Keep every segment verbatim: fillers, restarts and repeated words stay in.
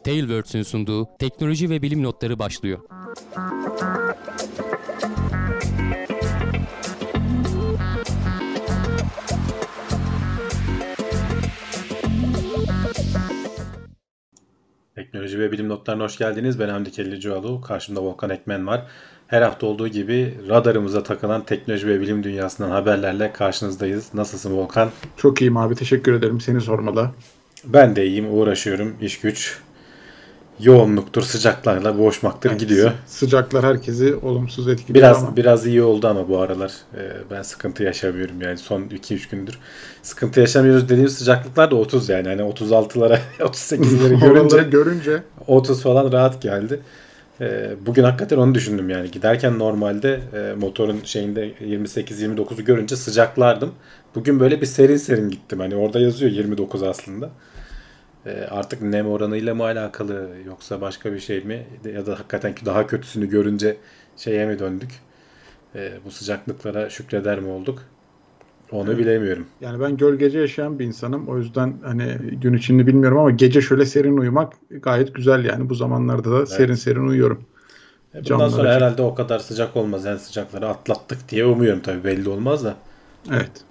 Tailwords'ün sunduğu teknoloji ve bilim notları başlıyor. Teknoloji ve bilim notlarına hoş geldiniz. Ben Hamdi Kellicioğlu. Karşımda Volkan Ekmen var. Her hafta olduğu gibi radarımıza takılan teknoloji ve bilim dünyasından haberlerle karşınızdayız. Nasılsın Volkan? Çok iyiyim abi. Teşekkür ederim. Seni sormalı. Ben de iyiyim. Uğraşıyorum. İş güç. Yoğunluktur, sıcaklarla boğuşmaktır Evet, gidiyor. Sıcaklar herkesi olumsuz etkiliyor Biraz ama. biraz iyi oldu ama bu aralar e, ben sıkıntı yaşamıyorum yani son iki üç gündür. Sıkıntı yaşamıyoruz dediğim sıcaklıklar da otuz yani. Hani otuz altılara otuz sekizleri Oraları görünce görünce otuz falan rahat geldi. E, bugün hakikaten onu düşündüm yani. Giderken normalde e, motorun şeyinde yirmi sekiz yirmi dokuzu görünce sıcaklardım. Bugün böyle bir serin serin gittim. Hani orada yazıyor yirmi dokuz aslında. E, artık nem oranıyla mı alakalı yoksa başka bir şey mi? Ya da hakikaten ki daha kötüsünü görünce şeye mi döndük? E, bu sıcaklıklara şükreder mi olduk? Onu evet. bilemiyorum. Yani ben gölgece yaşayan bir insanım. O yüzden hani gün içinde bilmiyorum ama gece şöyle serin uyumak gayet güzel yani. Bu zamanlarda da serin Evet. serin uyuyorum. E, bundan Camlar sonra açık. herhalde o kadar sıcak olmaz. Yani sıcakları atlattık diye umuyorum, tabii belli olmaz da. Evet.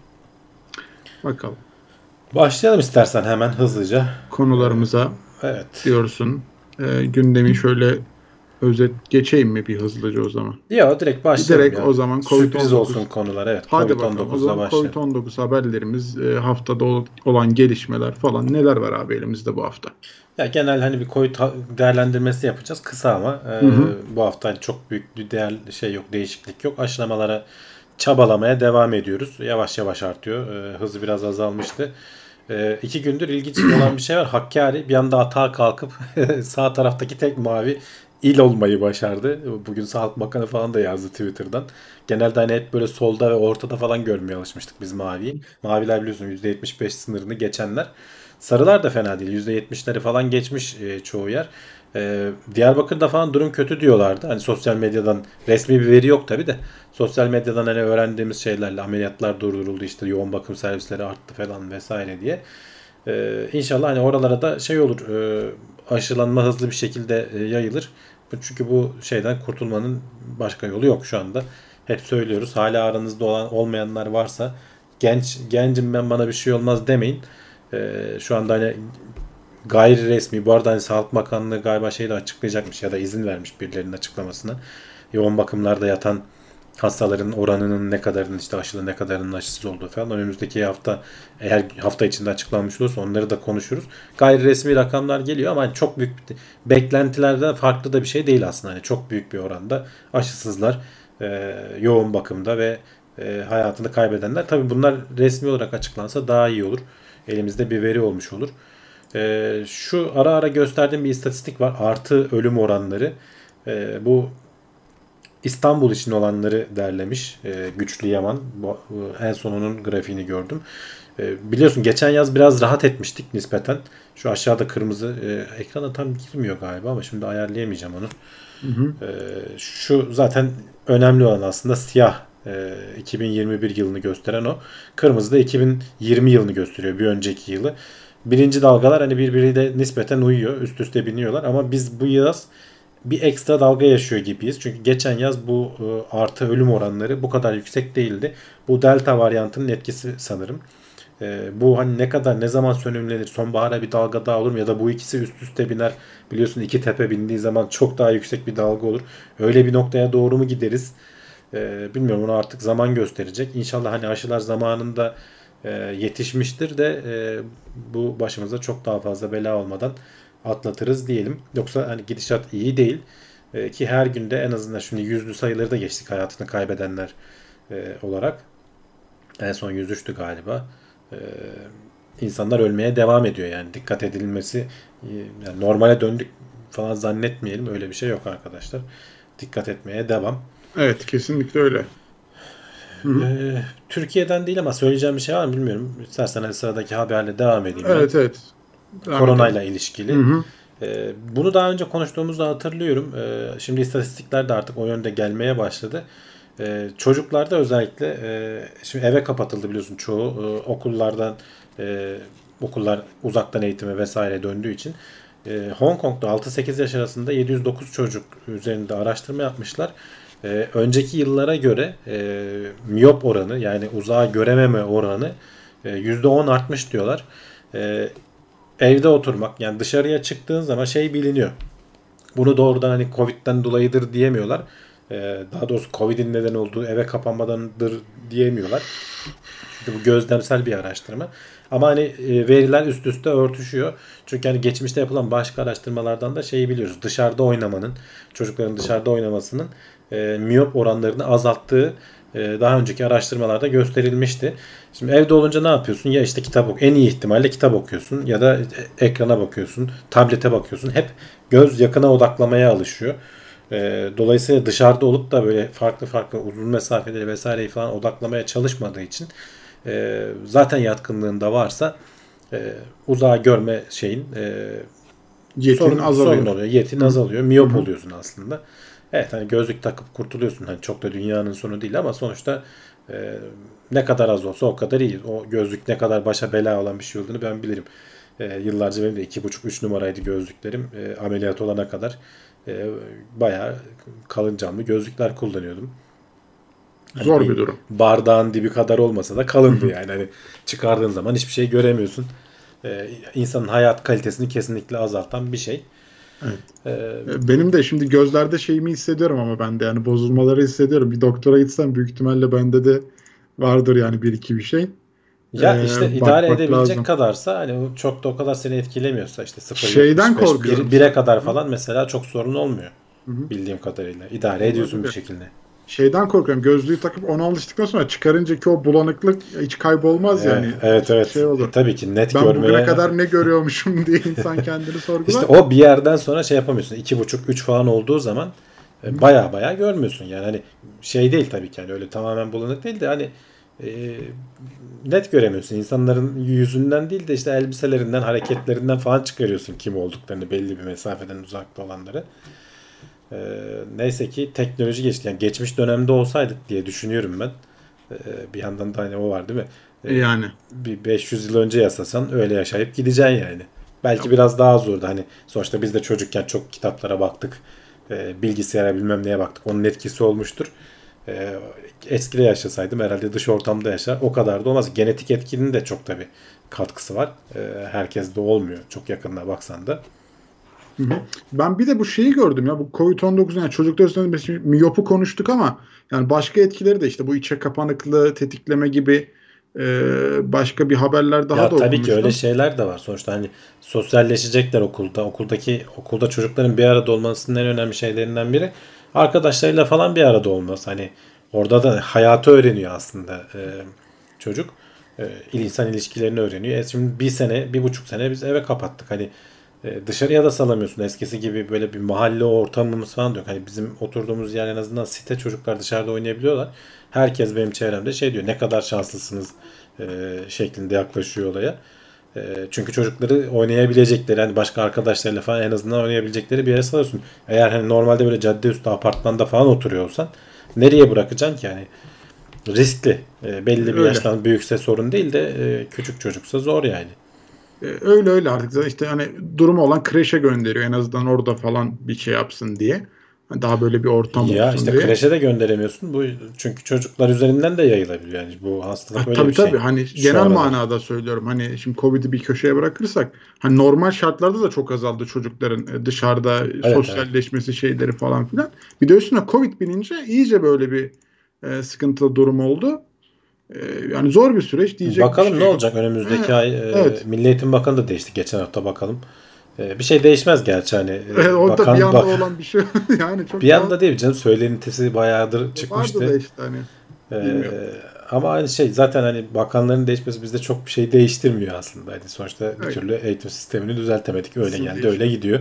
Bakalım. Başlayalım istersen hemen hızlıca. E, Konularımıza evet. diyorsun. Ee, gündemi şöyle özet geçeyim mi bir hızlıca o zaman? Ya direkt başlayalım Direkt ya. o zaman Sürpriz olsun covid on dokuz. konular. Evet, Hadi bakalım. O covid on dokuzla zaman başlayalım. covid on dokuz haberlerimiz, e, haftada ol- olan gelişmeler falan neler var abi elimizde bu hafta? Ya genel hani bir Covid ha- değerlendirmesi yapacağız. Kısa ama e, Hı hı. bu hafta hani çok büyük bir değer şey yok, değişiklik yok. Aşılamalara çabalamaya devam ediyoruz. Yavaş yavaş artıyor. E, hızı biraz azalmıştı. E, iki gündür ilginç olan bir şey var. Hakkari bir anda atağa kalkıp sağ taraftaki tek mavi il olmayı başardı. Bugün Sağlık Bakanı falan da yazdı Twitter'dan. Genelde hani hep böyle solda ve ortada falan görmeye alışmıştık biz maviyi. Maviler biliyorsun yüzde yetmiş beş sınırını geçenler. Sarılar da fena değil. yüzde yetmişleri falan geçmiş e, çoğu yer. E, Diyarbakır'da falan durum kötü diyorlardı. Hani sosyal medyadan resmi bir veri yok tabi de. Sosyal medyadan hani öğrendiğimiz şeylerle ameliyatlar durduruldu, işte yoğun bakım servisleri arttı falan vesaire diye. E, İnşallah hani oralara da şey olur. E, aşılanma hızlı bir şekilde e, yayılır. Çünkü bu şeyden kurtulmanın başka yolu yok şu anda. Hep söylüyoruz. Hala aranızda olan olmayanlar varsa genç gencim ben bana bir şey olmaz demeyin. Ee, şu anda hani gayri resmi, bu arada hani Sağlık Bakanlığı galiba şeyi de açıklayacakmış ya da izin vermiş birilerinin açıklamasına. Yoğun bakımlarda yatan hastaların oranının ne kadarının işte aşılı, ne kadarının aşısız olduğu falan önümüzdeki hafta, eğer hafta içinde açıklanmış olursa onları da konuşuruz. Gayri resmi rakamlar geliyor ama hani çok büyük beklentilerden farklı da bir şey değil aslında. Hani çok büyük bir oranda aşısızlar e, yoğun bakımda ve e, hayatını kaybedenler. Tabii bunlar resmi olarak açıklansa daha iyi olur. Elimizde bir veri olmuş olur. E, şu ara ara gösterdiğim bir istatistik var. Artı ölüm oranları. E, bu İstanbul için olanları derlemiş e, Güçlü Yaman. Bu, en son onun grafiğini gördüm. E, biliyorsun geçen yaz biraz rahat etmiştik nispeten. Şu aşağıda kırmızı e, ekrana tam girmiyor galiba ama şimdi ayarlayamayacağım onu. Hı hı. E, şu zaten önemli olan aslında siyah e, iki bin yirmi bir yılını gösteren o. Kırmızı da iki bin yirmi yılını gösteriyor, bir önceki yılı. Birinci dalgalar hani birbiriyle nispeten uyuyor. Üst üste biniyorlar ama biz bu yaz bir ekstra dalga yaşıyor gibiyiz. Çünkü geçen yaz bu e, artı ölüm oranları bu kadar yüksek değildi. Bu delta varyantının etkisi sanırım. E, bu hani ne kadar ne zaman sönümlenir? Sonbahara bir dalga daha olur mu? Ya da bu ikisi üst üste biner. Biliyorsun iki tepe bindiği zaman çok daha yüksek bir dalga olur. Öyle bir noktaya doğru mu gideriz? E, bilmiyorum, onu artık zaman gösterecek. İnşallah hani aşılar zamanında e, yetişmiştir de e, bu başımıza çok daha fazla bela olmadan atlatırız diyelim. Yoksa hani gidişat iyi değil. E, ki her günde en azından şimdi yüzlü sayıları da geçtik hayatını kaybedenler e, olarak. En son yüz üçtü galiba. E, insanlar ölmeye devam ediyor yani dikkat edilmesi e, yani normale döndük falan zannetmeyelim, öyle bir şey yok arkadaşlar. Dikkat etmeye devam. Evet, kesinlikle öyle. Hı hı. E, Türkiye'den değil ama söyleyeceğim bir şey var mı bilmiyorum. İstersen hadi sıradaki haberle devam edeyim ben. Evet, evet. Devam Koronayla edelim. Hı ilişkili. hı. Ee, bunu daha önce konuştuğumuzda hatırlıyorum. Ee, şimdi istatistikler de artık o yönde gelmeye başladı. Ee, çocuklarda özellikle e, şimdi eve kapatıldı biliyorsun çoğu. Ee, okullardan e, okullar uzaktan eğitime vesaire döndüğü için E, Hong Kong'da altı sekiz yaş arasında yedi yüz dokuz çocuk üzerinde araştırma yapmışlar. E, önceki yıllara göre e, miyop oranı, yani uzağa görememe oranı e, yüzde on artmış diyorlar. E, evde oturmak, yani dışarıya çıktığın zaman şey biliniyor. Bunu doğrudan hani Covid'den dolayıdır diyemiyorlar. E, daha doğrusu Covid'in neden olduğu eve kapanmadandır diyemiyorlar. Çünkü bu gözlemsel bir araştırma. Ama hani e, veriler üst üste örtüşüyor. Çünkü hani geçmişte yapılan başka araştırmalardan da şeyi biliyoruz. Dışarıda oynamanın, çocukların dışarıda oynamasının e, miyop oranlarını azalttığı e, daha önceki araştırmalarda gösterilmişti. Şimdi evde olunca ne yapıyorsun? Ya işte kitap ok, en iyi ihtimalle kitap okuyorsun ya da ekrana bakıyorsun, tablete bakıyorsun. Hep göz yakına odaklamaya alışıyor. E, dolayısıyla dışarıda olup da böyle farklı farklı uzun mesafeleri vesaireyi falan odaklamaya çalışmadığı için e, zaten yatkınlığında varsa e, uzağa görme şeyin e, Yetin sorun, azalıyor. sorun oluyor. Yetin azalıyor. Miyop Hı hı. oluyorsun aslında. Evet, hani gözlük takıp kurtuluyorsun. Hani çok da dünyanın sonu değil ama sonuçta e, ne kadar az olsa o kadar iyi. O gözlük ne kadar başa bela olan bir şey olduğunu ben bilirim. E, yıllarca benim de iki buçuk üç numaraydı gözlüklerim. E, ameliyat olana kadar e, bayağı kalın camlı gözlükler kullanıyordum. Hani Zor bir bir durum. bardağın dibi kadar olmasa da kalındı yani. Hani çıkardığın zaman hiçbir şey göremiyorsun. Ee, insanın hayat kalitesini kesinlikle azaltan bir şey. Evet. Ee, Benim de şimdi gözlerde şeyimi hissediyorum ama ben de yani bozulmaları hissediyorum. Bir doktora gitsem büyük ihtimalle bende de vardır yani bir iki bir şey. ya Ee, işte idare bakmak edebilecek lazım. kadarsa, hani çok da o kadar seni etkilemiyorsa işte Şeyden sıfır virgül yetmiş beş korkuyorum bir, bire kadar sadece. falan mesela çok sorun olmuyor. Hı hı. Bildiğim kadarıyla. İdare ediyorsun bir Olabilir. şekilde. Şeyden korkuyorum. Gözlüğü takıp ona alıştıktan sonra çıkarınca ki o bulanıklık hiç kaybolmaz Ee, yani. evet evet. Şey E, olur. tabii ki net Ben bugüne görmeye kadar ne görüyormuşum diye insan kendini işte sorgular. o bir yerden sonra şey yapamıyorsun. iki buçuk üç falan olduğu zaman Hı hı. e, baya baya görmüyorsun. Yani hani şey değil tabii ki, yani öyle tamamen bulanık değil de hani e, net göremiyorsun. İnsanların yüzünden değil de işte elbiselerinden, hareketlerinden falan çıkarıyorsun kim olduklarını, belli bir mesafeden uzakta olanları. E, neyse ki teknoloji geçti. Yani geçmiş dönemde olsaydık diye düşünüyorum ben. E, bir yandan da hani o var değil mi? E, Yani. bir beş yüz yıl önce yasasan öyle yaşayıp gideceksin yani. Belki Yok. biraz daha zordu. Hani sonuçta biz de çocukken çok kitaplara baktık. E, bilgisayara bilmem neye baktık. Onun etkisi olmuştur. E, eskide yaşasaydım herhalde dış ortamda yaşar. O kadar da olmaz. Genetik etkinin de çok tabii katkısı var. E, herkes de olmuyor. Çok yakınına baksan da. Hı hı. Ben bir de bu şeyi gördüm ya bu covid on dokuz yani çocuklar üstünde mesela miyopu konuştuk ama yani başka etkileri de işte bu içe kapanıklığı tetikleme gibi e, başka bir haberler daha Ya da tabii ki öyle okumuştum. şeyler de var. Sonuçta hani sosyalleşecekler okulda. Okuldaki okulda çocukların bir arada olmasının en önemli şeylerinden biri arkadaşlarıyla falan bir arada olması. Hani orada da hayatı öğreniyor aslında e, çocuk. E, insan ilişkilerini öğreniyor. E şimdi bir sene, bir buçuk sene biz eve kapattık. Hani e, dışarıya da salamıyorsun. Eskisi gibi böyle bir mahalle ortamımız falan da yok. Hani bizim oturduğumuz yer en azından site, çocuklar dışarıda oynayabiliyorlar. Herkes benim çevremde şey diyor, ne kadar şanslısınız e, şeklinde yaklaşıyor olaya. E, çünkü çocukları oynayabilecekleri, hani başka arkadaşlarıyla falan en azından oynayabilecekleri bir yere salıyorsun. Eğer hani normalde böyle cadde üstü apartmanda falan oturuyor olsan nereye bırakacaksın ki yani? Riskli. E, belli bir Öyle. yaştan büyükse sorun değil de e, küçük çocuksa zor yani. E, öyle öyle artık zaten işte hani durumu olan kreşe gönderiyor en azından orada falan bir şey yapsın diye. Hani daha böyle bir ortam Ya olsun işte diye. kreşe de gönderemiyorsun. Bu çünkü çocuklar üzerinden de yayılabiliyor. Yani bu hastalık Ha, öyle bir tabii tabii şey hani şu genel aralar. manada söylüyorum hani şimdi Covid'i bir köşeye bırakırsak hani normal şartlarda da çok azaldı çocukların e, dışarıda Evet evet. sosyalleşmesi şeyleri falan filan. Bir de üstüne Covid binince iyice böyle bir e, sıkıntılı durum oldu. E, yani zor bir süreç diyecek bir Bakalım ne şey yok. olacak E, önümüzdeki ay. E, evet. Milli Eğitim Bakanı da değişti geçen hafta, bakalım. E, bir şey değişmez gerçi hani E, e, o da bir bakan anda bak olan bir şey yani bir çok daha anda değil canım, söylentisi bayağıdır vardı da çıkmıştı. işte hani E, bilmiyorum. ama aynı şey zaten, hani bakanların değişmesi bizde çok bir şey değiştirmiyor aslında. Hani sonuçta bir Evet, türlü eğitim sistemini düzeltemedik. Öyle hızlı geldi öyle değişiyor. gidiyor.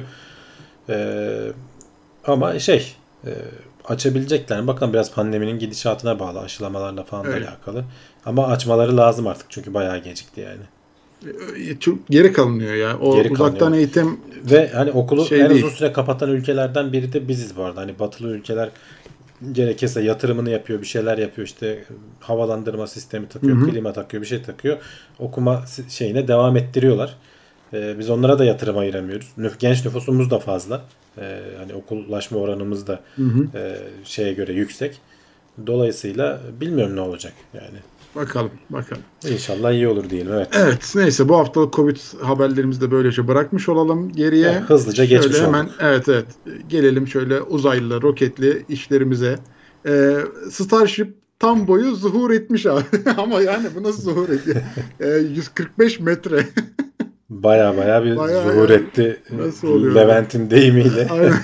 E, ama şey e, açabilecekler mi? Bakalım, biraz pandeminin gidişatına bağlı, aşılamalarla falan da Öyle. alakalı. Ama açmaları lazım artık çünkü bayağı gecikti yani. E, çok geri kalınıyor ya. O Geri uzaktan kalınıyor. eğitim Ve hani okulu şey en uzun değil. süre kapatan ülkelerden biri de biziz bu arada. Hani batılı ülkeler gerekirse yatırımını yapıyor, bir şeyler yapıyor, işte havalandırma sistemi Hı takıyor, hı. klima takıyor, bir şey takıyor. Okuma şeyine devam ettiriyorlar. E, biz onlara da yatırım ayıramıyoruz. Nüf- genç nüfusumuz da fazla. E, hani okullaşma oranımız da Hı hı. e, şeye göre yüksek. Dolayısıyla bilmiyorum ne olacak yani. Bakalım, bakalım. İnşallah iyi olur diyelim. Evet. Evet, neyse bu haftalık Covid haberlerimizi de böylece bırakmış olalım geriye. Evet, hızlıca şöyle geçmiş hemen, olduk. evet evet, gelelim şöyle uzaylı, roketli işlerimize. Ee, Starship tam boyu zuhur etmiş abi. Ama yani bu nasıl zuhur ediyor? Ee, yüz kırk beş metre. Baya baya bir Bayağı zuhur yani. etti Nasıl oluyor? Levent'in deyimiyle. Aynen.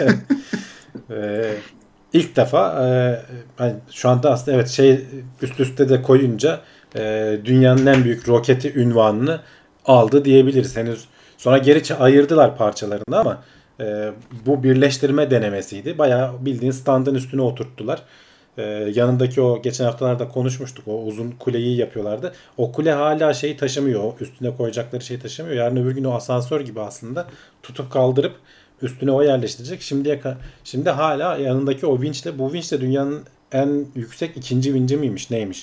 Ee, ilk defa e, hani şu anda aslında evet şey üst üste de koyunca e, dünyanın en büyük roketi unvanını aldı diyebiliriz. Henüz sonra geri ça- ayırdılar parçalarını ama e, bu birleştirme denemesiydi. Bayağı bildiğin standın üstüne oturttular. E, yanındaki o geçen haftalarda konuşmuştuk. O uzun kuleyi yapıyorlardı. O kule hala şeyi taşımıyor. O üstüne koyacakları şeyi taşımıyor. Yarın öbür gün o asansör gibi aslında tutup kaldırıp üstüne o yerleştirecek. Şimdiye ka- şimdi hala yanındaki o vinçle, bu vinç de dünyanın en yüksek ikinci vinci miymiş neymiş?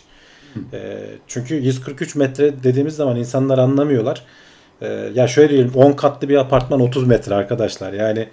E, çünkü yüz kırk üç metre dediğimiz zaman insanlar anlamıyorlar. E, ya şöyle diyelim, on katlı bir apartman otuz metre arkadaşlar. Yani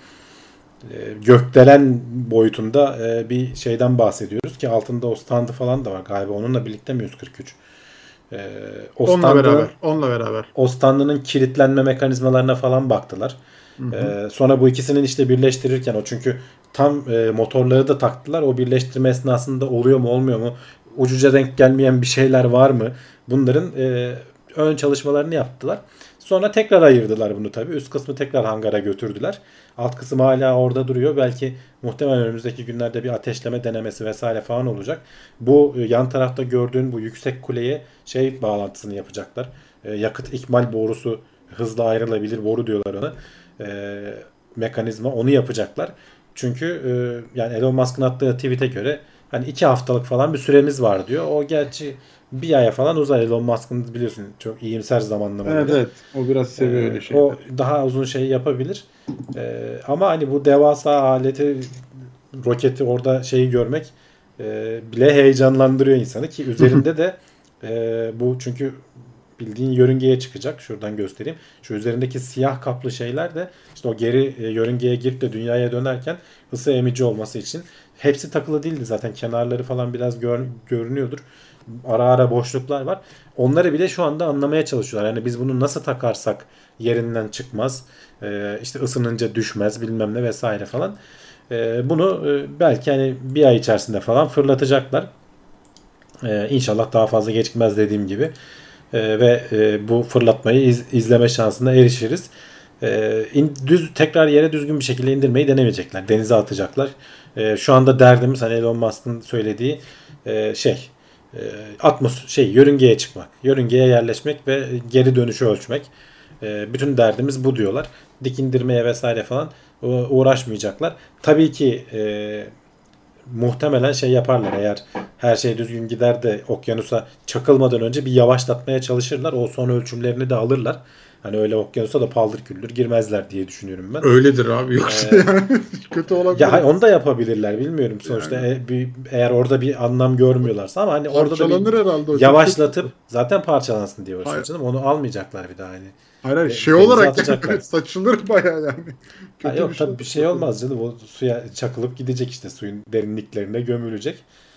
e, gökdelen boyutunda e, bir şeyden bahsediyoruz ki altında o standı falan da var galiba. Onunla birlikte mi yüz kırk üç? E, o Onunla standın, beraber, onunla beraber. o standının kilitlenme mekanizmalarına falan baktılar. Hı hı. Ee, sonra bu ikisinin işte birleştirirken o çünkü tam e, motorları da taktılar. O birleştirme esnasında oluyor mu olmuyor mu? Ucuca denk gelmeyen bir şeyler var mı? Bunların e, ön çalışmalarını yaptılar. Sonra tekrar ayırdılar bunu tabii. Üst kısmı tekrar hangara götürdüler. Alt kısım hala orada duruyor. Belki muhtemelen önümüzdeki günlerde bir ateşleme denemesi vesaire falan olacak. Bu e, yan tarafta gördüğün bu yüksek kuleye şey bağlantısını yapacaklar. E, yakıt ikmal borusu, hızla ayrılabilir boru diyorlar ona. E, mekanizma, onu yapacaklar. Çünkü e, yani Elon Musk'ın attığı tweet'e göre hani iki haftalık falan bir süremiz var diyor. O gerçi bir aya falan uzar. Elon Musk'ın biliyorsun çok iyimser zamanlamaları. Evet evet. O biraz seviyor Ee, öyle şeyleri. O daha uzun şey yapabilir. Ee, ama hani bu devasa aleti, roketi orada şeyi görmek e, bile heyecanlandırıyor insanı ki üzerinde de e, bu çünkü bildiğin yörüngeye çıkacak. Şuradan göstereyim. Şu üzerindeki siyah kaplı şeyler de işte o geri e, yörüngeye girip de dünyaya dönerken ısı emici olması için. Hepsi takılı değildi zaten. Kenarları falan biraz gör, görünüyordur. Ara ara boşluklar var. Onları bile şu anda anlamaya çalışıyorlar. Yani biz bunu nasıl takarsak yerinden çıkmaz. E, işte ısınınca düşmez bilmem ne vesaire falan. E, bunu e, belki hani bir ay içerisinde falan fırlatacaklar. E, İnşallah daha fazla gecikmez dediğim gibi. Ee, ve e, bu fırlatmayı iz, izleme şansına erişiriz. Ee, in, düz tekrar yere düzgün bir şekilde indirmeyi denemeyecekler. Denize atacaklar. Ee, şu anda derdimiz hani Elon Musk'ın söylediği e, şey e, atmos şey yörüngeye çıkmak, yörüngeye yerleşmek ve geri dönüşü ölçmek. E, bütün derdimiz bu diyorlar. Dik indirmeye vesaire falan e, uğraşmayacaklar. Tabii ki e, muhtemelen şey yaparlar, eğer her şey düzgün gider de okyanusa çakılmadan önce bir yavaşlatmaya çalışırlar. O son ölçümlerini de alırlar. Hani öyle okyanusa da paldır küldür girmezler diye düşünüyorum ben. Öyledir abi, yoksa Ee, yani kötü olabilir. Ya hayır, onu da yapabilirler bilmiyorum. Sonuçta Yani. e, bir, eğer orada bir anlam görmüyorlarsa ama hani orada da Parçalanır bir herhalde o. yavaşlatıp zaten parçalansın diye Hayır. uğraşıyor canım. Onu almayacaklar bir daha hani. Hayır hayır, De- şey denize olarak atacaklar. yani saçılır bayağı yani. Ha Kötü yok bir şey tabii bir şey olmaz canım. O suya çakılıp gidecek işte, suyun derinliklerine gömülecek.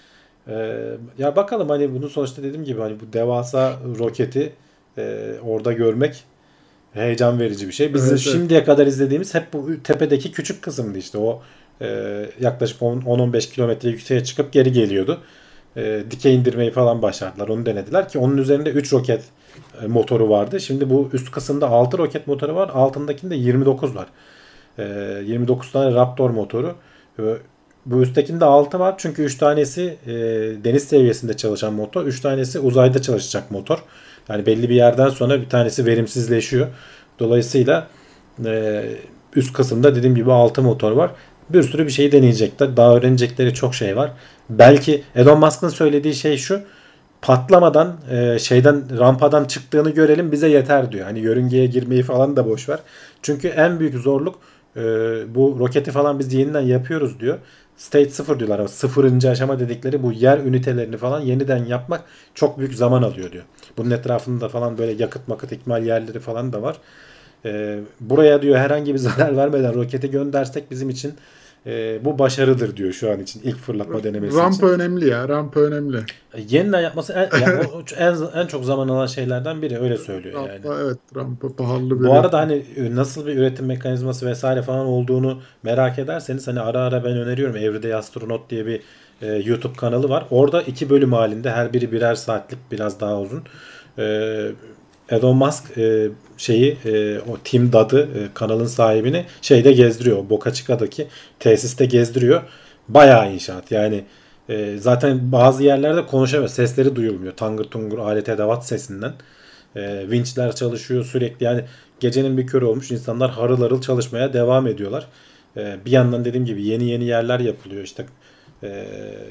Ee, ya bakalım hani bunun sonuçta dediğim gibi hani bu devasa roketi e, orada görmek heyecan verici bir şey. Biz Evet, evet. şimdiye kadar izlediğimiz hep bu tepedeki küçük kısımdı işte o e, yaklaşık on on beş kilometre yükseğe çıkıp geri geliyordu. E, dikey indirmeyi falan başardılar. Onu denediler ki onun üzerinde üç roket e, motoru vardı. Şimdi bu üst kısımda altı roket motoru var. Altındakinde yirmi dokuz var. E, yirmi dokuz tane Raptor motoru. E, bu üsttekinde altı var. Çünkü üç tanesi e, deniz seviyesinde çalışan motor. üç tanesi uzayda çalışacak motor. Yani belli bir yerden sonra bir tanesi verimsizleşiyor. Dolayısıyla e, üst kısımda dediğim gibi altı motor var. Bir sürü bir şey deneyecekler. Daha öğrenecekleri çok şey var. Belki Elon Musk'ın söylediği şey şu: patlamadan e, şeyden rampadan çıktığını görelim bize yeter diyor. Hani yörüngeye girmeyi falan da boş ver. Çünkü en büyük zorluk e, bu roketi falan biz yeniden yapıyoruz diyor. Stage sıfır diyorlar. Ama sıfırıncı aşama dedikleri bu yer ünitelerini falan yeniden yapmak çok büyük zaman alıyor diyor. Bunun etrafında falan böyle yakıt makıt ikmal yerleri falan da var. E, buraya diyor herhangi bir zarar vermeden roketi göndersek bizim için e, bu başarıdır diyor şu an için ilk fırlatma denemesi için. Rampa önemli ya. Rampa önemli. E, yeniden yapması en, yani o- en, en çok zaman alan şeylerden biri, öyle söylüyor Rampa, yani. evet, rampa pahalı bir. Bu arada hani e, nasıl bir üretim mekanizması vesaire falan olduğunu merak ederseniz hani ara ara ben öneriyorum. Everyday Astronaut diye bir e, YouTube kanalı var. Orada iki bölüm halinde, her biri birer saatlik, biraz daha uzun. E, Elon Musk e, şeyi e, o Tim Dodd'ı, e, kanalın sahibini şeyde gezdiriyor. O Boca Chica'daki tesiste gezdiriyor. Bayağı inşaat yani. E, zaten bazı yerlerde konuşamıyor. Sesleri duyulmuyor. Tangır tungur alet edevat sesinden. E, vinçler çalışıyor sürekli. Yani gecenin bir körü olmuş. İnsanlar harıl harıl çalışmaya devam ediyorlar. E, bir yandan dediğim gibi yeni yeni yerler yapılıyor. İşte e,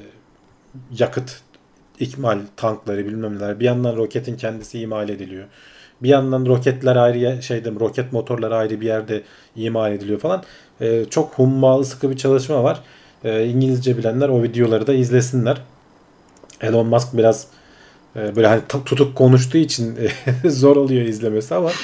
yakıt ikmal tankları bilmem neler. Bir yandan roketin kendisi imal ediliyor. Bir yandan roketler ayrı şeyde, roket motorları ayrı bir yerde imal ediliyor falan. E, çok hummalı, sıkı bir çalışma var. E, İngilizce bilenler o videoları da izlesinler. Elon Musk biraz e, böyle hani tutuk konuştuğu için zor oluyor izlemesi ama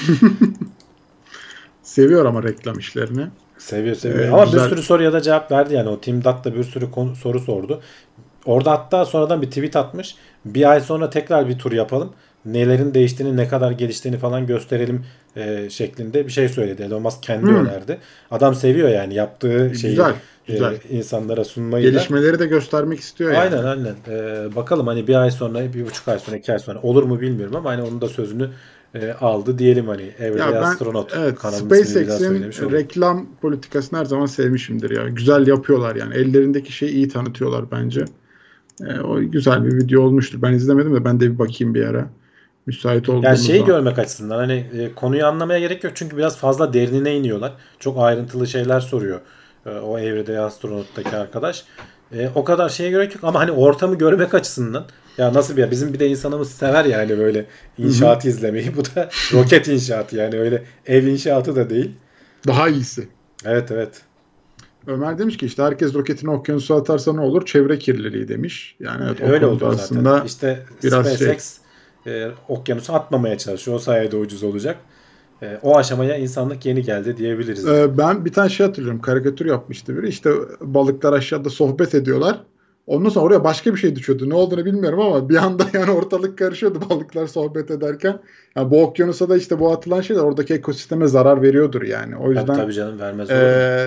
Seviyor ama reklam işlerini. seviyor seviyor. Ee, ama güzel. bir sürü soruya da cevap verdi yani. O Tim Dodd da bir sürü konu, soru sordu. Orada hatta sonradan bir tweet atmış. Bir ay sonra tekrar bir tur yapalım. Nelerin değiştiğini, ne kadar geliştiğini falan gösterelim e, şeklinde bir şey söyledi. Elon Musk kendi Hmm. önerdi. Adam seviyor yani yaptığı şeyi Güzel, güzel. e, insanlara sunmayı da. Gelişmeleri de göstermek istiyor yani. Aynen aynen. Ee, bakalım hani bir ay sonra, bir buçuk ay sonra, iki ay sonra olur mu bilmiyorum ama hani onun da sözünü e, aldı diyelim hani. Everyday Ya ben Astronaut evet, kanalının ismini bir daha SpaceX'in söylemiş olayım. reklam politikasını her zaman sevmişimdir ya. Güzel yapıyorlar yani. Ellerindeki şeyi iyi tanıtıyorlar bence. Ee, o güzel bir video olmuştur. Ben izlemedim de ben de bir bakayım bir ara. Müsait Yani olduğumuzda. şeyi görmek açısından hani e, konuyu anlamaya gerek yok çünkü biraz fazla derinine iniyorlar. Çok ayrıntılı şeyler soruyor e, o Everyday Astronaut'taki arkadaş. E, o kadar şeye gerek yok ama hani ortamı görmek açısından, ya nasıl bir yer, bizim bir de insanımız sever yani böyle inşaat izlemeyi. Bu da roket inşaatı yani, öyle ev inşaatı da değil. Daha iyisi. Evet evet. Ömer demiş ki işte herkes roketini okyanusa atarsa ne olur? Çevre kirliliği demiş. Yani evet, o Öyle konuda oluyor zaten. aslında İşte biraz SpaceX e, okyanusu atmamaya çalışıyor. O sayede ucuz olacak. E, o aşamaya insanlık yeni geldi diyebiliriz. Ee, ben bir tane şey hatırlıyorum. Karikatür yapmıştı biri. İşte balıklar aşağıda sohbet ediyorlar. Ondan sonra oraya başka bir şey düşüyordu. Ne olduğunu bilmiyorum ama bir anda yani ortalık karışıyordu balıklar sohbet ederken. Yani bu okyanusa da işte bu atılan şeyler oradaki ekosisteme zarar veriyordur yani. O Tabii, yüzden tabii canım, vermez olur mu? ee,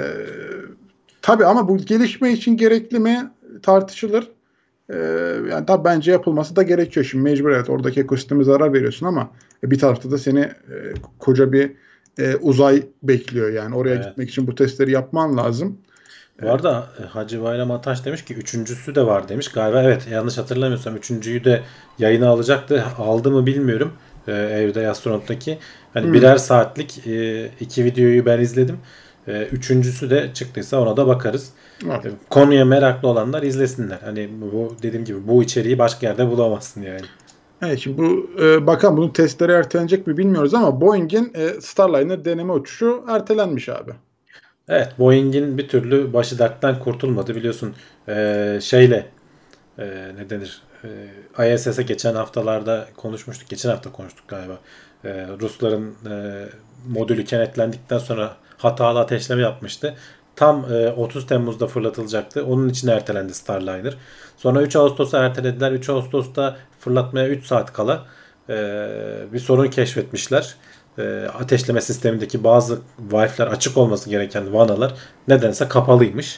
tabii ama bu gelişme için gerekli mi tartışılır. Ee, yani tabii bence yapılması da gerekiyor. Şimdi mecbur, evet, oradaki ekosisteme zarar veriyorsun ama bir tarafta da seni e, koca bir e, uzay bekliyor yani. Oraya Evet. gitmek için bu testleri yapman lazım. Bu arada e, Hacı Bayram Ataş demiş ki üçüncüsü de var demiş. Galiba evet, yanlış hatırlamıyorsam üçüncüyü de yayına alacaktı. Aldı mı bilmiyorum. E, Everyday Astronaut'taki. Hani Hmm. birer saatlik e, iki videoyu ben izledim. E, üçüncüsü de çıktıysa ona da bakarız. Evet. E, Konuya meraklı olanlar izlesinler. Hani bu dediğim gibi bu içeriği başka yerde bulamazsın yani. Evet, şimdi bu e, bakalım bunun testleri ertelenecek mi bilmiyoruz ama Boeing'in e, Starliner deneme uçuşu ertelenmiş abi. Evet, Boeing'in bir türlü başı dertten kurtulmadı biliyorsun. E, şeyle e, ne denir? E, I S S'e geçen haftalarda konuşmuştuk. Geçen hafta konuştuk galiba. E, Rusların e, modülü kenetlendikten sonra hatalı ateşleme yapmıştı. Tam e, otuz Temmuz'da fırlatılacaktı. Onun için ertelendi Starliner. Sonra üç Ağustos'a ertelediler. üç Ağustos'ta fırlatmaya üç saat kala e, bir sorun keşfetmişler. E, ateşleme sistemindeki bazı valfler, açık olması gereken vanalar nedense kapalıymış.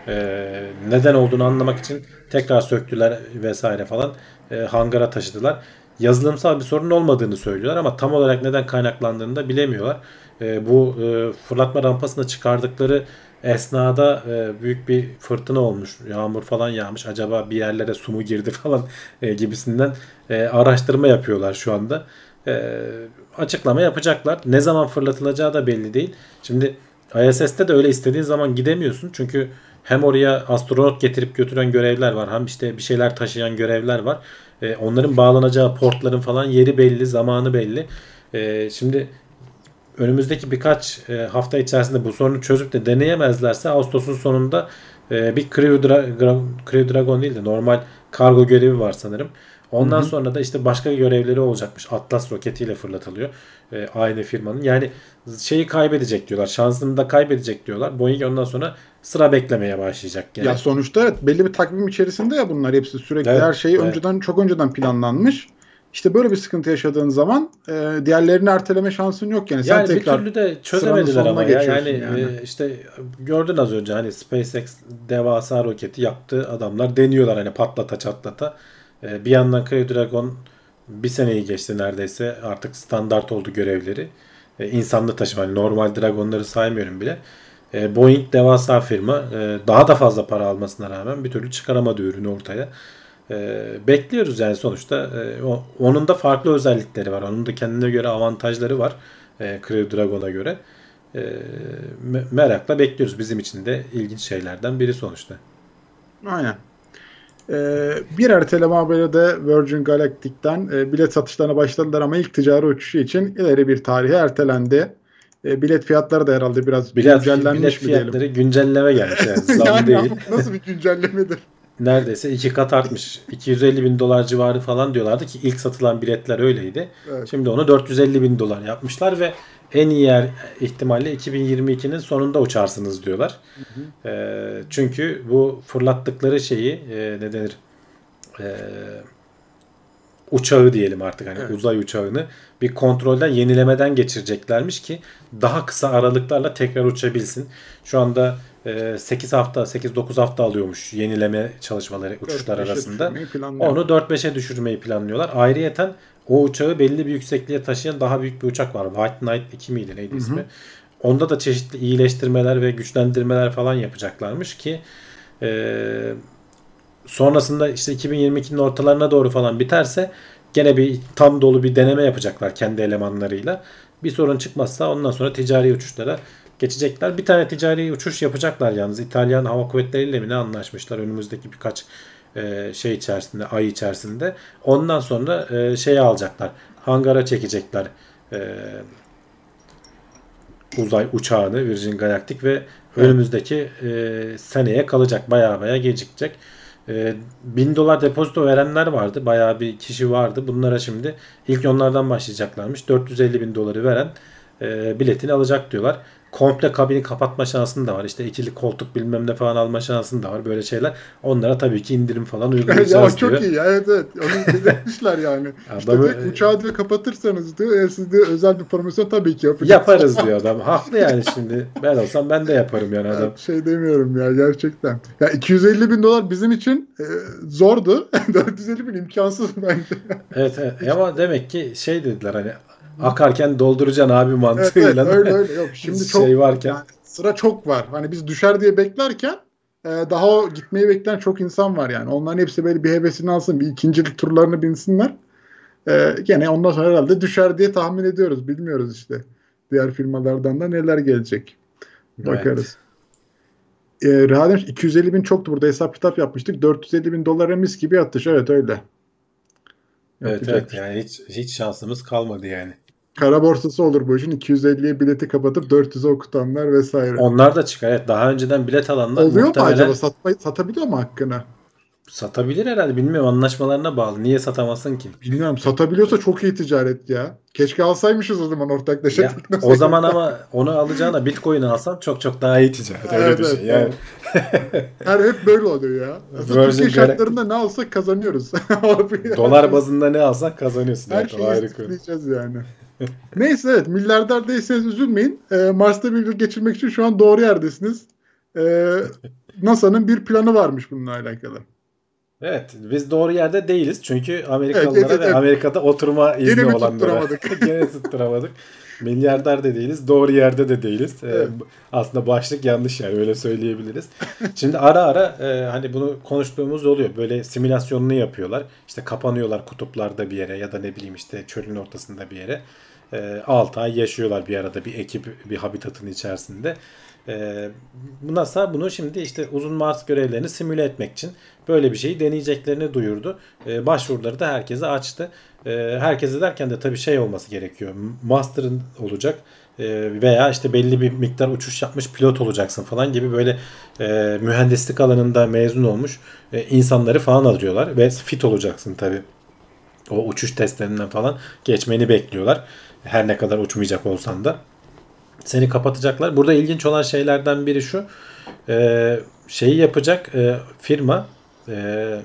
Ee, neden olduğunu anlamak için tekrar söktüler vesaire falan, e, hangara taşıdılar. Yazılımsal bir sorun olmadığını söylüyorlar ama tam olarak neden kaynaklandığını da bilemiyorlar. E, bu e, fırlatma rampasına çıkardıkları esnada e, büyük bir fırtına olmuş, yağmur falan yağmış. Acaba bir yerlere su mu girdi falan e, gibisinden e, araştırma yapıyorlar şu anda. E, açıklama yapacaklar. Ne zaman fırlatılacağı da belli değil. Şimdi I S S'te de öyle istediğin zaman gidemiyorsun. Çünkü hem oraya astronot getirip götüren görevler var, hem işte bir şeyler taşıyan görevler var. E, onların bağlanacağı portların falan yeri belli, zamanı belli. E, şimdi önümüzdeki birkaç e, hafta içerisinde bu sorunu çözüp de deneyemezlerse Ağustos'un sonunda e, bir Crew, Dra- Gra- Crew Dragon değil de normal kargo görevi var sanırım. Ondan Hı hı. sonra da işte başka görevleri olacakmış. Atlas roketiyle fırlatılıyor. Ee, aynı firmanın. Yani şeyi kaybedecek diyorlar. Şansını da kaybedecek diyorlar. Boeing ondan sonra sıra beklemeye başlayacak Ya gene. sonuçta evet, belli bir takvim içerisinde ya bunlar hepsi sürekli Evet, her şey evet. önceden çok önceden planlanmış. İşte böyle bir sıkıntı yaşadığın zaman e, diğerlerini erteleme şansın yok yani. Sen Yani bir tekrar türlü de sıranın çözemediler sonuna ama ya. Yani geçiyorsun yani. e, işte gördün az önce hani SpaceX devasa roketi yaptı. Adamlar deniyorlar hani patlata çatlata. E, bir yandan Crew Dragon bir seneyi geçti neredeyse. Artık standart oldu görevleri. E, insanlı taşıma. Hani normal Dragon'ları saymıyorum bile. E, Boeing devasa firma. E, daha da fazla para almasına rağmen bir türlü çıkaramadı ürünü ortaya. E, bekliyoruz yani sonuçta. E, o- onun da farklı özellikleri var. Onun da kendine göre avantajları var. E, Crew Dragon'a göre. E, me- merakla bekliyoruz. Bizim için de ilginç şeylerden biri sonuçta. Aynen. E, bir erteleme haberi de Virgin Galactic'ten e, bilet satışlarına başladılar ama ilk ticari uçuşu için ileri bir tarihe ertelendi. E, bilet fiyatları da herhalde biraz Bilet, bilet güncellenmiş mi diyelim. fiyatları güncelleme gelmiş yani zam Yani değil. ama nasıl bir güncellemedir? Neredeyse iki kat artmış. iki yüz elli bin dolar civarı falan diyorlardı ki ilk satılan biletler öyleydi. Evet. Şimdi onu dört yüz elli bin dolar yapmışlar ve en iyi yer ihtimalle iki bin yirmi ikinin sonunda uçarsınız diyorlar. Hı hı. Ee, çünkü bu fırlattıkları şeyi e, ne denir? Ee, uçağı diyelim artık hani Evet. uzay uçağını bir kontrolden yenilemeden geçireceklermiş ki daha kısa aralıklarla tekrar uçabilsin. Şu anda e, sekiz hafta sekiz dokuz hafta alıyormuş yenileme çalışmaları uçuşlar dört beşe arasında. düşürmeyi planlıyor. Onu dört beşe düşürmeyi planlıyorlar. Ayrıyeten o uçağı belli bir yüksekliğe taşıyan daha büyük bir uçak var. White Knight iki miydi neydi Hı hı. ismi? Onda da çeşitli iyileştirmeler ve güçlendirmeler falan yapacaklarmış ki e, sonrasında işte iki bin yirmi ikinin ortalarına doğru falan biterse gene bir tam dolu bir deneme yapacaklar kendi elemanlarıyla. Bir sorun çıkmazsa ondan sonra ticari uçuşlara geçecekler. Bir tane ticari uçuş yapacaklar yalnız. İtalyan Hava Kuvvetleri ile mi ne anlaşmışlar önümüzdeki birkaç e, şey içerisinde, ay içerisinde. Ondan sonra e, şeyi alacaklar. Hangara çekecekler. E, uzay uçağını Virgin Galactic ve önümüzdeki e, seneye kalacak. Baya baya gecikecek. E, bin dolar depozito verenler vardı. Bayağı bir kişi vardı. Bunlara şimdi ilk onlardan başlayacaklarmış. dört yüz elli bin doları veren e, biletini alacak diyorlar. Komple kabini kapatma şansın da var. İşte ikili koltuk bilmem ne falan alma şansın da var. Böyle şeyler. Onlara tabii ki indirim falan Ya uygulayacağız çok diyor. iyi ya, evet evet. Onu belirtmişler yani. İşte Adamı- diyor, uçağı diyor kapatırsanız diyor, e, siz diyor özel bir promosyon tabii ki yapacağız. Yaparız diyor adam. Haklı yani şimdi. Ben olsam ben de yaparım yani adam. Ben şey demiyorum ya gerçekten. Ya iki yüz elli bin dolar bizim için e, zordu. dört yüz elli bin imkansız bence. Evet, evet. Ama demek ki şey dediler hani akarken dolduracaksın abi Evet, evet mantığıyla. öyle öyle. Yok, şimdi çok şey varken. yani sıra çok var. Hani biz düşer diye beklerken e, daha o gitmeyi bekleyen çok insan var yani. Onların hepsi böyle bir hevesini alsın, bir ikincilik turlarını binsinler. E, gene ondan sonra herhalde düşer diye tahmin ediyoruz. Bilmiyoruz işte. Diğer firmalardan da neler gelecek. Bakarız. E, Reha demiş iki yüz elli bin çoktu. Burada hesap kitap yapmıştık. dört yüz elli bin dolara mis gibi atış. Evet öyle. Evet, Yapacak evet bir şey. yani hiç hiç şansımız kalmadı yani. Kara borsası olur bu işin. iki yüz elliye bileti kapatıp dört yüze okutanlar vesaire. Onlar da çıkar. Evet, daha önceden bilet alanlar Oluyor mu muhtemelen acaba? Satma, satabiliyor mu hakkını? satabilir herhalde. Bilmiyorum anlaşmalarına bağlı. Niye satamasın ki? Bilmiyorum. Satabiliyorsa çok iyi ticaret ya. Keşke alsaymışız o zaman ortaklaşa. Ya, o zaman ama onu alacağına Bitcoin alsan çok çok daha iyi ticaret. Öyle Evet, bir şey. evet, Yani Her hep böyle oluyor ya. Aslında Virgin Türkiye şartlarında ne alsak kazanıyoruz. dolar bazında ne alsan kazanıyorsun. Her Evet, o şeyi ayrı konu. istikleyeceğiz yani. Neyse evet, milyarder değilseniz üzülmeyin. Ee, Mars'ta bir yıl geçirmek için şu an doğru yerdesiniz. Ee, NASA'nın bir planı varmış bununla alakalı. Evet, biz doğru yerde değiliz. Çünkü Amerikalılara Evet, evet, ve evet. Amerika'da oturma izni Gene mi olanlara tutturamadık? gene tutturamadık. Milyarder de değiliz, doğru yerde de değiliz. Ee, Evet. aslında başlık yanlış yani öyle söyleyebiliriz. Şimdi ara ara e, hani bunu konuştuğumuz oluyor. Böyle simülasyonunu yapıyorlar. İşte kapanıyorlar kutuplarda bir yere ya da ne bileyim işte çölün ortasında bir yere. E, altı ay yaşıyorlar bir arada bir ekip bir habitatın içerisinde. E, NASA bunu şimdi işte uzun Mars görevlerini simüle etmek için böyle bir şeyi deneyeceklerini duyurdu. E, başvuruları da herkese açtı. E, herkese derken de tabii şey olması gerekiyor. Master'ın olacak e, veya işte belli bir miktar uçuş yapmış pilot olacaksın falan gibi böyle e, mühendislik alanında mezun olmuş e, insanları falan alıyorlar ve fit olacaksın tabii. O uçuş testlerinden falan geçmeni bekliyorlar. Her ne kadar uçmayacak olsan da. Seni kapatacaklar. Burada ilginç olan şeylerden biri şu. E, şeyi yapacak e, firma e,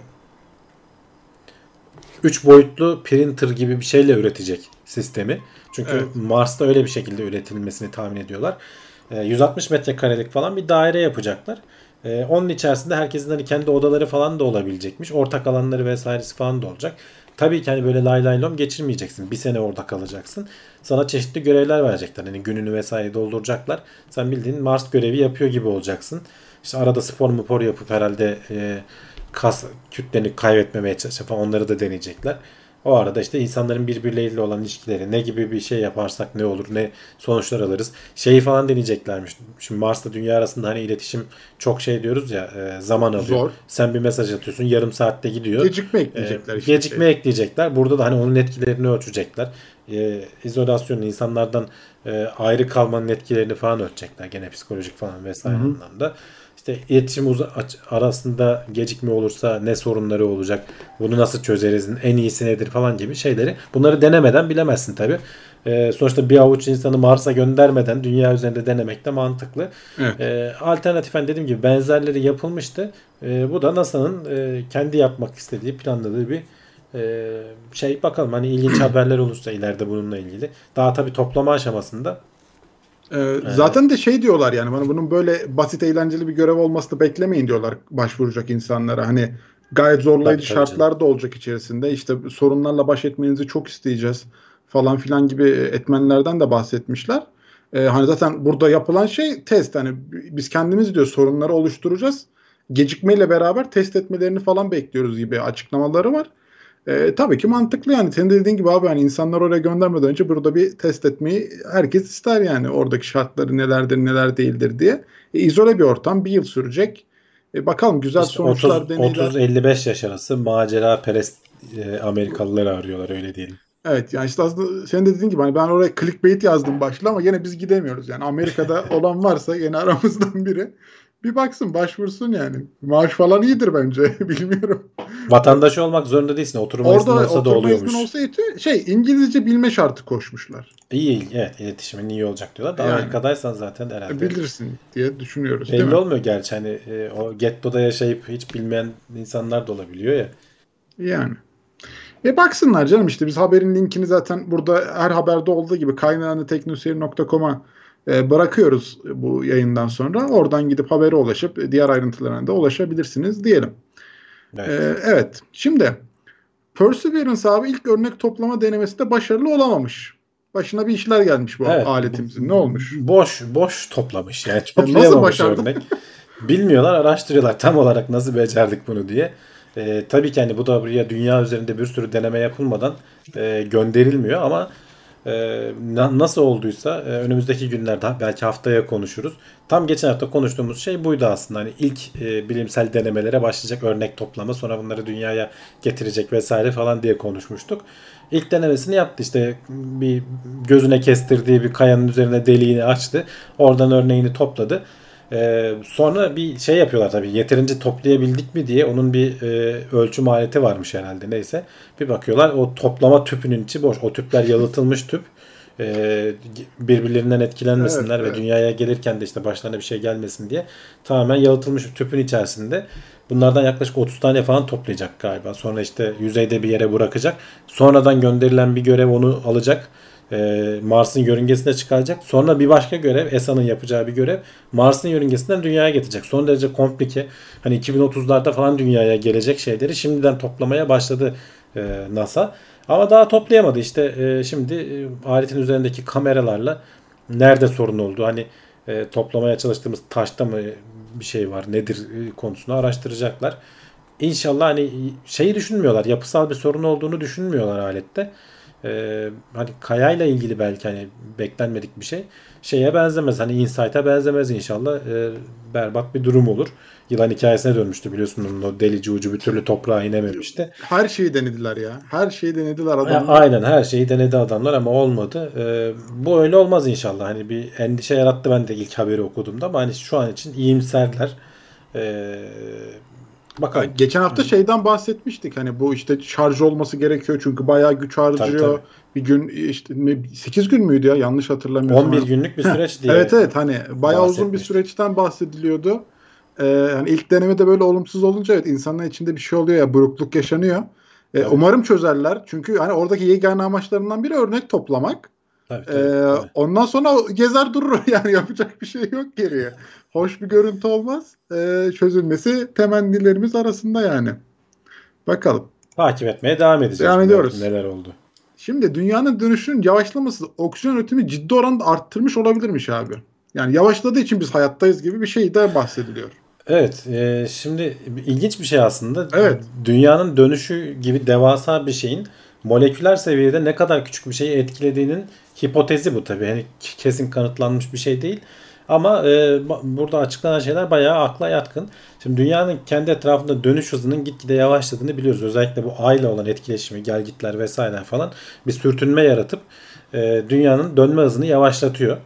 üç boyutlu printer gibi bir şeyle üretecek sistemi. Çünkü Evet. Mars'ta öyle bir şekilde üretilmesini tahmin ediyorlar. E, yüz altmış metrekarelik falan bir daire yapacaklar. E, onun içerisinde herkesin hani kendi odaları falan da olabilecekmiş. Ortak alanları vesairesi falan da olacak. Tabii ki hani böyle lay lay lom geçirmeyeceksin. Bir sene orada kalacaksın. Sana çeşitli görevler verecekler. Hani gününü vesaire dolduracaklar. Sen bildiğin Mars görevi yapıyor gibi olacaksın. İşte arada spor mupor yapıp herhalde e, kas kütleni kaybetmemeye çalışıp onları da deneyecekler. O arada işte insanların birbirleriyle olan ilişkileri, ne gibi bir şey yaparsak ne olur, ne sonuçlar alırız. Şeyi falan deneyeceklermiş. Şimdi Mars'la Dünya arasında hani iletişim çok şey diyoruz ya, e, zaman alıyor. Zor. Sen bir mesaj atıyorsun, yarım saatte gidiyor. Gecikme ekleyecekler E, işte. Gecikme Şey. ekleyecekler. Burada da hani onun etkilerini ölçecekler. E, izolasyonu, insanlardan e, ayrı kalmanın etkilerini falan ölçecekler. Gene psikolojik falan vesaire Hı hı. anlamda. İşte iletişim uza- aç- arasında gecikme olursa ne sorunları olacak? Bunu nasıl çözeriz? En iyisi nedir falan gibi şeyleri. Bunları denemeden bilemezsin tabii. Ee, sonuçta bir avuç insanı Mars'a göndermeden dünya üzerinde denemek de mantıklı. Evet. Ee, alternatifen dediğim gibi benzerleri yapılmıştı. Ee, bu da NASA'nın e, kendi yapmak istediği, planladığı bir e, şey. Bakalım hani ilginç haberler olursa ileride bununla ilgili. Daha tabii toplama aşamasında. Ee, Ee, zaten de şey diyorlar yani bana bunun böyle basit eğlenceli bir görev olmasını beklemeyin diyorlar başvuracak insanlara. Hani gayet tabii zorlayıcı tabii canım. şartlar da olacak içerisinde. İşte sorunlarla baş etmenizi çok isteyeceğiz falan filan gibi etmenlerden de bahsetmişler. Ee, hani zaten burada yapılan şey test. Hani biz kendimiz diyor sorunları oluşturacağız. Gecikmeyle beraber test etmelerini falan bekliyoruz gibi açıklamaları var. E, tabii ki mantıklı yani. Senin de dediğin gibi abi hani insanlar oraya göndermeden önce burada bir test etmeyi herkes ister yani. Oradaki şartları nelerdir neler değildir diye. E, izole bir ortam bir yıl sürecek. E, bakalım güzel İşte otuz sonuçlar deneyler. otuz elli beş yaş arası macera perest e, Amerikalıları arıyorlar, öyle diyelim. Evet yani işte aslında senin de dediğin gibi hani ben oraya clickbait yazdım başta ama yine biz gidemiyoruz. Yani Amerika'da olan varsa yine aramızdan biri bir baksın başvursun yani. Maaş falan iyidir bence bilmiyorum. Vatandaşı olmak zorunda değilsin. Oturma iznin Orada olsa da oturma iznin oluyormuş. olsa yetiyor. Şey İngilizce bilme şartı koşmuşlar. İyi, evet, iletişimin iyi olacak diyorlar. Da Yani Amerika'daysan zaten e, herhalde bilirsin diye düşünüyoruz değil belli mi? olmuyor gerçi. Hani e, o gettoda yaşayıp hiç bilmeyen insanlar da olabiliyor ya. Yani. E baksınlar canım işte biz haberin linkini zaten burada her haberde olduğu gibi kaynağını teknoseyir nokta com'a e, bırakıyoruz bu yayından sonra. Oradan gidip habere ulaşıp e, diğer ayrıntılarına da ulaşabilirsiniz diyelim. E, Evet. evet. Şimdi Perseverance abi ilk örnek toplama denemesinde başarılı olamamış. Başına bir işler gelmiş bu Evet. b- aletimizin. Ne olmuş? Boş boş toplamış. Yani E, nasıl toplayamamış başardı? örnek. Bilmiyorlar, araştırıyorlar tam olarak nasıl becerdik bunu diye. E, tabii ki hani bu da buraya dünya üzerinde bir sürü deneme yapılmadan e, gönderilmiyor ama e, na- nasıl olduysa e, önümüzdeki günlerde belki haftaya konuşuruz. Tam geçen hafta konuştuğumuz şey buydu aslında. Hani ilk e, bilimsel denemelere başlayacak, örnek toplama, sonra bunları dünyaya getirecek vesaire falan diye konuşmuştuk. İlk denemesini yaptı, işte bir gözüne kestirdiği bir kayanın üzerine deliğini açtı. Oradan örneğini topladı. Ee, sonra bir şey yapıyorlar tabii, yeterince toplayabildik mi diye onun bir e, ölçüm aleti varmış herhalde, neyse. Bir bakıyorlar o toplama tüpünün içi boş. O tüpler yalıtılmış tüp. Ee, birbirlerinden Evet, etkilenmesinler ve evet. dünyaya gelirken de işte başlarına bir şey gelmesin diye tamamen yalıtılmış bir tüpün içerisinde. Bunlardan yaklaşık otuz tane falan toplayacak galiba. Sonra işte yüzeyde bir yere bırakacak. Sonradan gönderilen bir görev onu alacak. Ee, Mars'ın yörüngesine çıkaracak. Sonra bir başka görev, E S A'nın yapacağı bir görev, Mars'ın yörüngesinden dünyaya getirecek. Son derece komplike. Hani iki bin otuzlarda falan dünyaya gelecek şeyleri şimdiden toplamaya başladı e, NASA. Ama daha toplayamadı. İşte e, şimdi e, aletin üzerindeki kameralarla nerede sorun oldu, hani e, toplamaya çalıştığımız taşta mı bir şey var, nedir e, konusunu araştıracaklar. İnşallah hani şeyi düşünmüyorlar. Yapısal bir sorun olduğunu düşünmüyorlar alette. Ee, hani kayayla ilgili belki hani beklenmedik bir şey. Şeye benzemez. Hani Insight'a benzemez inşallah. Ee, berbat bir durum olur. Yılan hikayesine dönmüştü biliyorsun. Onun o delici ucu bir türlü toprağa inememişti. Her şeyi denediler ya. Her şeyi denediler A- adamlar. Aynen her şeyi denedi adamlar ama olmadı. Ee, bu öyle olmaz inşallah. Hani bir endişe yarattı ben de ilk haberi okuduğumda ama hani şu an için iyimserler. Ee, Bakalım. Geçen hafta şeyden bahsetmiştik. Hani bu işte şarj olması gerekiyor çünkü bayağı güç harcıyor. Tabii, tabii. Bir gün işte sekiz gün müydü ya? Yanlış hatırlamıyorsam. on bir günlük bir süreç diye. Evet evet hani bayağı uzun bir bahsetmiştik. süreçten bahsediliyordu. Ee, yani ilk denemede böyle olumsuz olunca evet insanların içinde bir şey oluyor ya, burukluk yaşanıyor. Ee, Evet. umarım çözerler. Çünkü hani oradaki yegane amaçlarından biri örnek toplamak. Tabii, Ee, tabii, tabii. ondan sonra o gezer durur yani yapacak bir şey yok geriye. Hoş bir görüntü olmaz. Ee, çözülmesi temennilerimiz arasında yani. Bakalım. Takip etmeye devam edeceğiz Devam neler, ediyoruz. neler oldu. Şimdi dünyanın dönüşünün yavaşlaması oksijen üretimi ciddi oranda arttırmış olabilirmiş abi. Yani yavaşladığı için biz hayattayız gibi bir şeyden bahsediliyor. Evet, e, şimdi ilginç bir şey aslında. Evet. Dünyanın dönüşü gibi devasa bir şeyin moleküler seviyede ne kadar küçük bir şeyi etkilediğinin hipotezi bu tabii. Yani kesin kanıtlanmış bir şey değil. Ama e, burada açıklanan şeyler bayağı akla yatkın. Şimdi dünyanın kendi etrafında dönüş hızının gitgide yavaşladığını biliyoruz. Özellikle bu ayla olan etkileşimi, gelgitler vesaire falan bir sürtünme yaratıp e, dünyanın dönme hızını yavaşlatıyor.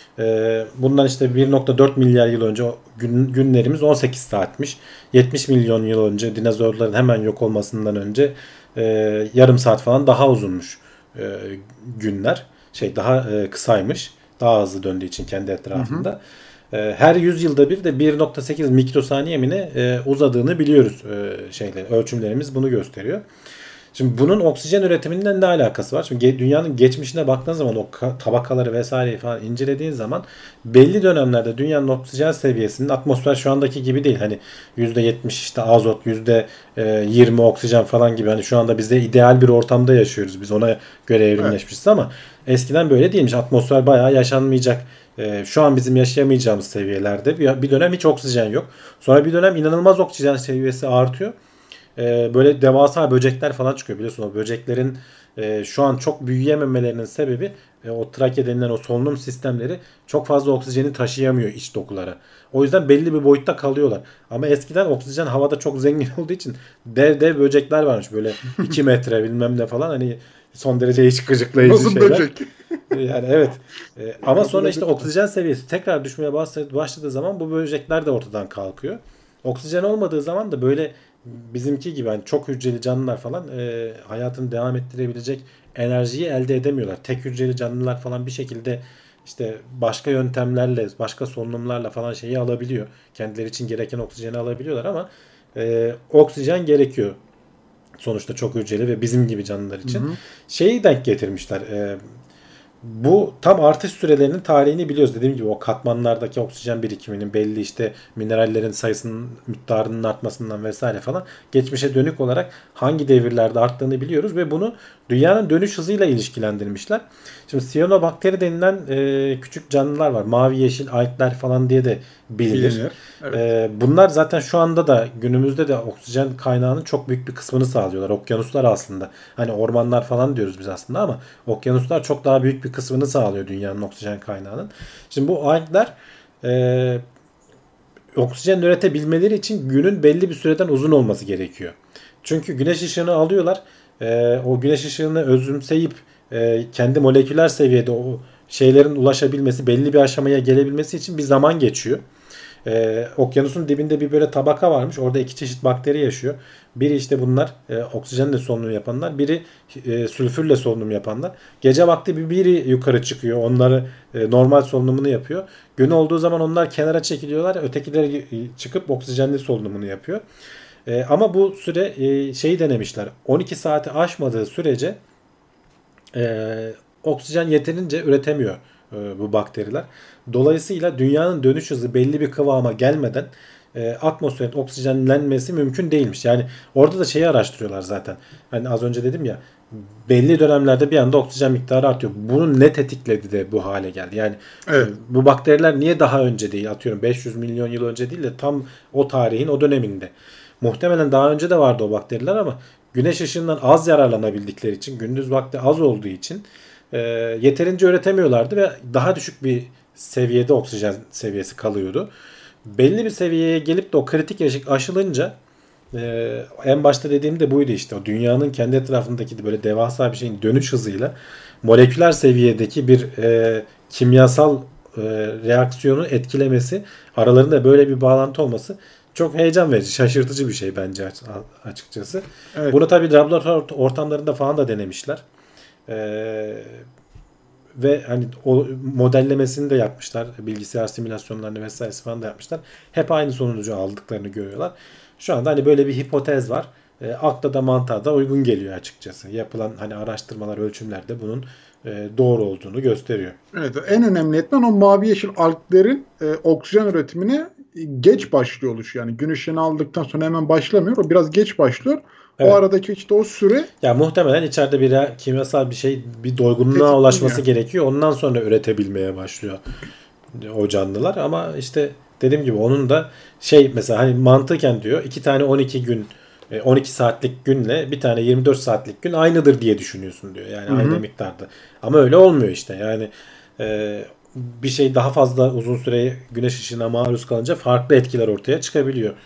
Bundan işte bir nokta dört milyar yıl önce gün, günlerimiz on sekiz saatmiş. yetmiş milyon yıl önce dinozorların hemen yok olmasından önce e, yarım saat falan daha uzunmuş e, günler. Şey daha e, kısaymış. Daha hızlı döndüğü için kendi etrafında. Hı hı. E, her yüz yılda bir de bir nokta sekiz mikrosaniye mi ne e, uzadığını biliyoruz. E, şeyler, ölçümlerimiz bunu gösteriyor. Şimdi bunun oksijen üretiminden ne alakası var? Şimdi dünyanın geçmişine baktığın zaman o tabakaları vesaireyi falan incelediğin zaman belli dönemlerde dünyanın oksijen seviyesinin atmosfer şu andaki gibi değil. Hani yüzde yetmiş işte azot, yüzde yirmi oksijen falan gibi. Hani şu anda biz de ideal bir ortamda yaşıyoruz. Biz ona göre evrimleşmişiz ama eskiden böyle değilmiş. Atmosfer bayağı yaşanmayacak. Şu an bizim yaşayamayacağımız seviyelerde bir dönem hiç oksijen yok. Sonra bir dönem inanılmaz oksijen seviyesi artıyor. Böyle devasa böcekler falan çıkıyor biliyorsun. O böceklerin şu an çok büyüyememelerinin sebebi o trake denilen o solunum sistemleri çok fazla oksijeni taşıyamıyor iç dokulara. O yüzden belli bir boyutta kalıyorlar. Ama eskiden oksijen havada çok zengin olduğu için dev dev böcekler varmış. Böyle iki metre bilmem ne falan, hani son derece hiç gıcıklayıcı Nasıl şeyler. böcek? Yani evet. Ama sonra işte oksijen seviyesi tekrar düşmeye başladığı zaman bu böcekler de ortadan kalkıyor. Oksijen olmadığı zaman da böyle bizimki gibi hani çok hücreli canlılar falan e, hayatını devam ettirebilecek enerjiyi elde edemiyorlar. Tek hücreli canlılar falan bir şekilde işte başka yöntemlerle, başka solunumlarla falan şeyi alabiliyor. Kendileri için gereken oksijeni alabiliyorlar ama e, oksijen gerekiyor. Sonuçta çok hücreli ve bizim gibi canlılar için. Hı hı. Şeyi denk getirmişler. E, Bu tam artış sürelerinin tarihini biliyoruz. Dediğim gibi o katmanlardaki oksijen birikiminin belli işte minerallerin sayısının miktarının artmasından vesaire falan geçmişe dönük olarak hangi devirlerde arttığını biliyoruz ve bunu dünyanın dönüş hızıyla ilişkilendirmişler. Şimdi siyanobakteri denilen e, küçük canlılar var. Mavi yeşil algler falan diye de bilinir. bilinir. Evet. E, bunlar zaten şu anda da günümüzde de oksijen kaynağının çok büyük bir kısmını sağlıyorlar. Okyanuslar aslında. Hani ormanlar falan diyoruz biz aslında ama okyanuslar çok daha büyük bir kısmını sağlıyor dünyanın oksijen kaynağının. Şimdi bu algler e, oksijen üretebilmeleri için günün belli bir süreden uzun olması gerekiyor. Çünkü güneş ışığını alıyorlar. E, o güneş ışığını özümseyip e, kendi moleküler seviyede o şeylerin ulaşabilmesi, belli bir aşamaya gelebilmesi için bir zaman geçiyor. Ee, okyanusun dibinde bir böyle tabaka varmış. Orada iki çeşit bakteri yaşıyor. Biri işte bunlar e, oksijenle solunum yapanlar. Biri e, sülfürle solunum yapanlar. Gece vakti bir biri yukarı çıkıyor. Onları e, normal solunumunu yapıyor. Gün olduğu zaman onlar kenara çekiliyorlar. Ötekileri çıkıp oksijenli solunumunu yapıyor. E, ama bu süre e, şeyi denemişler. on iki saati aşmadığı sürece e, oksijen yeterince üretemiyor bu bakteriler. Dolayısıyla dünyanın dönüş hızı belli bir kıvama gelmeden e, atmosferin oksijenlenmesi mümkün değilmiş. Yani orada da şeyi araştırıyorlar zaten. Hani az önce dedim ya, belli dönemlerde bir anda oksijen miktarı artıyor. Bunu ne tetikledi de bu hale geldi? Yani evet. e, bu bakteriler niye daha önce değil, atıyorum beş yüz milyon yıl önce değil de tam o tarihin o döneminde. Muhtemelen daha önce de vardı o bakteriler ama güneş ışığından az yararlanabildikleri için, gündüz vakti az olduğu için E, yeterince üretemiyorlardı ve daha düşük bir seviyede oksijen seviyesi kalıyordu. Belli bir seviyeye gelip de o kritik eşik aşılınca e, en başta dediğim de buydu işte. O dünyanın kendi etrafındaki böyle devasa bir şeyin dönüş hızıyla moleküler seviyedeki bir e, kimyasal e, reaksiyonu etkilemesi, aralarında böyle bir bağlantı olması çok heyecan verici, şaşırtıcı bir şey bence açıkçası. Evet. Bunu tabii laboratuvar ortamlarında falan da denemişler. Ee, ve hani o modellemesini de yapmışlar. Bilgisayar simülasyonlarını vesairesi falan da yapmışlar. Hep aynı sonucu aldıklarını görüyorlar. Şu anda hani böyle bir hipotez var. E, akla da mantığa da uygun geliyor açıkçası. Yapılan hani araştırmalar, ölçümler de bunun e, doğru olduğunu gösteriyor. Evet, en önemli etmen o mavi yeşil alglerin e, oksijen üretimine geç başlıyor oluş. Yani gün ışığını aldıktan sonra hemen başlamıyor. O biraz geç başlıyor. Evet. O aradaki işte o süre ya muhtemelen içeride bir kimyasal bir şey, bir doygunluğa Tetikliyor. ulaşması gerekiyor. Ondan sonra üretebilmeye başlıyor o canlılar. Ama işte dediğim gibi onun da şey, mesela hani mantıken diyor iki tane on iki gün on iki saatlik günle bir tane yirmi dört saatlik gün aynıdır diye düşünüyorsun diyor. Yani Hı hı. aynı miktarda. Ama öyle olmuyor işte. Yani e, bir şey daha fazla uzun süre güneş ışığına maruz kalınca farklı etkiler ortaya çıkabiliyor.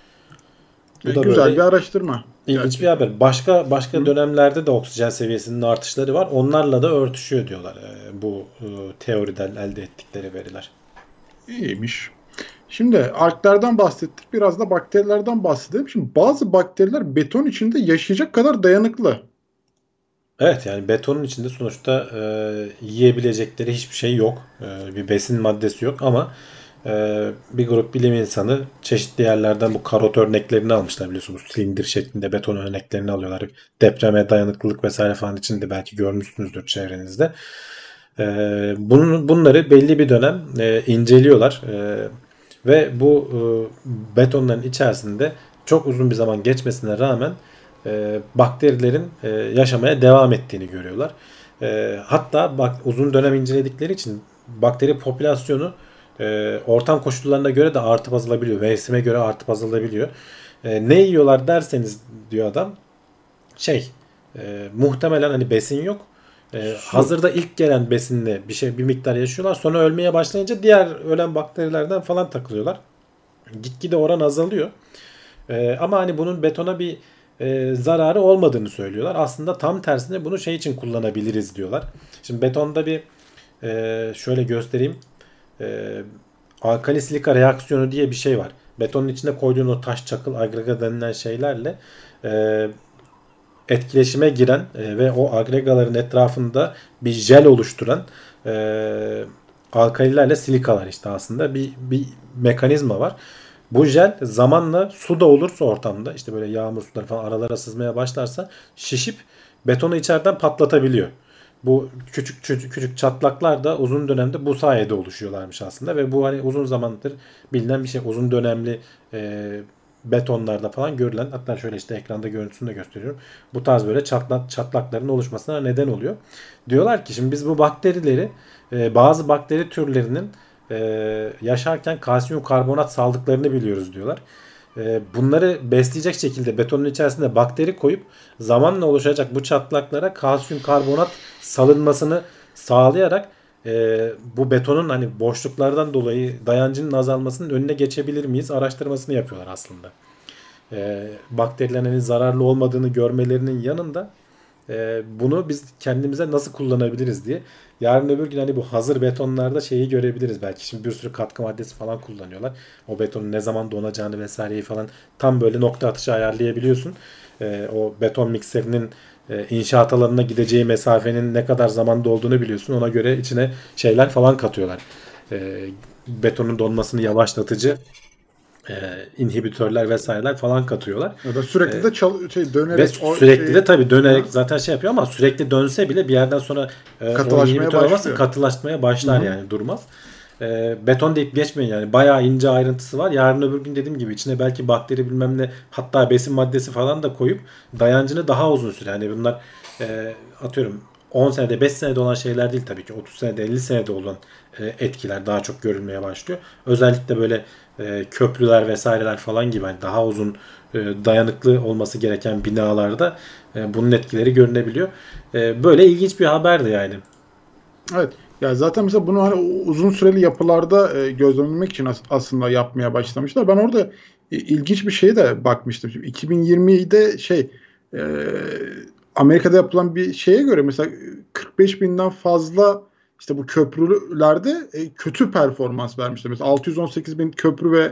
Bu e, da güzel böyle bir araştırma. ilginç bir Gerçekten. haber. Başka başka Hı. dönemlerde de oksijen seviyesinin artışları var. Onlarla da örtüşüyor diyorlar e, bu e, teoriden elde ettikleri veriler. İyiymiş. Şimdi alglerden bahsettik. Biraz da bakterilerden bahsedelim. Şimdi bazı bakteriler beton içinde yaşayacak kadar dayanıklı. Evet, yani betonun içinde sonuçta e, yiyebilecekleri hiçbir şey yok. E, bir besin maddesi yok ama e, bir grup bilim insanı çeşitli yerlerden bu karot örneklerini almışlar, biliyorsunuz. Silindir şeklinde beton örneklerini alıyorlar. Depreme dayanıklılık vesaire falan için de belki görmüşsünüzdür çevrenizde. E, bunun, bunları belli bir dönem e, inceliyorlar. E, ve bu e, betonların içerisinde çok uzun bir zaman geçmesine rağmen e, bakterilerin e, yaşamaya devam ettiğini görüyorlar. E, hatta bak, uzun dönem inceledikleri için bakteri popülasyonu e, ortam koşullarına göre de artıp azalabiliyor. Mevsime göre artıp azalabiliyor. E, ne yiyorlar derseniz diyor adam, şey e, muhtemelen hani besin yok. E, Su. hazırda ilk gelen besinle bir şey bir miktar yaşıyorlar. Sonra ölmeye başlayınca diğer ölen bakterilerden falan takılıyorlar. Gitgide oran azalıyor. Ee, ama hani bunun betona bir e, zararı olmadığını söylüyorlar. Aslında tam tersine bunu şey için kullanabiliriz diyorlar. Şimdi betonda bir e, şöyle göstereyim. E, alkali silika reaksiyonu diye bir şey var. Betonun içine koyduğun o taş, çakıl, agrega denilen şeylerle e, etkileşime giren e, ve o agregaların etrafında bir jel oluşturan e, alkalilerle silikalar işte aslında bir, bir mekanizma var. Bu jel zamanla su da olursa ortamda, işte böyle yağmur suları falan aralara sızmaya başlarsa şişip betonu içeriden patlatabiliyor. Bu küçük küçük, küçük çatlaklar da uzun dönemde bu sayede oluşuyorlarmış aslında ve bu hani uzun zamandır bilinen bir şey. Uzun dönemli e, betonlarda falan görülen, hatta şöyle işte ekranda görüntüsünü de gösteriyorum. Bu tarz böyle çatlak, çatlakların oluşmasına neden oluyor. Diyorlar ki şimdi biz bu bakterileri e, bazı bakteri türlerinin e, yaşarken kalsiyum karbonat saldıklarını biliyoruz diyorlar. E, bunları besleyecek şekilde betonun içerisinde bakteri koyup zamanla oluşacak bu çatlaklara kalsiyum karbonat salınmasını sağlayarak e, bu betonun hani boşluklardan dolayı dayancının azalmasının önüne geçebilir miyiz araştırmasını yapıyorlar aslında. E, bakterilerin hani zararlı olmadığını görmelerinin yanında e, bunu biz kendimize nasıl kullanabiliriz diye. Yarın öbür gün hani bu hazır betonlarda şeyi görebiliriz belki. Şimdi bir sürü katkı maddesi falan kullanıyorlar. O betonun ne zaman donacağını vesaireyi falan tam böyle nokta atışı ayarlayabiliyorsun. E, o beton mikserinin e, inşaat alanına gideceği mesafenin ne kadar zamanda olduğunu biliyorsun. Ona göre içine şeyler falan katıyorlar. E, betonun donmasını yavaşlatıcı e, inhibitörler vesaireler falan katıyorlar. Ya da sürekli E, de çal şey dönerek ve o sürekli şeyi de tabii dönerek Ha, zaten şey yapıyor ama sürekli dönse bile bir yerden sonra e, o katılaşmaya inhibitör olmazsa başlıyor. katılaşmaya Hı başlar, hı. yani durmaz. E, beton deyip geçmeyin yani. Bayağı ince ayrıntısı var. Yarın öbür gün dediğim gibi içine belki bakteri bilmem ne, hatta besin maddesi falan da koyup dayancını daha uzun süre. Hani bunlar e, atıyorum on senede beş senede olan şeyler değil tabii ki. otuz senede elli senede olan e, etkiler daha çok görülmeye başlıyor. Özellikle böyle e, köprüler vesaireler falan gibi hani daha uzun e, dayanıklı olması gereken binalarda e, bunun etkileri görünebiliyor. E, böyle ilginç bir haberdi yani. Evet. Ya zaten mesela bunu hani uzun süreli yapılarda e, gözlemlemek için as- aslında yapmaya başlamışlar. Ben orada e, ilginç bir şeye de bakmıştım. Şimdi iki bin yirmide şey e, Amerika'da yapılan bir şeye göre mesela kırk beş binden fazla işte bu köprülerde e, kötü performans vermişler. Mesela altı yüz on sekiz bin köprü ve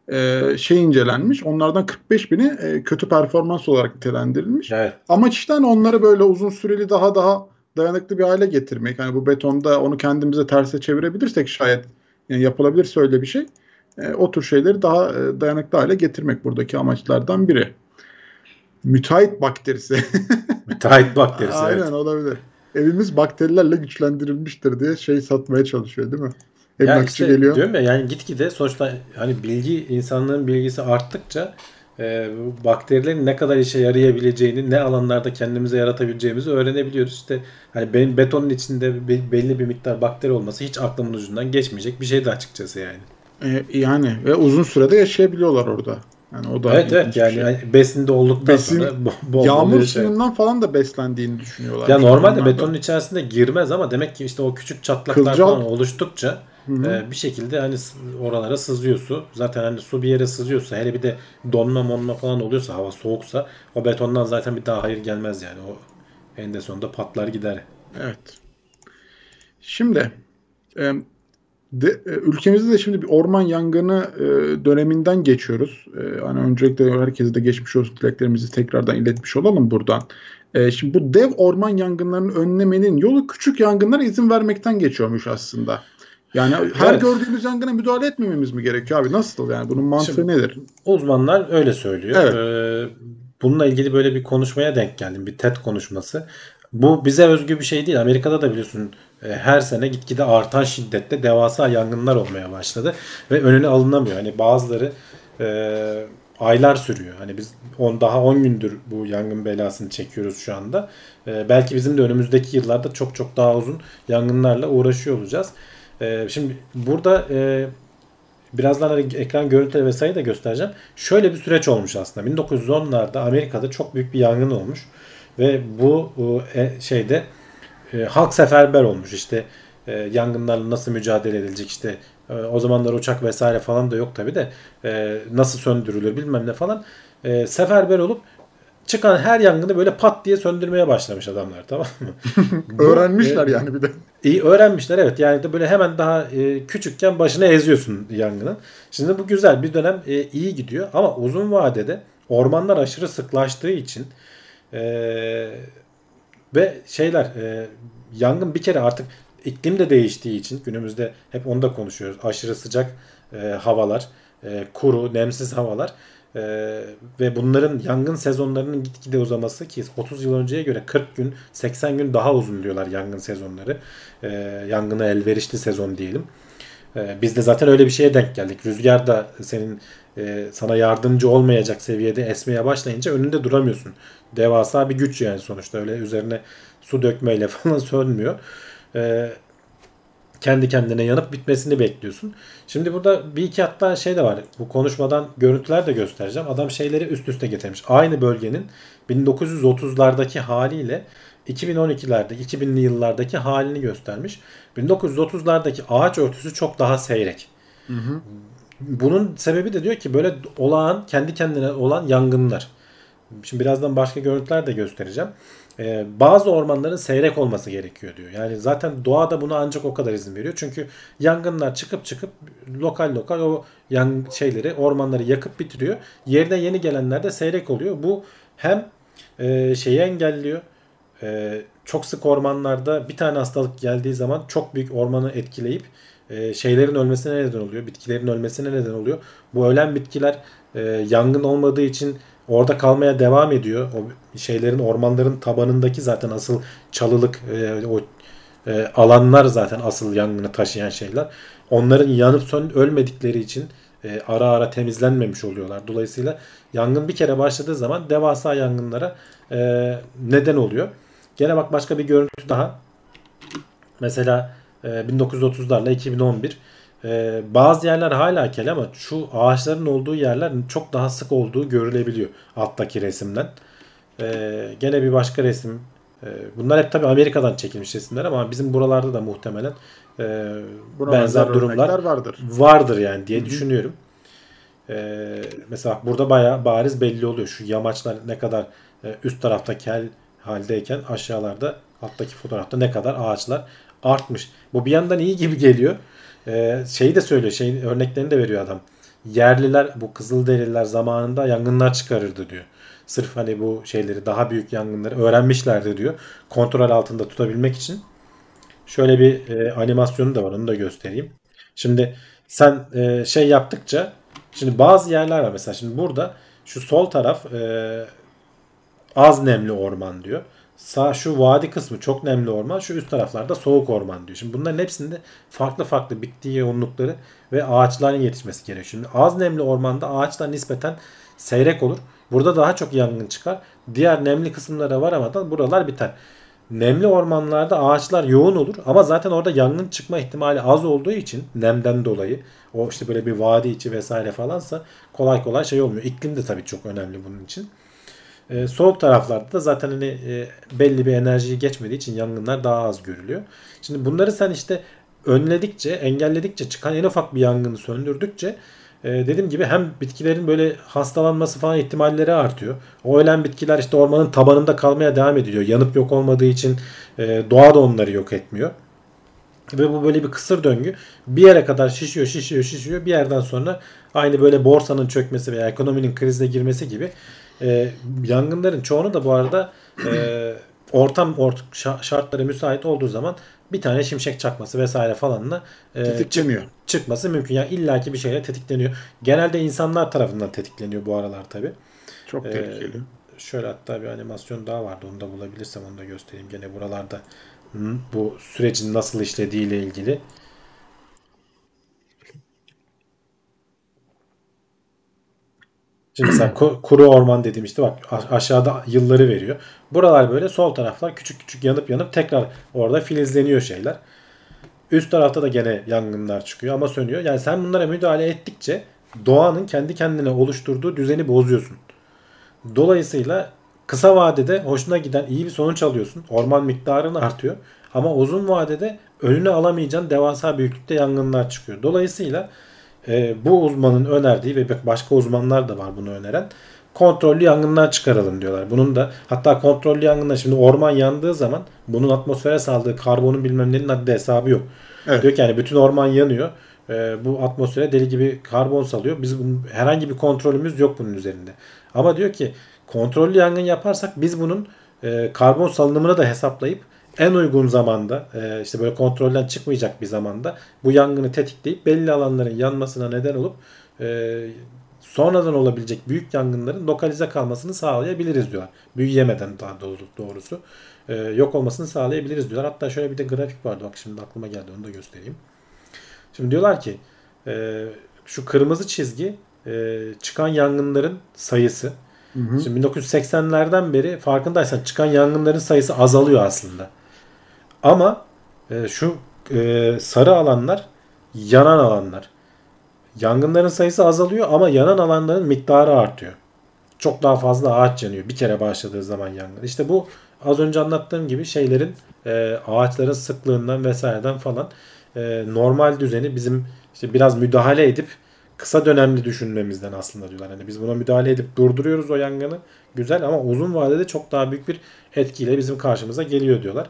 e, şey incelenmiş. Onlardan kırk beş bini e, kötü performans olarak nitelendirilmiş. Evet. Amaç işte hani onları böyle uzun süreli daha daha dayanıklı bir hale getirmek. Hani bu betonda onu kendimize terse çevirebilirsek şayet, yani yapılabilirse öyle bir şey. E, o tür şeyleri daha e, dayanıklı hale getirmek buradaki amaçlardan biri. Müteahhit bakterisi. Müteahhit bakterisi, Aynen, evet. olabilir. Evimiz bakterilerle güçlendirilmiştir diye şey satmaya çalışıyor değil mi? Ya Emlakçı işte geliyor. diyorum ya, yani gitgide sonuçta hani bilgi, insanların bilgisi arttıkça e, bu bakterilerin ne kadar işe yarayabileceğini, ne alanlarda kendimize yaratabileceğimizi öğrenebiliyoruz. İşte hani benim betonun içinde be- belli bir miktar bakteri olması hiç aklımın ucundan geçmeyecek bir şeydi açıkçası yani. E, yani ve uzun sürede yaşayabiliyorlar orada. Yani o da Evet, evet, ilginç bir yani şey. hani besinde olduktan sonra Besin, bo- bol bol yağmur yaşar. suyundan falan da beslendiğini Ya düşünüyorlarmış normalde adamlar da. betonun içerisinde girmez ama demek ki işte o küçük çatlaklar Kılcal. falan oluştukça Hı hı. e, bir şekilde hani s- oralara sızıyor su. Zaten hani su bir yere sızıyorsa, hele bir de donma monma falan oluyorsa, hava soğuksa, o betondan zaten bir daha hayır gelmez yani. O eninde sonunda patlar gider. Evet. Şimdi e, de, e, ülkemizde de şimdi bir orman yangını e, döneminden geçiyoruz. E, hani öncelikle herkese de geçmiş olsun dileklerimizi tekrardan iletmiş olalım buradan. E, şimdi bu dev orman yangınlarının önlemenin yolu küçük yangınlara izin vermekten geçiyormuş aslında. Yani her Evet. gördüğümüz yangına müdahale etmememiz mi gerekiyor abi? Nasıl yani? Bunun Şimdi mantığı nedir? uzmanlar öyle söylüyor. Evet. Ee, bununla ilgili böyle bir konuşmaya denk geldim. Bir TED konuşması. Bu bize özgü bir şey değil. Amerika'da da biliyorsun e, her sene gitgide artan şiddette devasa yangınlar olmaya başladı. Ve önüne alınamıyor. Hani bazıları e, aylar sürüyor. Hani biz on, daha on gündür bu yangın belasını çekiyoruz şu anda. E, belki bizim de önümüzdeki yıllarda çok çok daha uzun yangınlarla uğraşıyor olacağız. E, şimdi burada e, birazdan hani ekran görüntüleri vesaire de göstereceğim. Şöyle bir süreç olmuş aslında. bin dokuz yüz onlarda Amerika'da çok büyük bir yangın olmuş. Ve bu e, şeyde e, halk seferber olmuş. İşte e, yangınlarla nasıl mücadele edilecek, işte e, o zamanlar uçak vesaire falan da yok tabi de e, nasıl söndürülür bilmem ne falan. E, seferber olup çıkan her yangını böyle pat diye söndürmeye başlamış adamlar, tamam mı? Bu e, Öğrenmişler yani bir de. İyi öğrenmişler, evet, yani de böyle hemen daha e, küçükken başına eziyorsun yangının. Şimdi bu güzel bir dönem, e, iyi gidiyor ama uzun vadede ormanlar aşırı sıklaştığı için e, ve şeyler e, yangın bir kere artık iklim de değiştiği için, günümüzde hep onu da konuşuyoruz. Aşırı sıcak e, havalar, e, kuru, nemsiz havalar e, ve bunların yangın sezonlarının gitgide uzaması, ki otuz yıl önceye göre kırk gün, seksen gün daha uzun diyorlar yangın sezonları. E, yangına elverişli sezon diyelim. E, biz de zaten öyle bir şeye denk geldik. Rüzgar da senin e, sana yardımcı olmayacak seviyede esmeye başlayınca önünde duramıyorsun. Devasa bir güç yani sonuçta, öyle üzerine su dökmeyle falan sönmüyor. E, kendi kendine yanıp bitmesini bekliyorsun. Şimdi burada bir iki hatta şey de var. Bu konuşmadan görüntüler de göstereceğim. Adam şeyleri üst üste getirmiş. Aynı bölgenin bin dokuz yüz otuzlardaki haliyle iki bin on ikilerde, iki binli yıllardaki halini göstermiş. bin dokuz yüz otuzlardaki ağaç örtüsü çok daha seyrek. Hı hı. Bunun sebebi de diyor ki böyle olağan, kendi kendine olan yangınlar. Şimdi birazdan başka görüntüler de göstereceğim. Ee, bazı ormanların seyrek olması gerekiyor diyor. Yani zaten doğada buna ancak o kadar izin veriyor. Çünkü yangınlar çıkıp çıkıp lokal lokal o yan şeyleri, ormanları yakıp bitiriyor. Yerine yeni gelenler de seyrek oluyor. Bu hem e, şeyi engelliyor. E, çok sık ormanlarda bir tane hastalık geldiği zaman çok büyük ormanı etkileyip e, şeylerin ölmesine neden oluyor. Bitkilerin ölmesine neden oluyor. Bu ölen bitkiler e, yangın olmadığı için orada kalmaya devam ediyor. O şeylerin, ormanların tabanındaki zaten asıl çalılık, e, o e, alanlar zaten asıl yangını taşıyan şeyler. Onların yanıp sön ölmedikleri için e, ara ara temizlenmemiş oluyorlar. Dolayısıyla yangın bir kere başladığı zaman devasa yangınlara e, neden oluyor. Gene bak, başka bir görüntü daha. Mesela e, bin dokuz yüz otuzlarla iki bin on bir, e, bazı yerler hala kel ama şu ağaçların olduğu yerler çok daha sık olduğu görülebiliyor alttaki resimden. E, gene bir başka resim. E, bunlar hep tabii Amerika'dan çekilmiş resimler ama bizim buralarda da muhtemelen e, Buna benzer benzer durumlar örnekler vardır. vardır yani diye Hı hı. düşünüyorum. E, mesela burada bayağı bariz belli oluyor. Şu yamaçlar ne kadar e, üst tarafta kel haldeyken, aşağılarda alttaki fotoğrafta ne kadar ağaçlar artmış. Bu bir yandan iyi gibi geliyor. Ee, şeyi de söylüyor. Şeyin örneklerini de veriyor adam. yerliler, bu Kızılderililer zamanında yangınlar çıkarırdı diyor. Sırf hani bu şeyleri, daha büyük yangınları öğrenmişlerdi diyor. Kontrol altında tutabilmek için. Şöyle bir e, animasyonu da var, onu da göstereyim. Şimdi sen e, şey yaptıkça, şimdi bazı yerler var mesela, şimdi burada şu sol taraf e, az nemli orman diyor. Sağ şu vadi kısmı çok nemli orman, şu üst taraflarda soğuk orman diyor. Şimdi bunların hepsinde farklı farklı bitki yoğunlukları ve ağaçların yetişmesi gerekiyor. Şimdi az nemli ormanda ağaçlar nispeten seyrek olur. Burada daha çok yangın çıkar. Diğer nemli kısımlara varamadan buralar biter. Nemli ormanlarda ağaçlar yoğun olur ama zaten orada yangın çıkma ihtimali az olduğu için, nemden dolayı, o işte böyle bir vadi içi vesaire falansa kolay kolay şey olmuyor. İklim de tabii çok önemli bunun için. Ee, soğuk taraflarda da zaten hani e, belli bir enerjiyi geçmediği için yangınlar daha az görülüyor. Şimdi bunları sen işte önledikçe, engelledikçe, çıkan en ufak bir yangını söndürdükçe e, dediğim gibi hem bitkilerin böyle hastalanması falan ihtimalleri artıyor. O ölen bitkiler işte ormanın tabanında kalmaya devam ediyor. Yanıp yok olmadığı için e, doğa da onları yok etmiyor. Ve bu böyle bir kısır döngü. Bir yere kadar şişiyor, şişiyor, şişiyor. Bir yerden sonra aynı böyle borsanın çökmesi veya ekonominin krize girmesi gibi e, yangınların çoğunu da bu arada e, ortam ort şartları müsait olduğu zaman bir tane şimşek çakması vesaire falanla e, Tetikleniyor. çık çıkması mümkün. Yani illaki bir şeyle tetikleniyor. Genelde insanlar tarafından tetikleniyor bu aralar tabii. Çok E, tehlikeli. şöyle hatta bir animasyon daha vardı. Onu da bulabilirsem onu da göstereyim. Gene buralarda bu sürecin nasıl işlediği ile ilgili. Şimdi mesela kuru orman dediğim işte bak aşağıda yılları veriyor. Buralar böyle, sol taraflar küçük küçük yanıp yanıp tekrar orada filizleniyor şeyler. Üst tarafta da gene yangınlar çıkıyor ama sönüyor. Yani sen bunlara müdahale ettikçe doğanın kendi kendine oluşturduğu düzeni bozuyorsun. Dolayısıyla kısa vadede hoşuna giden iyi bir sonuç alıyorsun. Orman miktarın artıyor. Ama uzun vadede önüne alamayacağın devasa büyüklükte yangınlar çıkıyor. Dolayısıyla e, bu uzmanın önerdiği ve başka uzmanlar da var bunu öneren, kontrollü yangınlar çıkaralım diyorlar. Bunun da hatta kontrollü yangınlar, şimdi orman yandığı zaman bunun atmosfere saldığı karbonun bilmem nenin haddi hesabı yok. Evet. Diyor ki yani bütün orman yanıyor. E, bu atmosfere deli gibi karbon salıyor. Biz bunun, herhangi bir kontrolümüz yok bunun üzerinde. Ama diyor ki kontrollü yangın yaparsak biz bunun e, karbon salınımını da hesaplayıp en uygun zamanda e, işte böyle kontrolden çıkmayacak bir zamanda bu yangını tetikleyip belli alanların yanmasına neden olup e, sonradan olabilecek büyük yangınların lokalize kalmasını sağlayabiliriz diyorlar. Büyüyemeden daha doğrusu e, yok olmasını sağlayabiliriz diyorlar. Hatta şöyle bir de grafik vardı. Bak şimdi aklıma geldi, onu da göstereyim. Şimdi diyorlar ki e, şu kırmızı çizgi e, çıkan yangınların sayısı. Hı hı. Şimdi bin dokuz yüz seksenlerden beri farkındaysan çıkan yangınların sayısı azalıyor aslında. Ama e, şu e, sarı alanlar yanan alanlar. Yangınların sayısı azalıyor ama yanan alanların miktarı artıyor. Çok daha fazla ağaç yanıyor bir kere başladığı zaman yangın. İşte bu az önce anlattığım gibi şeylerin, e, ağaçların sıklığından vesaireden falan e, normal düzeni bizim işte biraz müdahale edip kısa dönemli düşünmemizden aslında diyorlar. Hani biz buna müdahale edip durduruyoruz o yangını. Güzel ama uzun vadede çok daha büyük bir etkiyle bizim karşımıza geliyor diyorlar.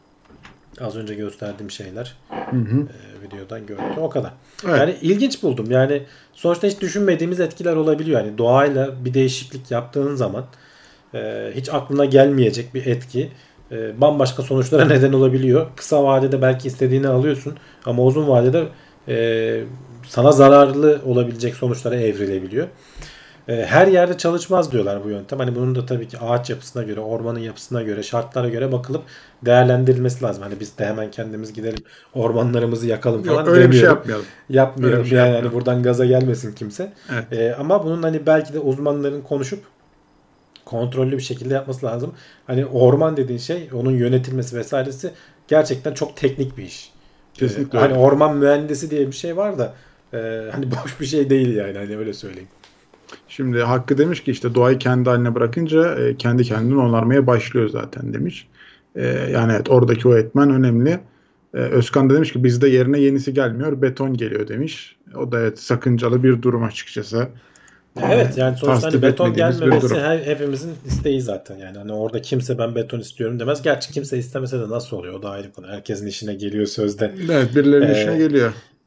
Az önce gösterdiğim şeyler Hı hı. e, videodan görüntü o kadar. Evet. Yani ilginç buldum. Yani sonuçta hiç düşünmediğimiz etkiler olabiliyor. Yani doğayla bir değişiklik yaptığın zaman e, hiç aklına gelmeyecek bir etki e, bambaşka sonuçlara neden olabiliyor. Kısa vadede belki istediğini alıyorsun ama uzun vadede e, sana zararlı olabilecek sonuçlara evrilebiliyor. E, her yerde çalışmaz diyorlar bu yöntem. Hani bunun da tabii ki ağaç yapısına göre, ormanın yapısına göre, şartlara göre bakılıp değerlendirilmesi lazım. Hani biz de hemen kendimiz gidelim ormanlarımızı yakalım falan Yok, öyle bir şey demiyorum. yapmayalım. Yapmayalım. Öyle bir şey Yani yapmayalım. hani buradan gaza gelmesin kimse. Evet. E, ama bunun hani belki de uzmanların konuşup kontrollü bir şekilde yapması lazım. Hani orman dediğin şey, onun yönetilmesi vesairesi gerçekten çok teknik bir iş. Kesinlikle Ee, hani öyle. orman mühendisi diye bir şey var da e, hani boş bir şey değil yani, hani öyle söyleyeyim. Şimdi Hakkı demiş ki işte doğayı kendi haline bırakınca e, kendi kendini onarmaya başlıyor zaten demiş. E, yani evet, oradaki o etmen önemli. E, Özkan da demiş ki bizde yerine yenisi gelmiyor, beton geliyor demiş. O da evet, sakıncalı bir durum açıkçası. Evet yani sonuçta hani Tasvip beton etmediğimiz bir gelmemesi durum. her, hepimizin isteği zaten yani. Hani orada kimse ben beton istiyorum demez. Gerçi kimse istemese de nasıl oluyor, o da ayrı konu. Herkesin işine geliyor sözde. Evet, birilerinin işine Ee, geliyor.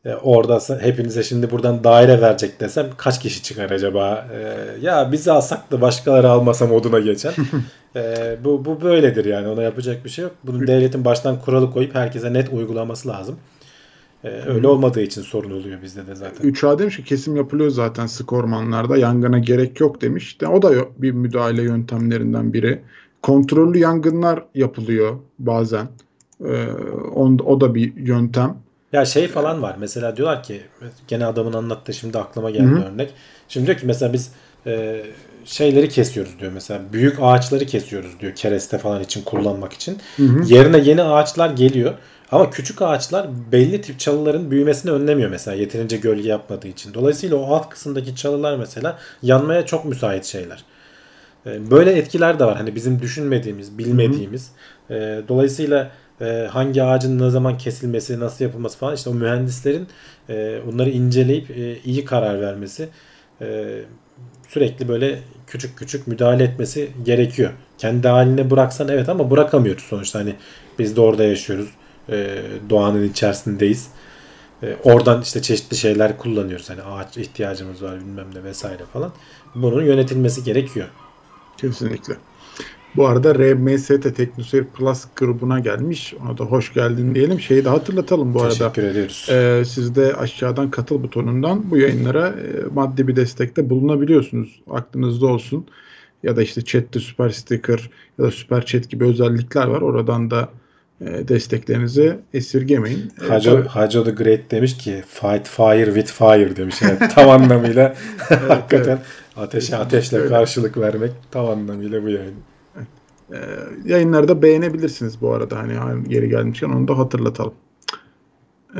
E, orada hepinize şimdi buradan daire verecek desem kaç kişi çıkar acaba? E, ya bizi alsak da başkaları almasa moduna geçer. e, bu, bu böyledir yani, ona yapacak bir şey yok. Bunun devletin baştan kuralı koyup herkese net uygulaması lazım. E, öyle olmadığı için sorun oluyor bizde de zaten. üç A demiş ki kesim yapılıyor zaten sık ormanlarda, yangına gerek yok demiş. De, o da bir müdahale yöntemlerinden biri. Kontrollü yangınlar yapılıyor bazen. Ee, on, o da bir yöntem. Ya şey falan var. Mesela diyorlar ki, gene adamın anlattığı şimdi aklıma geldi Hı-hı. örnek. Şimdi diyor ki mesela biz e, şeyleri kesiyoruz diyor. Mesela büyük ağaçları kesiyoruz diyor. Kereste falan için kullanmak için. Hı-hı. Yerine yeni ağaçlar geliyor. Ama küçük ağaçlar belli tip çalıların büyümesini önlemiyor mesela, yeterince gölge yapmadığı için. Dolayısıyla o alt kısımdaki çalılar mesela yanmaya çok müsait şeyler. E, Böyle etkiler de var. Hani bizim düşünmediğimiz, bilmediğimiz. E, Dolayısıyla e, hangi ağacın ne zaman kesilmesi, nasıl yapılması falan, işte o mühendislerin e, bunları inceleyip e, iyi karar vermesi, e, sürekli böyle küçük küçük müdahale etmesi gerekiyor. Kendi haline bıraksan evet, ama bırakamıyoruz sonuçta. Hani biz de orada yaşıyoruz. E, doğanın içerisindeyiz. E, oradan işte çeşitli şeyler kullanıyoruz. Hani ağaç ihtiyacımız var bilmem ne vesaire falan. Bunun yönetilmesi gerekiyor. Kesinlikle. Bu arada R M S T Teknoseyir Plus grubuna gelmiş. Ona da hoş geldin diyelim. Şeyi de hatırlatalım bu arada. Teşekkür ediyoruz. Ee, siz de aşağıdan katıl butonundan bu yayınlara e, maddi bir destekte bulunabiliyorsunuz. Aklınızda olsun. Ya da işte chatte süper sticker ya da süper chat gibi özellikler var. Oradan da e, desteklerinizi esirgemeyin. E, Hacı, tabii- Hacı the Great demiş ki fight fire with fire demiş. Yani tam anlamıyla hakikaten ateşe ateşle Öyle. karşılık vermek tam anlamıyla bu yani. e, yayınları da beğenebilirsiniz bu arada. Hani yeri gelmişken onu da hatırlatalım. Ee,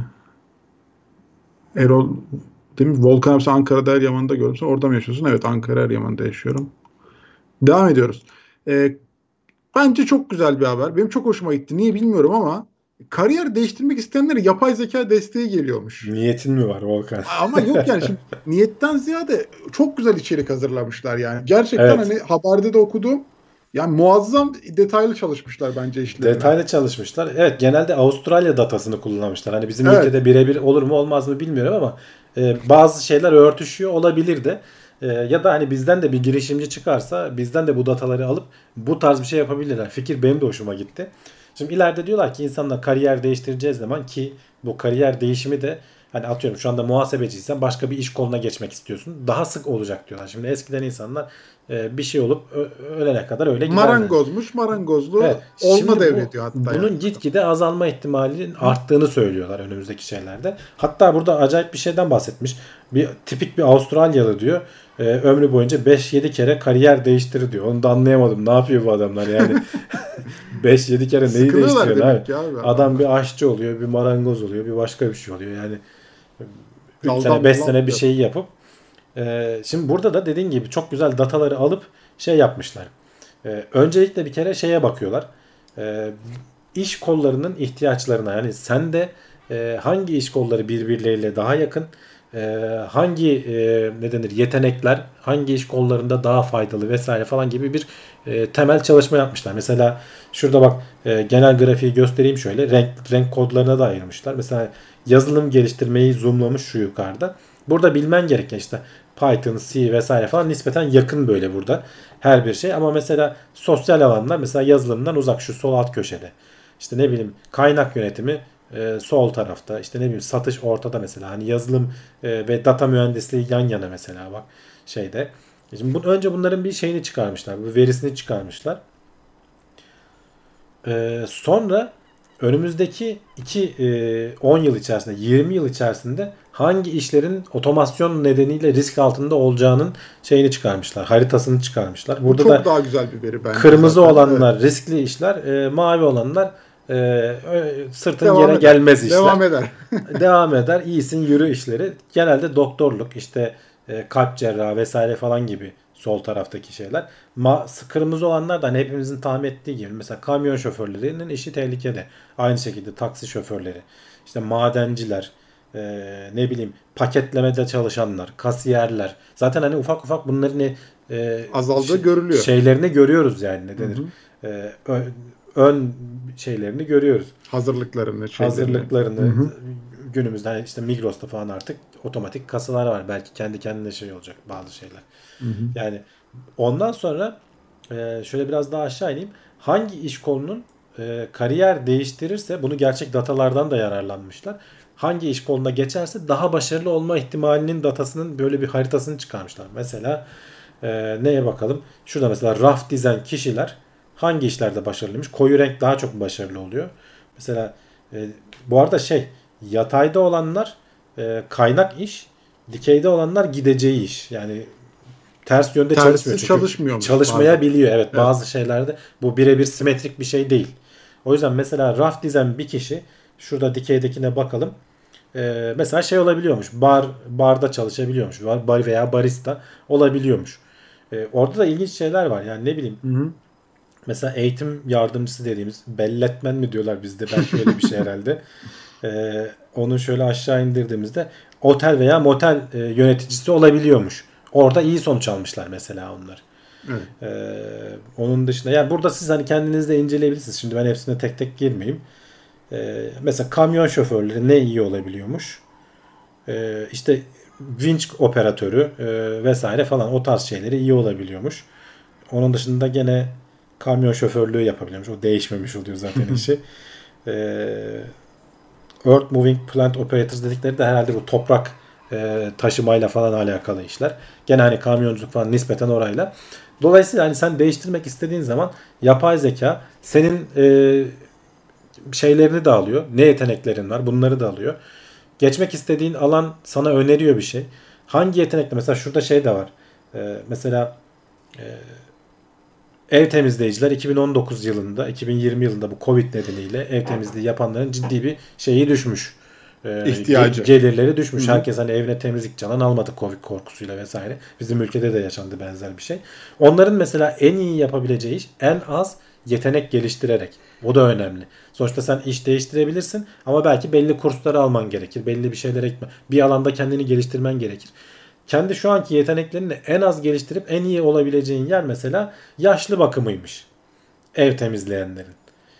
Erol demiş Volkan abi sen Ankara'da Eryaman'da gördüm. Sen orada mı yaşıyorsun? Evet, Ankara Eryaman'da yaşıyorum. Devam ediyoruz. Ee, bence çok güzel bir haber. Benim çok hoşuma gitti. Niye bilmiyorum ama kariyer değiştirmek isteyenlere yapay zeka desteği geliyormuş. Niyetin mi var Volkan? Ama yok yani şimdi niyetten ziyade çok güzel içerik hazırlamışlar yani. Gerçekten Evet. hani haberde de okudum. Yani muazzam detaylı çalışmışlar bence işlerine. Detaylı çalışmışlar. Evet, genelde Avustralya datasını kullanmışlar. Hani bizim Evet. ülkede birebir olur mu olmaz mı bilmiyorum ama e, bazı şeyler örtüşüyor olabilir de. E, ya da hani bizden de bir girişimci çıkarsa bizden de bu dataları alıp bu tarz bir şey yapabilirler. Fikir benim de hoşuma gitti. Şimdi ileride diyorlar ki insanlar kariyer değiştireceğiz zaman, ki bu kariyer değişimi de hani atıyorum şu anda muhasebeciysen başka bir iş koluna geçmek istiyorsun. Daha sık olacak diyorlar. Şimdi eskiden insanlar e, bir şey olup ö- ölene kadar öyle giderler. Marangozmuş, marangozlu Evet. olma Şimdi bu- devrediyor hatta. Bunun yani. gitgide azalma ihtimalinin arttığını söylüyorlar önümüzdeki şeylerde. Hatta burada acayip bir şeyden bahsetmiş. Bir tipik bir Avustralyalı diyor. e, ömrü boyunca beş yedi kere kariyer değiştirir diyor. Onu da anlayamadım. Ne yapıyor bu adamlar yani? beş yedi kere neyi Sıkılıyorlar değiştiriyor demek abi? ki abi. Adam bir aşçı oluyor, bir marangoz oluyor, bir başka bir şey oluyor. Yani üç Daldan sene beş bulan sene bir diyor. şeyi yapıp e, şimdi burada da dediğin gibi çok güzel dataları alıp şey yapmışlar. E, öncelikle bir kere şeye bakıyorlar. E, iş kollarının ihtiyaçlarına, yani sen de e, hangi iş kolları birbirleriyle daha yakın, e, hangi e, ne denir yetenekler hangi iş kollarında daha faydalı vesaire falan gibi bir e, temel çalışma yapmışlar. Mesela şurada bak, e, genel grafiği göstereyim şöyle, renk renk kodlarına da ayırmışlar. Mesela yazılım geliştirmeyi zoomlamış şu yukarıda. Burada bilmen gereken işte Python, C vesaire falan nispeten yakın böyle burada her bir şey. Ama mesela sosyal alanlar mesela yazılımdan uzak, şu sol alt köşede. İşte ne bileyim kaynak yönetimi e, sol tarafta. İşte ne bileyim satış ortada mesela. Hani yazılım e, ve data mühendisliği yan yana mesela bak şeyde. Şimdi bu, önce bunların bir şeyini çıkarmışlar. Bu verisini çıkarmışlar. E, sonra önümüzdeki iki on yıl içerisinde, yirmi yıl içerisinde hangi işlerin otomasyon nedeniyle risk altında olacağının şeyini çıkarmışlar. Haritasını çıkarmışlar. Burada Çok da daha güzel bir veri bence. kırmızı zaten. olanlar Evet. riskli işler, e, mavi olanlar e, ö- sırtın Devam yere eder. gelmez işler. Devam eder. Devam eder. İyisin yürü işleri. Genelde doktorluk, işte e, kalp cerrahı vesaire falan gibi sol taraftaki şeyler. Ma- kırmızı olanlar da hani hepimizin tahmin ettiği gibi mesela kamyon şoförlerinin işi tehlikede. Aynı şekilde taksi şoförleri, işte madenciler, e, ne bileyim paketlemede çalışanlar, kasiyerler. Zaten hani ufak ufak bunların ne e, Azaldığı şey- görülüyor. şeylerini görüyoruz yani, ne denir? Hı E, ön, ön şeylerini görüyoruz. Hazırlıklarını, şeylerini. Hazırlıklarını, Hı hı. günümüzde hani işte Migros'ta falan artık otomatik kasalar var. Belki kendi kendine şey olacak bazı şeyler. Hı hı. Yani ondan sonra e, şöyle biraz daha aşağı ineyim. Hangi iş kolunun e, kariyer değiştirirse bunu gerçek datalardan da yararlanmışlar. Hangi iş koluna geçerse daha başarılı olma ihtimalinin datasının böyle bir haritasını çıkarmışlar. Mesela e, neye bakalım? Şurada mesela raf dizen kişiler hangi işlerde başarılıymış? Koyu renk daha çok başarılı oluyor. Mesela e, bu arada şey yatayda olanlar e, kaynak iş, dikeyde olanlar gideceği iş. Yani ters yönde Tersi çalışmıyor. Çünkü çalışmıyormuş çalışmayabiliyor. Evet, Evet. bazı şeylerde bu birebir simetrik bir şey değil. O yüzden mesela raf dizen bir kişi şurada dikeydekine bakalım. Ee, mesela şey olabiliyormuş. Bar barda çalışabiliyormuş. Bar, bar veya barista olabiliyormuş. Ee, orada da ilginç şeyler var. Yani ne bileyim Hı hı. mesela eğitim yardımcısı dediğimiz belletmen mi diyorlar bizde, belki öyle bir şey herhalde. Ee, onu şöyle aşağı indirdiğimizde otel veya motel e, yöneticisi olabiliyormuş. Orada iyi sonuç almışlar mesela onlar. Evet. Ee, onun dışında yani burada siz hani kendiniz de inceleyebilirsiniz. Şimdi ben hepsine tek tek girmeyeyim. Ee, mesela kamyon şoförleri ne iyi olabiliyormuş? Ee, işte vinç operatörü e, vesaire falan o tarz şeyleri iyi olabiliyormuş. Onun dışında gene kamyon şoförlüğü yapabiliyormuş. O değişmemiş oluyor zaten işi. Ee, Earth Moving Plant Operators dedikleri de herhalde bu toprak e, taşımayla falan alakalı işler. Gene hani kamyonculuk falan nispeten orayla. Dolayısıyla hani sen değiştirmek istediğin zaman yapay zeka senin e, şeylerini de alıyor. Ne yeteneklerin var bunları da alıyor. Geçmek istediğin alan sana öneriyor bir şey. Hangi yetenekle mesela şurada şey de var. E, mesela ev temizleyiciler iki bin on dokuz yılında, iki bin yirmi yılında bu Covid nedeniyle ev temizliği yapanların ciddi bir şeyi düşmüş. Ee, İhtiyacı. gelirleri düşmüş. Hı hı. Herkes hani evine temizlik canan almadı Covid korkusuyla vesaire. Bizim ülkede de yaşandı benzer bir şey. Onların mesela en iyi yapabileceği iş en az yetenek geliştirerek. O da önemli. Sonuçta sen iş değiştirebilirsin ama belki belli kursları alman gerekir. Belli bir şeylere gitme. Bir alanda kendini geliştirmen gerekir. Kendi şu anki yeteneklerini en az geliştirip en iyi olabileceğin yer mesela yaşlı bakımıymış. Ev temizleyenlerin.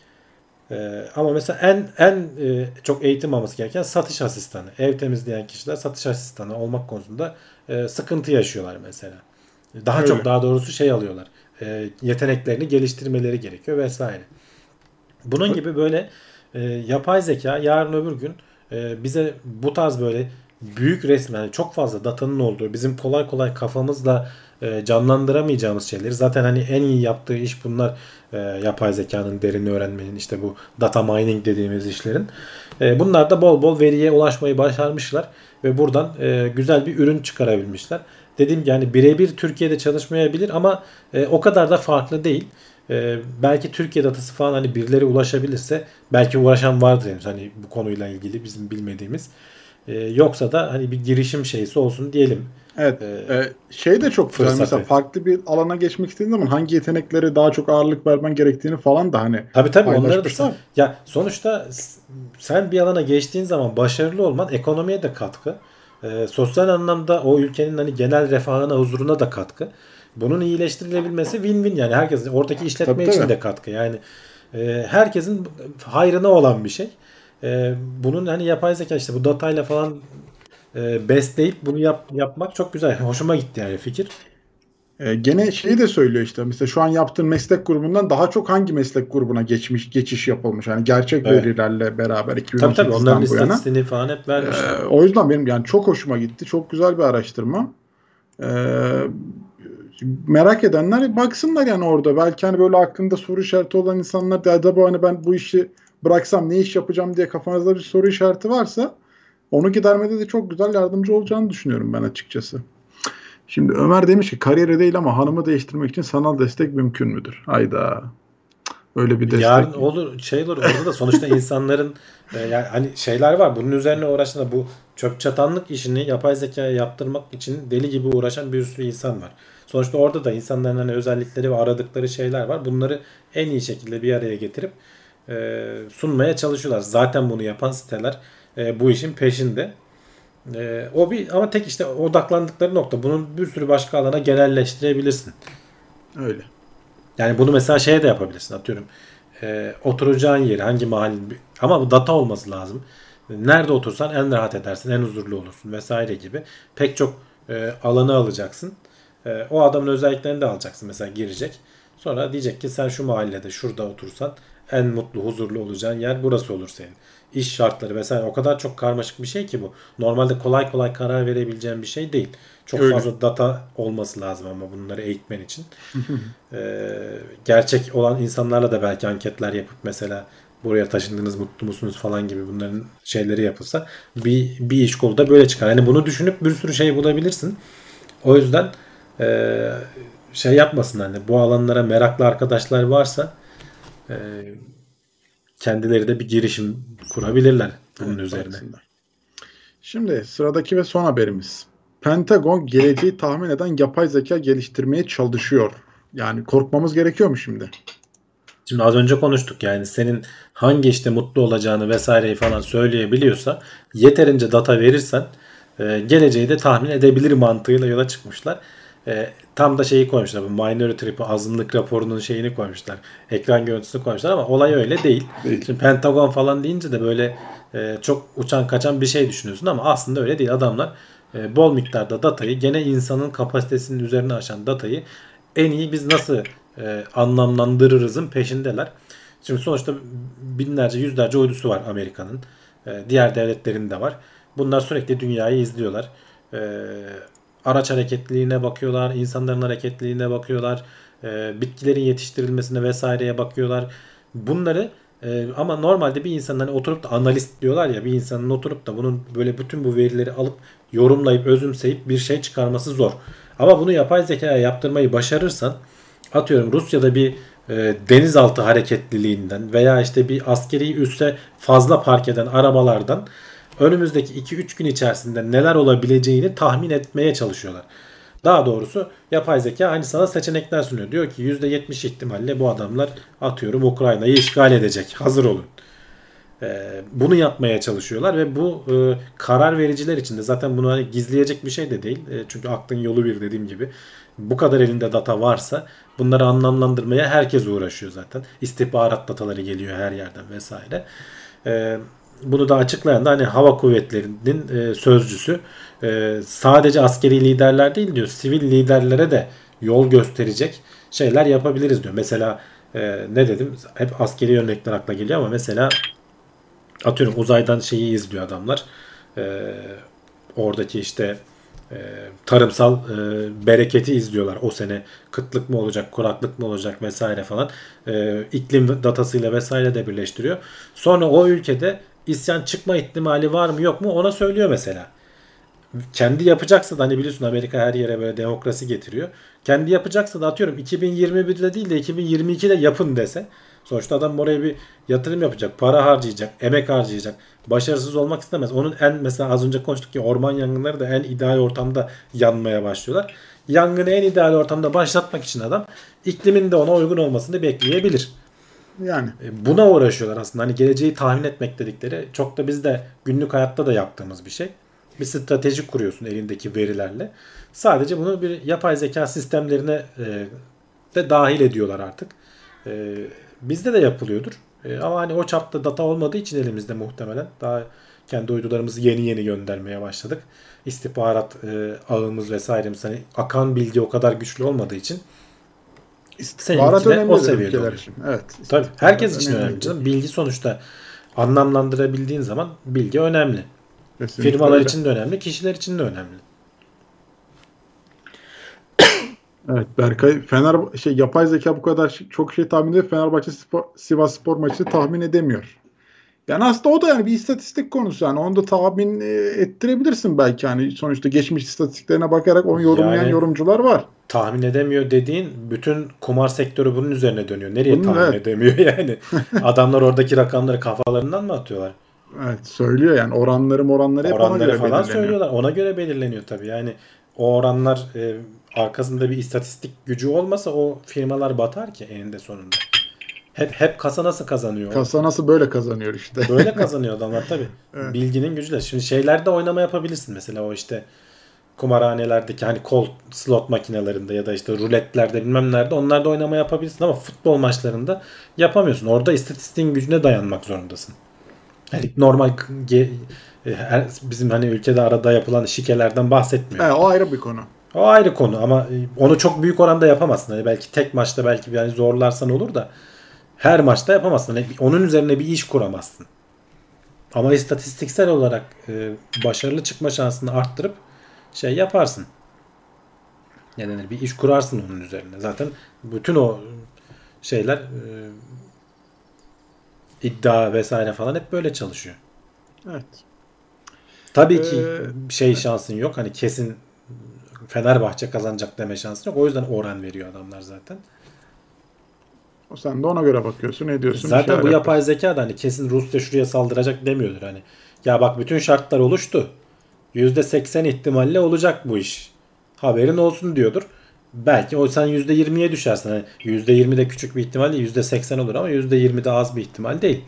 Ee, ama mesela en en e, çok eğitim alması gereken satış asistanı. Ev temizleyen kişiler satış asistanı olmak konusunda e, sıkıntı yaşıyorlar mesela. Daha Öyle. çok daha doğrusu şey alıyorlar. E, yeteneklerini geliştirmeleri gerekiyor vesaire. Bunun gibi böyle e, yapay zeka yarın öbür gün e, bize bu tarz böyle büyük resmen yani çok fazla datanın olduğu bizim kolay kolay kafamızla e, canlandıramayacağımız şeyleri zaten hani en iyi yaptığı iş bunlar e, yapay zekanın derini öğrenmenin işte bu data mining dediğimiz işlerin. E, bunlar da bol bol veriye ulaşmayı başarmışlar ve buradan e, güzel bir ürün çıkarabilmişler. Dediğim gibi yani birebir Türkiye'de çalışmayabilir ama e, o kadar da farklı değil. Ee, belki Türkiye datası falan hani birileri ulaşabilirse belki uğraşan vardır henüz hani bu konuyla ilgili bizim bilmediğimiz. Ee, yoksa da hani bir girişim şeysi olsun diyelim. Evet. Ee, E, şey de çok güzel. fırsatı. Mesela farklı bir alana geçmek istediğin zaman hangi yeteneklere daha çok ağırlık vermen gerektiğini falan da hani Tabii tabii onları da paylaşmışlar. ya sonuçta s- sen bir alana geçtiğin zaman başarılı olman ekonomiye de katkı. Ee, sosyal anlamda o ülkenin hani genel refahına, huzuruna da katkı. Bunun iyileştirilebilmesi win-win yani herkesin oradaki işletme Tabii, için tabii. de katkı. Yani e, herkesin hayrına olan bir şey. E, bunun hani yapay zeka işte bu datayla falan e, besleyip bunu yap, yapmak çok güzel. Hoşuma gitti yani fikir. E, gene şeyi de söylüyor işte. Mesela şu an yaptığın meslek grubundan daha çok hangi meslek grubuna geçmiş geçiş yapılmış. Yani gerçek Evet. verilerle beraber Tabii tabii onların iki bin on sekizden bu yana. istatistiğini falan hep E, vermişler. o yüzden benim yani çok hoşuma gitti. Çok güzel bir araştırma. E, merak edenler baksınlar yani orada. Belki hani böyle aklında soru işareti olan insanlar da acaba hani ben bu işi bıraksam ne iş yapacağım diye kafanızda bir soru işareti varsa onu gidermede de çok güzel yardımcı olacağını düşünüyorum ben açıkçası. Şimdi Ömer demiş ki kariyeri değil ama hanımı değiştirmek için sanal destek mümkün müdür? Hayda. Öyle bir Yarın destek. olur şey olur orada da sonuçta insanların e, yani hani şeyler var bunun üzerine uğraşan bu çöp çatanlık işini yapay zekaya yaptırmak için deli gibi uğraşan bir sürü insan var. Sonuçta orada da insanların hani özellikleri ve aradıkları şeyler var. Bunları en iyi şekilde bir araya getirip e, sunmaya çalışıyorlar. Zaten bunu yapan siteler e, bu işin peşinde. E, o bir ama tek işte odaklandıkları nokta. Bunun bir sürü başka alana genelleştirebilirsin. Öyle. Yani bunu mesela şeye de yapabilirsin. Atıyorum e, oturacağın yeri hangi mahalle ama bu data olması lazım. Nerede otursan en rahat edersin, en huzurlu olursun vesaire gibi pek çok e, alanı alacaksın. E, o adamın özelliklerini de alacaksın mesela girecek. Sonra diyecek ki sen şu mahallede şurada otursan en mutlu, huzurlu olacağın yer burası olur senin. İş şartları vesaire o kadar çok karmaşık bir şey ki bu. Normalde kolay kolay karar verebileceğin bir şey değil. Çok Öyle. fazla data olması lazım ama bunları eğitmen için. Ee, gerçek olan insanlarla da belki anketler yapıp mesela buraya taşındınız, mutlu musunuz falan gibi bunların şeyleri yapılsa bir, bir iş kolu da böyle çıkar. Yani bunu düşünüp bir sürü şey bulabilirsin. O yüzden e, şey yapmasın hani bu alanlara meraklı arkadaşlar varsa e, kendileri de bir girişim kurabilirler bunun Evet, üzerine. baksınlar. Şimdi sıradaki ve son haberimiz. Pentagon geleceği tahmin eden yapay zeka geliştirmeye çalışıyor. Yani korkmamız gerekiyor mu şimdi? Şimdi az önce konuştuk yani senin hangi işte mutlu olacağını vesaireyi falan söyleyebiliyorsa yeterince data verirsen e, geleceği de tahmin edebilir mantığıyla yola çıkmışlar. E, tam da şeyi koymuşlar bu Minority Report azınlık raporunun şeyini koymuşlar. Ekran görüntüsünü koymuşlar ama olay öyle değil. Değil. Şimdi Pentagon falan deyince de böyle e, çok uçan kaçan bir şey düşünüyorsun ama aslında öyle değil. Adamlar e, bol miktarda datayı gene insanın kapasitesinin üzerine aşan datayı en iyi biz nasıl e, anlamlandırırızın peşindeler. Şimdi sonuçta binlerce yüzlerce uydusu var Amerika'nın. E, diğer devletlerin de var. Bunlar sürekli dünyayı izliyorlar. E, araç hareketliliğine bakıyorlar. İnsanların hareketliliğine bakıyorlar. E, bitkilerin yetiştirilmesine vesaireye bakıyorlar. Bunları e, ama normalde bir insanın hani oturup da analist diyorlar ya bir insanın oturup da bunun böyle bütün bu verileri alıp yorumlayıp özümseyip bir şey çıkarması zor. Ama bunu yapay zekaya yaptırmayı başarırsan atıyorum Rusya'da bir e, denizaltı hareketliliğinden veya işte bir askeri üsse fazla park eden arabalardan önümüzdeki iki üç gün içerisinde neler olabileceğini tahmin etmeye çalışıyorlar. Daha doğrusu yapay zeka hani sana seçenekler sunuyor. Diyor ki yüzde yetmiş ihtimalle bu adamlar atıyorum Ukrayna'yı işgal edecek. Hazır olun. Ee, bunu yapmaya çalışıyorlar ve bu e, karar vericiler için de zaten bunu hani gizleyecek bir şey de değil. E, çünkü aklın yolu bir dediğim gibi. Bu kadar elinde data varsa bunları anlamlandırmaya herkes uğraşıyor zaten. İstihbarat dataları geliyor her yerden vesaire. E, bunu da açıklayan da hani hava kuvvetlerinin e, sözcüsü e, sadece askeri liderler değil diyor. Sivil liderlere de yol gösterecek şeyler yapabiliriz diyor. Mesela e, ne dedim? Hep askeri örnekler akla geliyor ama mesela atıyorum uzaydan şeyi izliyor adamlar. Ee, oradaki işte e, tarımsal e, bereketi izliyorlar. O sene kıtlık mı olacak, kuraklık mı olacak vesaire falan. E, iklim datasıyla vesaire de birleştiriyor. Sonra o ülkede isyan çıkma ihtimali var mı yok mu ona söylüyor mesela. Kendi yapacaksa da hani biliyorsun Amerika her yere böyle demokrasi getiriyor. Kendi yapacaksa da atıyorum iki bin yirmi birde değil de iki bin yirmi ikide yapın dese. Sonuçta adam oraya bir yatırım yapacak, para harcayacak, emek harcayacak. Başarısız olmak istemez. Onun en mesela az önce konuştuk ki orman yangınları da en ideal ortamda yanmaya başlıyorlar. Yangını en ideal ortamda başlatmak için adam iklimin de ona uygun olmasını bekleyebilir. Yani. Buna uğraşıyorlar aslında. Hani geleceği tahmin etmek dedikleri çok da biz de günlük hayatta da yaptığımız bir şey. Bir strateji kuruyorsun elindeki verilerle. Sadece bunu bir yapay zeka sistemlerine e, de dahil ediyorlar artık. E, bizde de yapılıyordur. E, ama hani o çapta data olmadığı için elimizde muhtemelen daha kendi uydularımızı yeni yeni göndermeye başladık. İstihbarat e, ağımız vesairemiz hani akan bilgi o kadar güçlü olmadığı için İstihbarat seninki de önemli o seviyede ülkeler oluyor. için. Evet. Tabii herkes için önemli önemli. canım. Bilgi sonuçta anlamlandırabildiğin zaman bilgi önemli. Kesinlikle Firmalar öyle. için de önemli, kişiler için de önemli. Evet Berkay Fener şey yapay zeka bu kadar şey- çok şey tahmin ediyor. Fenerbahçe Spor, Sivas Spor maçını tahmin edemiyor. Yani aslında o da yani bir istatistik konusu yani onu da tahmin e, ettirebilirsin belki hani sonuçta geçmiş istatistiklerine bakarak onu yorumlayan Yani yorumcular var. tahmin edemiyor dediğin bütün kumar sektörü bunun üzerine dönüyor. Nereye Bunun, tahmin evet. edemiyor yani? Adamlar oradaki rakamları kafalarından mı atıyorlar? Evet söylüyor yani oranları oranları hep ona Oranları göre falan belirleniyor. söylüyorlar. Ona göre belirleniyor tabii. Yani o oranlar e, arkasında bir istatistik gücü olmasa o firmalar batar ki eninde sonunda. Hep hep kasa nasıl kazanıyor? Kasa nasıl böyle kazanıyor işte. Böyle kazanıyor adamlar tabii. Evet. Bilginin gücüyle. Şimdi şeylerde oynama yapabilirsin mesela o işte kumarhanelerdeki hani kol slot makinelerinde ya da işte ruletlerde bilmem nerede onlarda oynama yapabilirsin ama futbol maçlarında yapamıyorsun. Orada istatistiğin gücüne dayanmak zorundasın. Hani normal ge- e, her- bizim hani ülkede arada yapılan şikelerden bahsetmiyor. Evet, o ayrı bir konu. O ayrı konu ama e, onu çok büyük oranda yapamazsın. Hani belki tek maçta belki yani zorlarsan olur da her maçta yapamazsın. Hani onun üzerine bir iş kuramazsın. Ama istatistiksel olarak e, başarılı çıkma şansını arttırıp şey yaparsın. Ne denir? Bir iş kurarsın onun üzerine. Zaten bütün o şeyler e, iddia vesaire falan hep böyle çalışıyor. Evet. Tabii ki Ee, şey şansın yok. Hani kesin Fenerbahçe kazanacak deme şansın yok. O yüzden oran veriyor adamlar zaten. o sen de ona göre bakıyorsun, ne diyorsun, bir Zaten şeyler bu yapay yapıyorsun. zeka da hani kesin Rusya şuraya saldıracak demiyordur hani. Ya bak bütün şartlar oluştu. yüzde seksen ihtimalle olacak bu iş. Haberin olsun diyordur. Belki o sen yüzde yirmiye düşersin. Hani yüzde yirmi de küçük bir ihtimal değil. yüzde seksen olur ama yüzde yirmi de az bir ihtimal değil.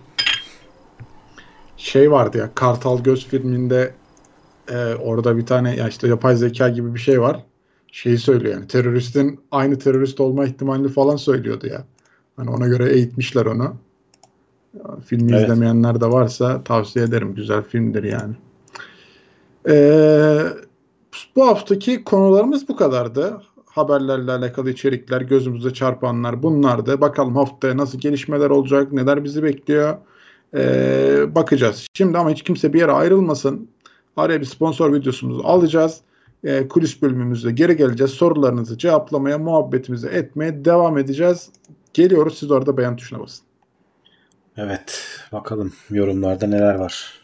Şey vardı ya, Kartal Göz filminde e, orada bir tane ya işte yapay zeka gibi bir şey var. Şeyi söylüyor yani, teröristin aynı terörist olma ihtimalini falan söylüyordu ya. Hani ona göre eğitmişler onu. Filmi Evet. izlemeyenler de varsa tavsiye ederim. Güzel filmdir yani. Ee, Bu haftaki konularımız bu kadardı. Haberlerle alakalı içerikler, gözümüze çarpanlar bunlardı. Bakalım haftaya nasıl gelişmeler olacak, neler bizi bekliyor. Ee, bakacağız. Şimdi ama hiç kimse bir yere ayrılmasın. Araya bir sponsor videosumuzu alacağız. Ee, kulis bölümümüzde geri geleceğiz. Sorularınızı cevaplamaya, muhabbetimizi etmeye devam edeceğiz. Geliyoruz. Siz orada beğen tuşuna basın. Evet. Bakalım yorumlarda neler var.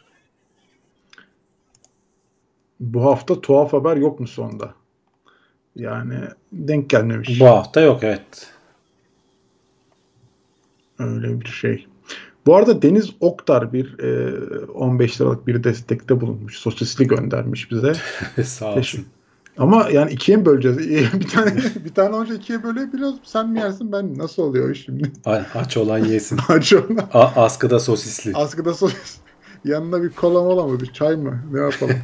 Bu hafta tuhaf haber yok mu sonda? Yani denk Bu gelmemiş. hafta yok, evet. Öyle bir şey. Bu arada Deniz Oktar bir e, on beş liralık bir destekte bulunmuş. Sosisli göndermiş bize. Sağ Teşekkür. olsun. Ama yani ikiye mi böleceğiz? bir tane bir tane önce ikiye bölebiliyoruz. Sen mi yersin ben mi? Nasıl oluyor o iş şimdi? A- Aç olan yesin. Acı ona. A- askıda sosisli. Askıda sosis. Yanına bir kola mola mı? Bir çay mı? Ne yapalım?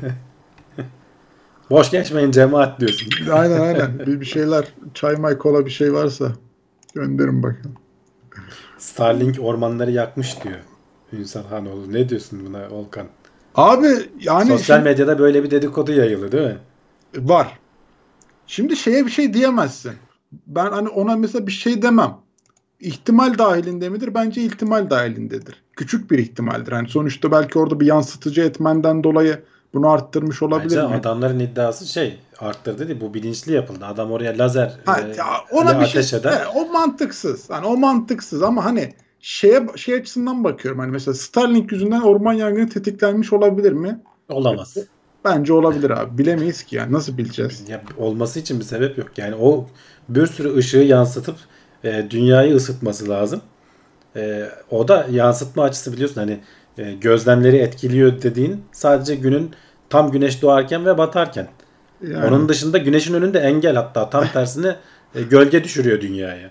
Boş geçmeyin cemaat diyorsun. Aynen aynen. Bir, bir şeyler. Çay may kola bir şey varsa gönderin bakalım. Starlink ormanları yakmış diyor Ünsal Hanoğlu. Ne diyorsun buna Volkan? Abi yani Sosyal şimdi medyada böyle bir dedikodu yayıldı değil mi? var. Şimdi şeye bir şey diyemezsin. Ben hani ona mesela bir şey demem. İhtimal dahilinde midir? Bence ihtimal dahilindedir. Küçük bir ihtimaldir. Hani sonuçta belki orada bir yansıtıcı etmenden dolayı bunu arttırmış olabilir Bence mi? adamların iddiası şey arttırdı değil. Bu bilinçli yapıldı. Adam oraya lazer Ha, e, ya ile ona bir şey ateş eder. evet, o mantıksız. Hani o mantıksız ama hani şeye şey açısından bakıyorum. Hani mesela Starlink yüzünden orman yangını tetiklenmiş olabilir mi? Olamaz. Bence olabilir abi. Bilemeyiz ki yani. Nasıl bileceğiz? Ya, olması için bir sebep yok. Yani o bir sürü ışığı yansıtıp e, dünyayı ısıtması lazım. E, o da yansıtma açısı biliyorsun hani e, gözlemleri etkiliyor dediğin sadece günün tam güneş doğarken ve batarken. Onun Yani dışında güneşin önünde engel hatta tam tersine e, gölge düşürüyor dünyaya.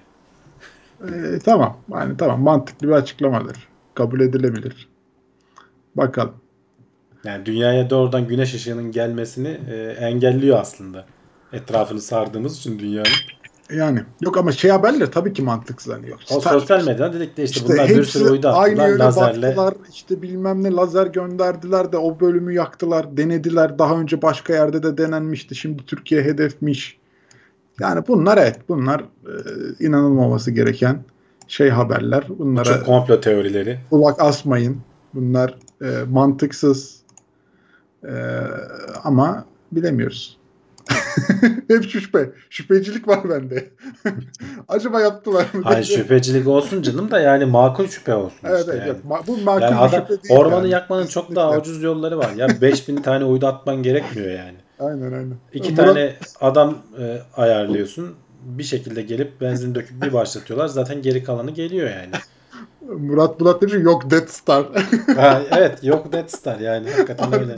e, tamam. Yani tamam mantıklı bir açıklamadır. Kabul edilebilir. Bakalım. Yani dünyaya doğrudan güneş ışığının gelmesini e, engelliyor aslında. Etrafını sardığımız için dünyanın. Yani yok ama şey haberleri tabii ki mantıksız hani yok. O Starlink sosyal medyadan dedik de işte, İşte bunlar bir sürü hepsi uydu aynı attılar yöne lazerle. baktılar. İşte bilmem ne lazer gönderdiler de o bölümü yaktılar. Denediler. Daha önce başka yerde de denenmişti. Şimdi Türkiye hedefmiş. Yani bunlar evet bunlar e, inanılmaması gereken şey haberler. Bunlara Uçuk komplo teorileri. kulak asmayın. Bunlar e, mantıksız e, ama bilemiyoruz. Hep şüphe. Şüphecilik var bende. Acaba yaptılar mı Hani diye. şüphecilik olsun canım da yani makul şüphe olsun Evet, işte evet, yani. evet. Ma- Bu Yani makul bir adam şüphe değil ormanı yani. yakmanın çok daha Kesinlikle. ucuz yolları var. Ya beş bin tane uydu atman gerekmiyor yani. Aynen aynen. İki Murat tane adam e, ayarlıyorsun. Bir şekilde gelip benzin döküp bir başlatıyorlar. Zaten geri kalanı geliyor yani. Murat Bulat demiş ki, yok Death Star. Ha, evet yok Death Star yani hakikaten öyle.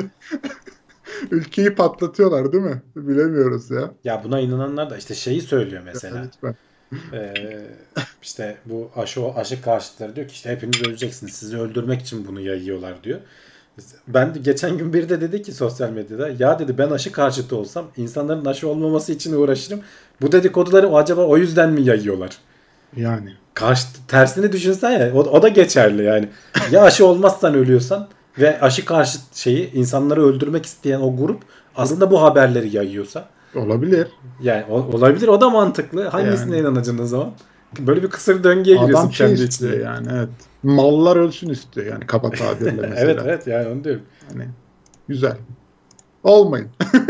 Ülkeyi patlatıyorlar değil mi? Bilemiyoruz ya. Ya buna inananlar da işte şeyi söylüyor Ya mesela. lütfen. Ee, işte bu aşı aşı karşıtları diyor ki işte hepiniz öleceksiniz. Sizi öldürmek için bunu yayıyorlar diyor. Ben de geçen gün biri de dedi ki sosyal medyada ya dedi ben aşı karşıtı olsam insanların aşı olmaması için uğraşırım. Bu dedikoduları acaba o yüzden mi yayıyorlar? Yani. karşı tersini düşünsen ya o, o da geçerli yani. Ya aşı olmazsan ölüyorsan ve aşı karşı şeyi insanları öldürmek isteyen o grup aslında bu haberleri yayıyorsa Olabilir. yani o- olabilir, o da mantıklı. Hangisine Yani. inanacaksın o zaman? Böyle bir kısır döngüye giriyorsun Adam şey kendi istiyor içinde. yani, evet. Mallar ölsün istiyor yani, kaba tabirle mesela. Evet evet yani onu diyorum. Hani güzel. Olmayın.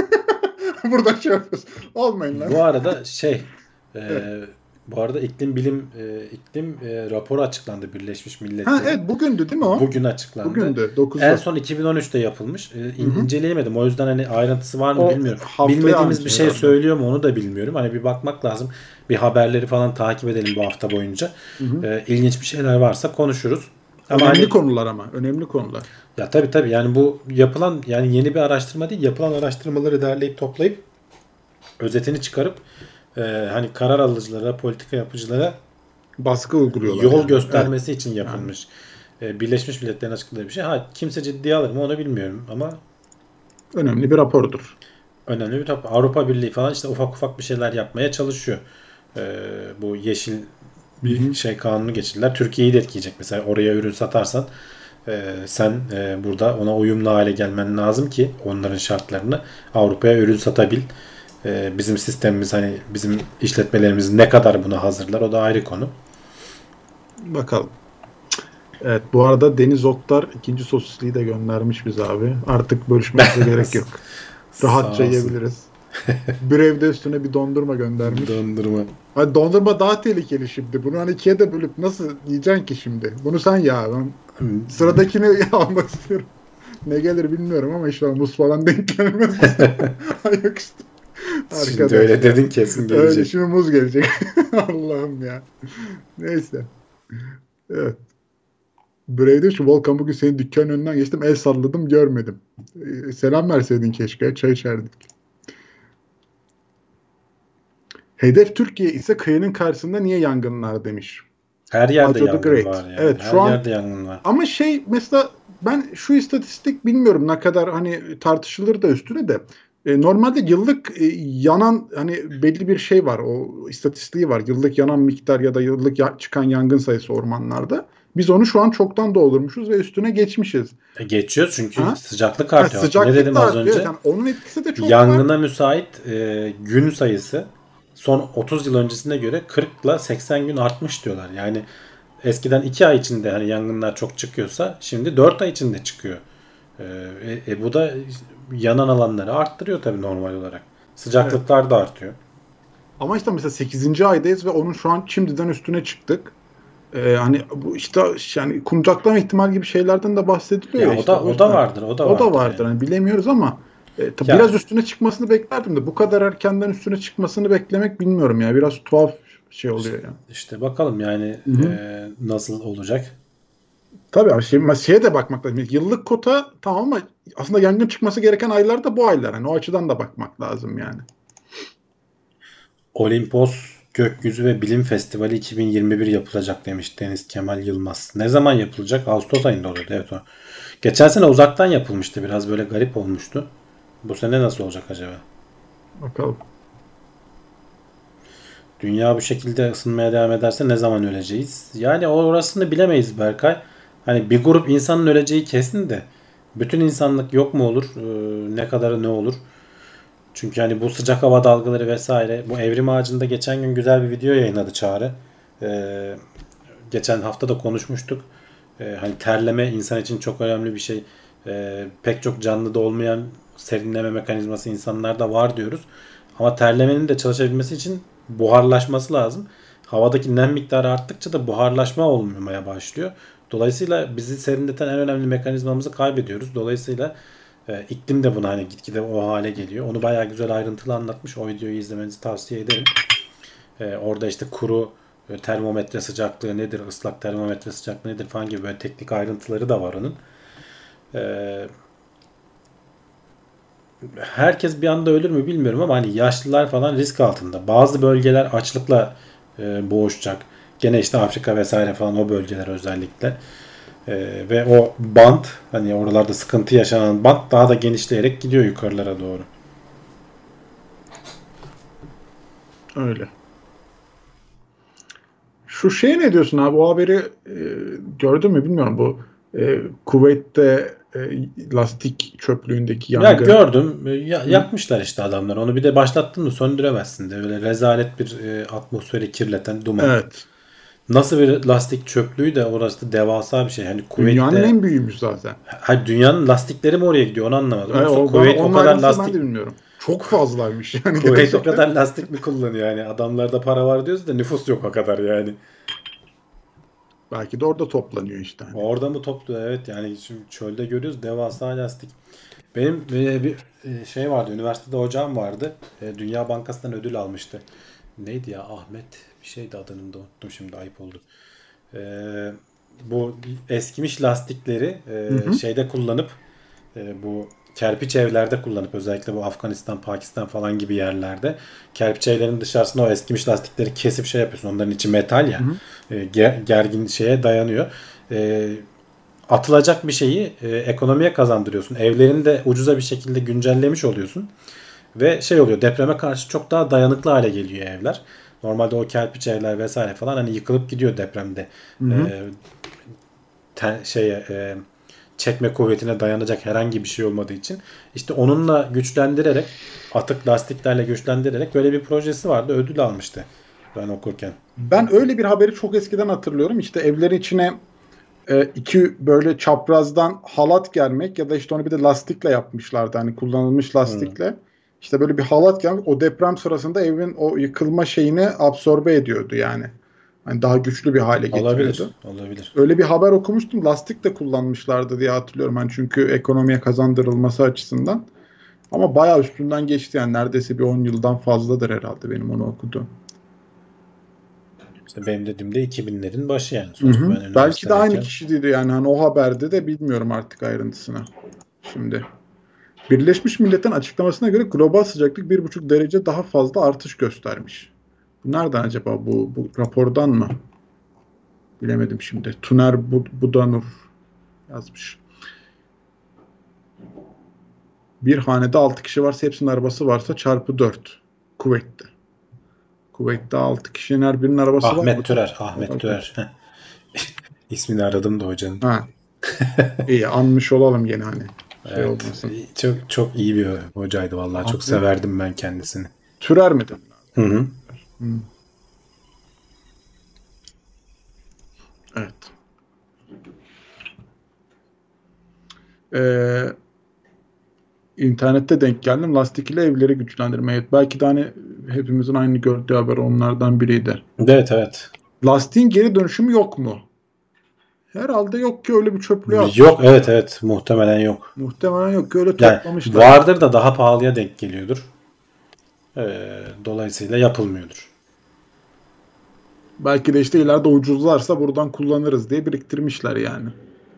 Burada şey yapıyoruz. Olmayın lan. Bu arada şey e, Evet. bu arada iklim bilim e, iklim e, raporu açıklandı Birleşmiş Ha Milletler'in. evet, bugündü değil mi o? Bugün açıklandı. Bugündü En dokuzda. son iki bin on üçte yapılmış. E, in- Hı hı. inceleyemedim. O yüzden hani ayrıntısı var mı O bilmiyorum. haftaya Bilmediğimiz anca bir şey herhalde. söylüyor mu onu da bilmiyorum. Hani bir bakmak lazım. Bir haberleri falan takip edelim bu hafta boyunca. Hı hı. E, ilginç bir şeyler varsa konuşuruz. Ama Önemli hani konular ama. Önemli konular. ya tabii tabii yani bu yapılan yani yeni bir araştırma değil, yapılan araştırmaları derleyip toplayıp özetini çıkarıp e, hani karar alıcılara, politika yapıcılara Baskı uyguluyorlar. yol yani. göstermesi Evet. için yapılmış. E, Birleşmiş Milletler'in açıkladığı bir şey. Ha kimse ciddiye alır mı onu bilmiyorum ama Önemli bir rapordur. önemli bir top. Avrupa Birliği falan işte ufak ufak bir şeyler yapmaya çalışıyor. E, bu yeşil bir Hı hı. şey kanunu geçirdiler. Türkiye'yi de etkileyecek. Mesela oraya ürün satarsan e, sen e, burada ona uyumlu hale gelmen lazım ki onların şartlarını Avrupa'ya ürün satabil. E, bizim sistemimiz hani bizim işletmelerimiz ne kadar buna hazırlar o da ayrı konu. Bakalım. Evet, bu arada Deniz Oktar ikinci sosisliği de göndermiş bize abi. Artık bölüşmemize gerek yok. Rahatça Sağ olsun. yiyebiliriz. Bir evde üstüne bir dondurma göndermiş. Dondurma. Hani dondurma daha tehlikeli şimdi. Bunu hani ikiye de bölüp nasıl yiyeceksin ki şimdi? Bunu sen ya. Ben sıradakini almak istiyorum. Ne gelir bilmiyorum ama inşallah muz falan denk gelmez. Ay yok işte. Şimdi Arkadaş öyle ya. dedin kesin Öyle gelecek. şimdi muz gelecek. Allah'ım ya. Neyse. Evet. Brave şu Volkan, bugün senin dükkanın önünden geçtim, el salladım, görmedim. Ee, selam verseydin keşke, çay içerdik. Hedef Türkiye ise kıyının karşısında niye yangınlar demiş. Her yerde Ajo the yangın Great. var yani. Evet Her şu an, yerde yangın var. ama şey mesela, ben şu istatistik bilmiyorum ne kadar hani tartışılır da üstüne de. E, normalde yıllık e, yanan hani belli bir şey var, o istatistiği var. Yıllık yanan miktar ya da yıllık ya- çıkan yangın sayısı ormanlarda. Biz onu şu an çoktan doldurmuşuz ve üstüne geçmişiz. E geçiyor çünkü Ha? sıcaklık Ha, artıyor. Ne sıcaklık dedim da az artıyor. önce? Yani onun etkisi de çok var. Yangına müsait e, gün sayısı son otuz yıl öncesine göre kırk ile seksen gün artmış diyorlar. Yani eskiden iki ay içinde hani yangınlar çok çıkıyorsa şimdi dört ay içinde çıkıyor. E, e, e, bu da yanan alanları arttırıyor tabii normal olarak. Sıcaklıklar da artıyor. Ama işte mesela sekizinci aydayız ve onun şu an şimdiden üstüne çıktık. Ee, hani bu işte yani kumcaklama ihtimal gibi şeylerden de bahsediliyor Ya ya, o işte da o o da yüzden. vardır, o da O da vardır vardır yani. hani, bilemiyoruz ama e, tabii Ya biraz üstüne çıkmasını beklerdim de bu kadar erkenden üstüne çıkmasını beklemek, bilmiyorum ya, biraz tuhaf şey oluyor ya. işte bakalım yani Hı hı. e, nasıl olacak. Tabii ama şey, şeye de bakmak lazım. Yıllık kota tamam ama aslında yangın çıkması gereken aylar da bu aylar. Hani o açıdan da bakmak lazım yani. Olimpos Gökyüzü ve Bilim Festivali iki bin yirmi bir yapılacak demiş Deniz Kemal Yılmaz. Ne zaman yapılacak? Ağustos ayında oluyordu. Evet o. Geçen sene uzaktan yapılmıştı. Biraz böyle garip olmuştu. Bu sene nasıl olacak acaba? Bakalım. Dünya bu şekilde ısınmaya devam ederse ne zaman öleceğiz? Yani orasını bilemeyiz Berkay. Hani bir grup insanın öleceği kesin de bütün insanlık yok mu olur? Ee, ne kadarı ne olur? Çünkü hani bu sıcak hava dalgaları vesaire. Bu Evrim Ağacı'nda geçen gün güzel bir video yayınladı Çağrı. Ee, geçen hafta da konuşmuştuk. Ee, hani terleme insan için çok önemli bir şey. Ee, pek çok canlıda olmayan serinleme mekanizması insanlarda var diyoruz. Ama terlemenin de çalışabilmesi için buharlaşması lazım. Havadaki nem miktarı arttıkça da buharlaşma olmaya başlıyor. Dolayısıyla bizi serinleten en önemli mekanizmamızı kaybediyoruz. Dolayısıyla e, iklim de buna hani gitgide o hale geliyor. Onu bayağı güzel ayrıntılı anlatmış. O videoyu izlemenizi tavsiye ederim. E, orada işte kuru e, termometre sıcaklığı nedir, ıslak termometre sıcaklığı nedir falan gibi böyle teknik ayrıntıları da var onun. E, herkes bir anda ölür mü bilmiyorum ama hani yaşlılar falan risk altında. Bazı bölgeler açlıkla e, boğuşacak. Gene işte Afrika vesaire falan o bölgeler özellikle. E, ve o bant hani oralarda sıkıntı yaşanan bant daha da genişleyerek gidiyor yukarılara doğru. Öyle. Şu şey ne diyorsun abi? O haberi e, gördün mü bilmiyorum. Bu e, Kuveyt'te e, lastik çöplüğündeki Ya yangın. gördüm. Ya, yakmışlar işte adamlar. Onu bir de başlattın mı söndüremezsin de. Böyle rezalet bir e, atmosferi kirleten duman. Evet. Nasıl bir lastik çöplüğü de orası da devasa bir şey. Hani Dünyanın Kuveyt'te en büyüğümüş zaten. ha, dünyanın lastikleri mi oraya gidiyor onu anlamadım. Evet, Yoksa o, Kuveyt onun o kadar ayrıntısını ben lastik de bilmiyorum. Çok fazlaymış yani. Kuveyt o gerçekten. kadar lastik mi kullanıyor yani? Adamlarda para var diyoruz da nüfus yok o kadar yani. Belki de orada toplanıyor işte. Hani. Orada mı topluyor? Evet yani şimdi çölde görüyoruz devasa lastik. Benim e, bir e, şey vardı. Üniversitede hocam vardı. E, Dünya Bankası'ndan ödül almıştı. Neydi ya? Ahmet bir şeydi adını da unuttum şimdi ayıp oldu. E, bu eskimiş lastikleri e, Hı hı. şeyde kullanıp e, bu kerpiç evlerde kullanıp özellikle bu Afganistan, Pakistan falan gibi yerlerde kerpiç evlerin dışarısında o eskimiş lastikleri kesip şey yapıyorsun. Onların içi metal ya. Hı hı. E, ger- gergin şeye dayanıyor. E, atılacak bir şeyi e, ekonomiye kazandırıyorsun. Evlerini de ucuza bir şekilde güncellemiş oluyorsun. Ve şey oluyor, depreme karşı çok daha dayanıklı hale geliyor evler. Normalde o kerpiç evler vesaire falan hani yıkılıp gidiyor depremde. Hı hı. E, te, şeye e, çekme kuvvetine dayanacak herhangi bir şey olmadığı için işte onunla güçlendirerek atık lastiklerle güçlendirerek böyle bir projesi vardı. Ödül almıştı ben okurken. Ben öyle bir haberi çok eskiden hatırlıyorum. İşte evlerin içine e, iki böyle çaprazdan halat germek ya da işte onu bir de lastikle yapmışlardı. Hani kullanılmış Hmm. lastikle. İşte böyle bir halat germek o deprem sırasında evin o yıkılma şeyini absorbe ediyordu yani. Hani daha güçlü bir hale Olabilir. getiriyordu. Olabilir. Öyle bir haber okumuştum. Lastik de kullanmışlardı diye hatırlıyorum. Hani çünkü ekonomiye kazandırılması açısından. Ama bayağı üstünden geçti yani. Neredeyse bir on yıldan fazladır herhalde benim onu okuduğum. İşte benim dediğimde iki binlerin başı yani. Hı Sonuçta hı. ben Belki de aynı üniversitedeyken. kişiydi yani. Hani o haberde de bilmiyorum artık ayrıntısını. Şimdi. Birleşmiş Milletler'in açıklamasına göre global sıcaklık bir buçuk derece daha fazla artış göstermiş. Bu nereden acaba? Bu, bu rapordan mı? Bilemedim şimdi. Tuner Budanur yazmış. Bir hanede altı kişi varsa hepsinin arabası varsa çarpı dört. Kuveyt'te. Kuveyt'te altı kişinin her birinin arabası var Ahmet mıdır? Türer. Ahmet Türer. İsmini aradım da hocanın. Ha, iyi anmış olalım gene hani. Şey Evet. olmasın. Çok çok iyi bir hocaydı vallahi. Çok Ahmet severdim ben kendisini. Türer midir? Hı hı. Hmm. Evet. Ee, internette denk geldim. Lastik ile evleri güçlendirme. Evet, belki de hani hepimizin aynı gördüğü haber onlardan biriydi. Evet evet. Lastiğin geri dönüşümü yok mu? Herhalde yok ki öyle bir çöplüğe Yok atmışlar. evet evet. Muhtemelen yok. Muhtemelen yok ki öyle Yani toplamışlar. vardır da daha pahalıya denk geliyordur. Ee, dolayısıyla yapılmıyordur. Belki de işte ileride ucuzlarsa buradan kullanırız diye biriktirmişler yani.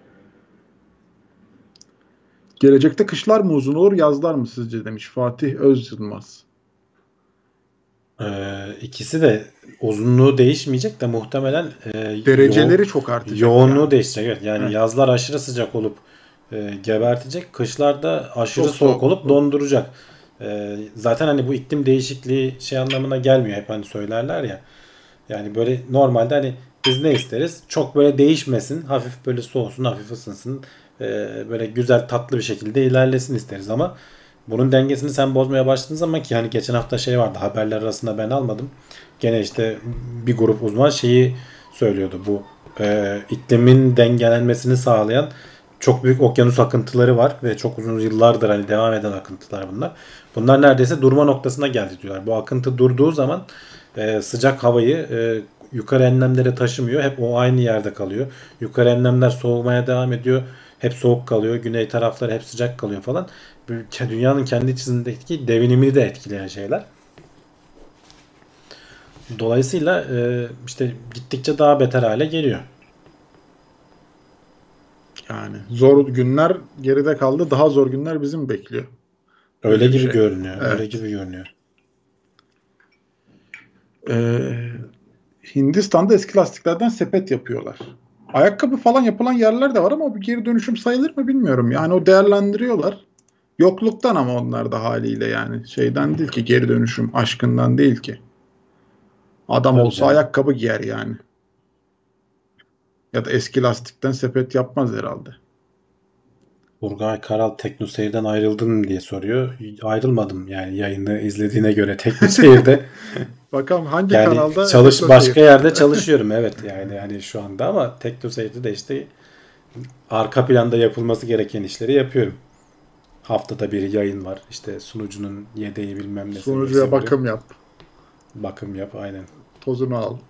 Gelecekte kışlar mı uzun olur, yazlar mı sizce demiş Fatih Özyılmaz. Ee, ikisi de uzunluğu değişmeyecek de muhtemelen e, Dereceleri yoğun, çok artacak yoğunluğu yani. değişecek. Evet. Yani Evet. yazlar aşırı sıcak olup e, gebertecek. Kışlarda aşırı Çok soğuk soğuk. olup donduracak. E, zaten hani bu iklim değişikliği şey anlamına gelmiyor. Hep hani söylerler ya. Yani böyle normalde hani biz ne isteriz? Çok böyle değişmesin. Hafif böyle soğusun, hafif ısınsın. E, böyle güzel tatlı bir şekilde ilerlesin isteriz ama bunun dengesini sen bozmaya başladığın zaman ki hani geçen hafta şey vardı haberler arasında ben almadım. Gene işte bir grup uzman şeyi söylüyordu bu e, iklimin dengelenmesini sağlayan çok büyük okyanus akıntıları var ve çok uzun yıllardır hani devam eden akıntılar bunlar. Bunlar neredeyse durma noktasına geldi diyorlar. Bu akıntı durduğu zaman e, sıcak havayı e, yukarı enlemlere taşımıyor. Hep o aynı yerde kalıyor. Yukarı enlemler soğumaya devam ediyor. Hep soğuk kalıyor. Güney tarafları hep sıcak kalıyor falan. Dünyanın kendi içindeki devinimini de etkileyen şeyler. Dolayısıyla e, işte gittikçe daha beter hale geliyor. Yani zor günler geride kaldı. Daha zor günler bizim bekliyor. Öyle Öyle bir gibi şey. görünüyor. Öyle Evet. gibi görünüyor. Ee, Hindistan'da eski lastiklerden sepet yapıyorlar. Ayakkabı falan yapılan yerler de var ama bu geri dönüşüm sayılır mı bilmiyorum. Yani o değerlendiriyorlar. Yokluktan ama onlar da haliyle yani. Şeyden değil ki geri dönüşüm aşkından değil ki. Adam Tabii olsa canım. ayakkabı giyer yani. Ya da eski lastikten sepet yapmaz herhalde. Burgay Karal TeknoSeyir'den ayrıldın mı diye soruyor. Ayrılmadım yani yayını izlediğine göre TeknoSeyir'de. Bakalım hangi Yani kanalda? çalış Teknoseyir. başka yerde çalışıyorum evet yani yani şu anda ama TeknoSeyir'de de işte arka planda yapılması gereken işleri yapıyorum. Haftada bir yayın var. İşte sunucunun yedeği bilmem nesi. Sunucuya nesi bakım yap. Bakım yap aynen. Tozunu al.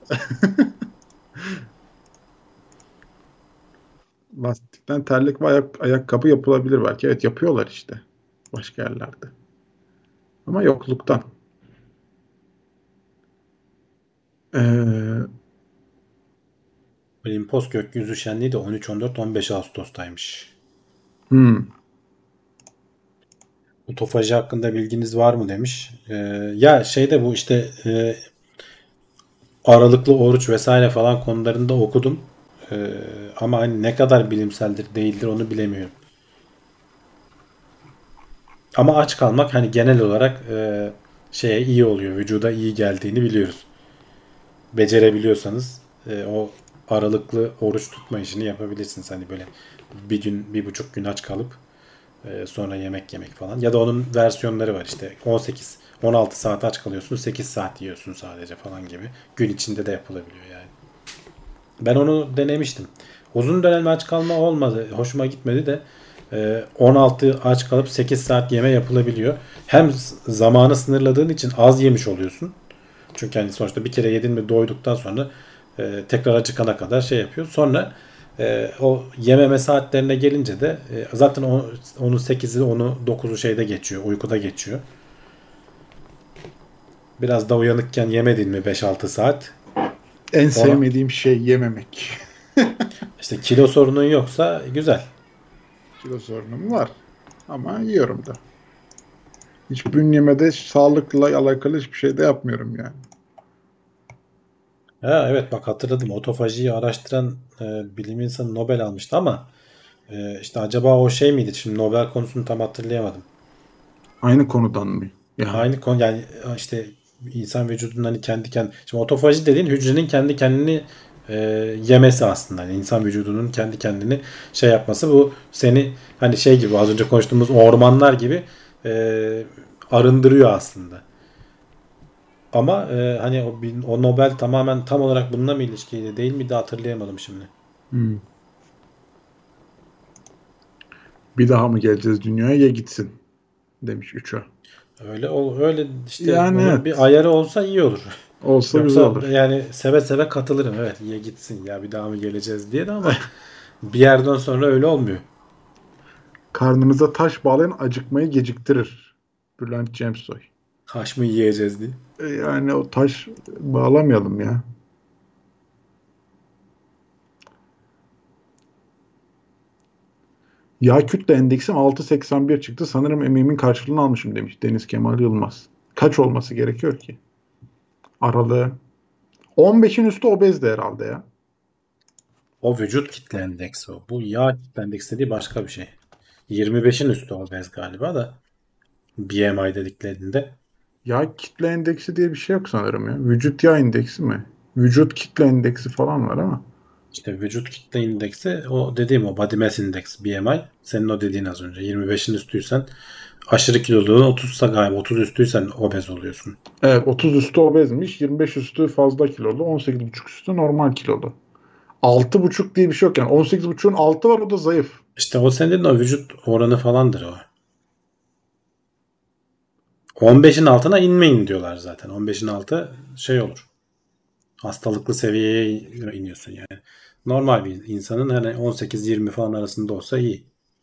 Lastikten terlik ve ayak, ayakkabı yapılabilir belki. Evet yapıyorlar işte. Başka yerlerde. Ama yokluktan. Ee, Olimpos gökyüzü şenliği de on üç on dört on beş Ağustos'taymış. hmm. Otofaji hakkında bilginiz var mı demiş. Ee, ya şeyde bu işte e, aralıklı oruç vesaire falan konularında okudum. Ee, ama hani ne kadar bilimseldir değildir onu bilemiyorum. Ama aç kalmak hani genel olarak e, şeye iyi oluyor. Vücuda iyi geldiğini biliyoruz. Becerebiliyorsanız e, o aralıklı oruç tutma işini yapabilirsiniz. Hani böyle bir gün, bir buçuk gün aç kalıp e, sonra yemek yemek falan. Ya da onun versiyonları var işte on sekiz on altı saat aç kalıyorsun, sekiz saat yiyorsun sadece falan gibi. Gün içinde de yapılabiliyor yani. Ben onu denemiştim. Uzun dönem aç kalma olmadı. Hoşuma gitmedi de e, on altı aç kalıp sekiz saat yeme yapılabiliyor. Hem zamanı sınırladığın için az yemiş oluyorsun. Çünkü hani sonuçta bir kere yedin mi doyduktan sonra e, tekrar acıkana kadar şey yapıyor. Sonra e, o yememe saatlerine gelince de e, zaten o, onun sekizi onu dokuzu şeyde geçiyor. Uykuda geçiyor. Biraz da uyanıkken yemedin mi beş altı saat En ona sevmediğim şey yememek. işte kilo sorunun yoksa güzel. Kilo sorunum var. Ama yiyorum da. Hiç bünyemede sağlıkla alakalı hiçbir şey de yapmıyorum yani. Ha, evet bak hatırladım. Otofajiyi araştıran e, bilim insanı Nobel almıştı ama e, işte acaba o şey miydi? Şimdi Nobel konusunu tam hatırlayamadım. Aynı konudan mı? Ya Aynı konu yani e, işte insan vücudunun hani kendi kendi şimdi otofaji dediğin hücrenin kendi kendini e, yemesi aslında. Yani insan vücudunun kendi kendini şey yapması bu seni hani şey gibi az önce konuştuğumuz ormanlar gibi e, arındırıyor aslında. Ama e, hani o, o Nobel tamamen tam olarak bununla mı ilişkili değil mi de hatırlayamadım şimdi. hmm. Bir daha mı geleceğiz dünyaya ya gitsin demiş Üço. Öyle ol öyle işte Yani onun bir evet. ayarı olsa iyi olur. Olsa güzel Yoksa olur. yani seve seve katılırım. Evet iyi gitsin ya bir daha mı geleceğiz diye de ama bir yerden sonra öyle olmuyor. Karnınıza taş bağlayın acıkmayı geciktirir. Bülent Cemsoy. Haş mı yiyeceğiz diye. E yani o taş bağlamayalım ya. Yağ kütle endeksim altı virgül seksen bir çıktı. Sanırım emeğimin karşılığını almışım demiş Deniz Kemal Yılmaz. Kaç olması gerekiyor ki? Aralığı. on beşin üstü obezdi herhalde ya. O vücut kitle endeksi o. Bu yağ kitle endeksi dediği başka bir şey. yirmi beşin üstü obez galiba da B M I dediklerinde. Yağ kitle endeksi diye bir şey yok sanırım ya. Vücut yağ endeksi mi? Vücut kitle endeksi falan var ama. İşte vücut kitle indeksi o dediğim o body mass index B M I. Senin o dediğin az önce. yirmi beşin üstüysen aşırı kiloluğun otuzsa galiba otuz üstüysen obez oluyorsun. Evet otuz üstü obezmiş. yirmi beş üstü fazla kilolu. on sekiz buçuk üstü normal kilolu. altı buçuk diye bir şey yok yani. on sekiz buçuğun altı var o da zayıf. İşte o senin dediğin o vücut oranı falandır o. on beşin altına inmeyin diyorlar zaten. on beşin altı şey olur. Hastalıklı seviyeye iniyorsun yani. Normal bir insanın hani on sekiz yirmi falan arasında olsa iyi.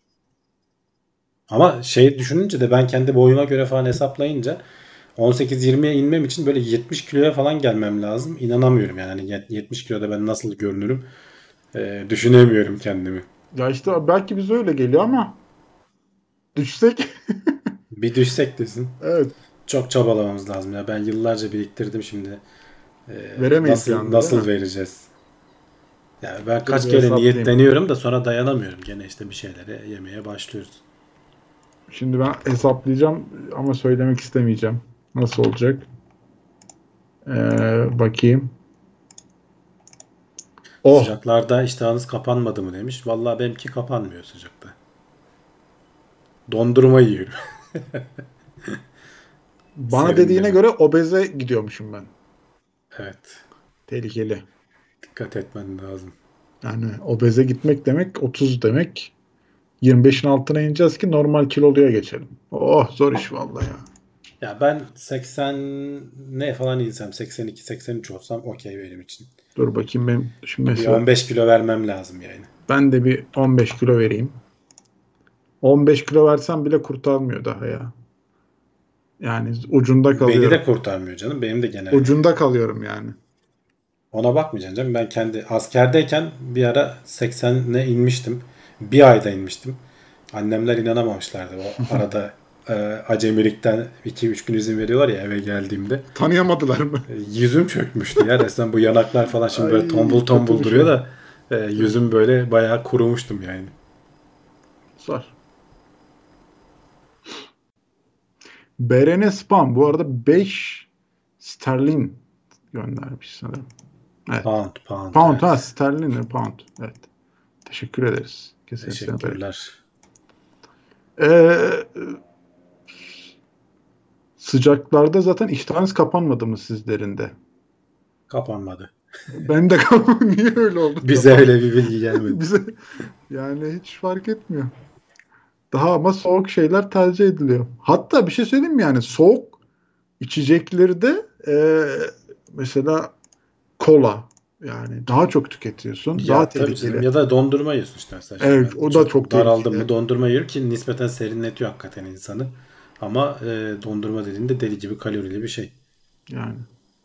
Ama şey düşününce de ben kendi boyuma göre falan hesaplayınca on sekiz yirmiye inmem için böyle yetmiş kiloya falan gelmem lazım. İnanamıyorum yani. Hani yetmiş kiloda ben nasıl görünürüm e, düşünemiyorum kendimi. Ya işte belki bize öyle geliyor ama düşsek Bir düşsek desin. evet Çok çabalamamız lazım ya. Ben yıllarca biriktirdim şimdi. E, veremeyiz bir nasıl anda değil nasıl mi? vereceğiz? Yani ben Dur kaç bir kere hesaplayayım. niyetleniyorum da sonra dayanamıyorum. Gene işte bir şeyleri yemeye başlıyoruz. Şimdi ben hesaplayacağım ama söylemek istemeyeceğim. Nasıl olacak? Ee, bakayım. Oh, Sıcaklarda iştahınız kapanmadı mı demiş. Vallahi benimki kapanmıyor sıcakta. Dondurma yiyorum. bana dediğine Serinleme. göre obeze gidiyormuşum ben. Evet. Tehlikeli. Dikkat etmen lazım. Yani obeze gitmek demek otuz demek. yirmi beşin altına ineceğiz ki normal kiloluya geçelim. Oh, zor iş vallahi ya. Ya ben seksen ne falan insem seksen iki seksen üç olsam okey benim için. Dur bakayım, benim şimdi Bir mesela on beş kilo vermem lazım yani. ben de bir on beş kilo vereyim. on beş kilo versem bile kurtarmıyor daha ya. Yani ucunda Beni kalıyorum. de kurtarmıyor canım. Benim de genelde. Ucunda kalıyorum yani. Ona bakmayacaksın canım. Ben kendi askerdeyken bir ara seksene inmiştim. Bir ayda inmiştim. Annemler inanamamışlardı. O arada e, acemilikten iki üç gün izin veriyorlar ya eve geldiğimde. Tanıyamadılar mı? E, yüzüm çökmüştü ya. Resmen bu yanaklar falan şimdi böyle Ay, tombul tombul kötü bir duruyor şey. da e, yüzüm böyle bayağı kurumuştum yani. Zor. B R N Spam bu arada beş sterlin göndermiş sanırım. Evet. Pound, pound, Pound, ha, evet. sterlin mi? Pound. Evet. Teşekkür ederiz. Kesinlikle bereket. Teşekkürler. Ee, sıcaklarda zaten iştahınız kapanmadı mı sizlerin de? Kapanmadı. Ben de kapan. Niye öyle oldu? Bize Kapan. öyle bir bilgi gelmedi. Bize yani hiç fark etmiyor. Daha ama soğuk şeyler tercih ediliyor. Hatta bir şey söyleyeyim mi, yani soğuk içecekleri de e, mesela kola, yani daha çok tüketiyorsun. Daha Ya tabii canım. tehlikeli. Ya da dondurma yiyorsun işte mesela. Şimdi Evet, ben o da çok çok daraldım mı tehlikeli. dondurma yiyorum ki nispeten serinletiyor hakikaten insanı. Ama e, dondurma dediğinde deli gibi kalorili bir şey. Yani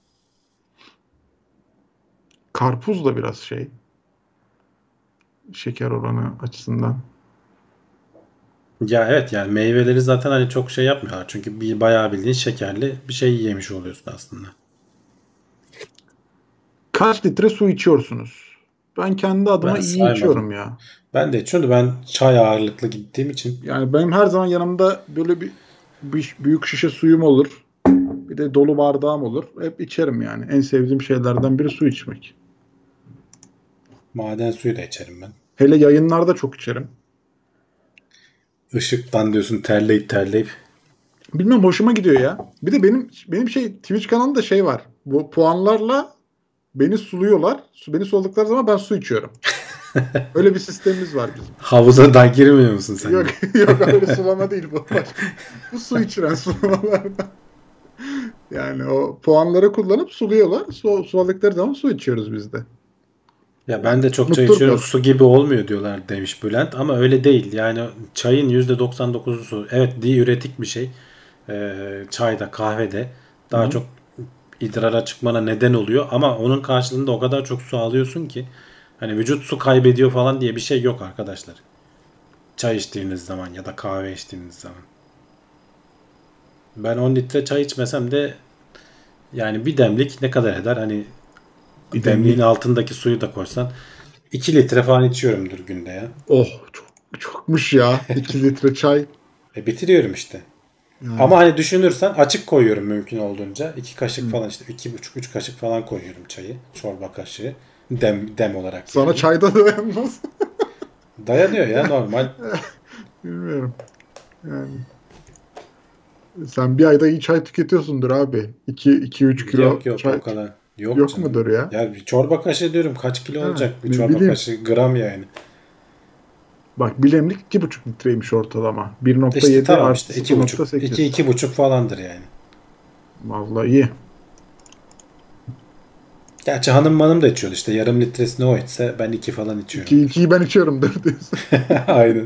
karpuz da biraz şey, şeker oranı açısından. Ya evet yani meyveleri zaten hani çok şey yapmıyorlar. Çünkü bir bayağı bildiğin şekerli bir şey yemiş oluyorsun aslında. Kaç litre su içiyorsunuz? Ben kendi adıma Ben iyi saymadım. içiyorum ya. Ben de içiyorum. Ben çay ağırlıklı gittiğim için Yani benim her zaman yanımda böyle bir, bir büyük şişe suyum olur. Bir de dolu bardağım olur. Hep içerim yani. En sevdiğim şeylerden biri su içmek. maden suyu da içerim ben. Hele yayınlarda çok içerim. Işıktan diyorsun terleyip terleyip. Bilmem, hoşuma gidiyor ya. Bir de benim benim şey Twitch kanalında şey var. Bu puanlarla beni suluyorlar. Su- Beni suladıkları zaman ben su içiyorum. Öyle bir sistemimiz var bizim. Havuza da girmiyor musun sen Yok de? yok, öyle sulama değil bu. Başka. Bu su içiren sulamalardan. Yani o puanları kullanıp suluyorlar. Su, suladıkları zaman su içiyoruz biz de. Ya ben de çok çay içiyorum. Unutturmuyorlar. Su gibi olmuyor diyorlar demiş Bülent. Ama öyle değil. Yani çayın yüzde doksan dokuzu su. Evet diüretik bir şey. Ee, çayda kahvede Hı daha hı. çok idrara çıkmana neden oluyor. Ama onun karşılığında o kadar çok su alıyorsun ki hani vücut su kaybediyor falan diye bir şey yok arkadaşlar. Çay içtiğiniz zaman ya da kahve içtiğiniz zaman. Ben on litre çay içmesem de yani bir demlik ne kadar eder? Hani Bir demliğin demlik. altındaki suyu da koysan iki litre falan içiyorumdur günde ya. Oh, çok çokmuş ya. iki litre çay. E bitiriyorum işte. Yani. Ama hani düşünürsen açık koyuyorum mümkün olduğunca. iki kaşık Hı. falan işte iki buçuk üç kaşık falan koyuyorum çayı. Çorba kaşığı. Dem, dem olarak Sana yani. çayda dayanmaz. Dayanıyor ya normal. Bilmiyorum. Yani sen bir ayda iyi çay tüketiyorsundur abi. iki iki üç kilo Yok yok o çay kadar. Yok yok canım. mudur ya? Ya bir çorba kaşığı diyorum kaç kilo Ha, olacak? Bir ne çorba bileyim. kaşığı gram yani. Bak, bilemlik iki buçuk litreymiş ortalama. İşte bir nokta yedi tamam artı işte iki buçuk. iki sıfır nokta sekiz. iki buçuk falandır yani. Vallahi iyi. Gerçi hanım manım da içiyordu işte yarım litresini o içse ben iki falan içiyorum. iki ikiyi ben içiyorum dur diyorsun. Aynen.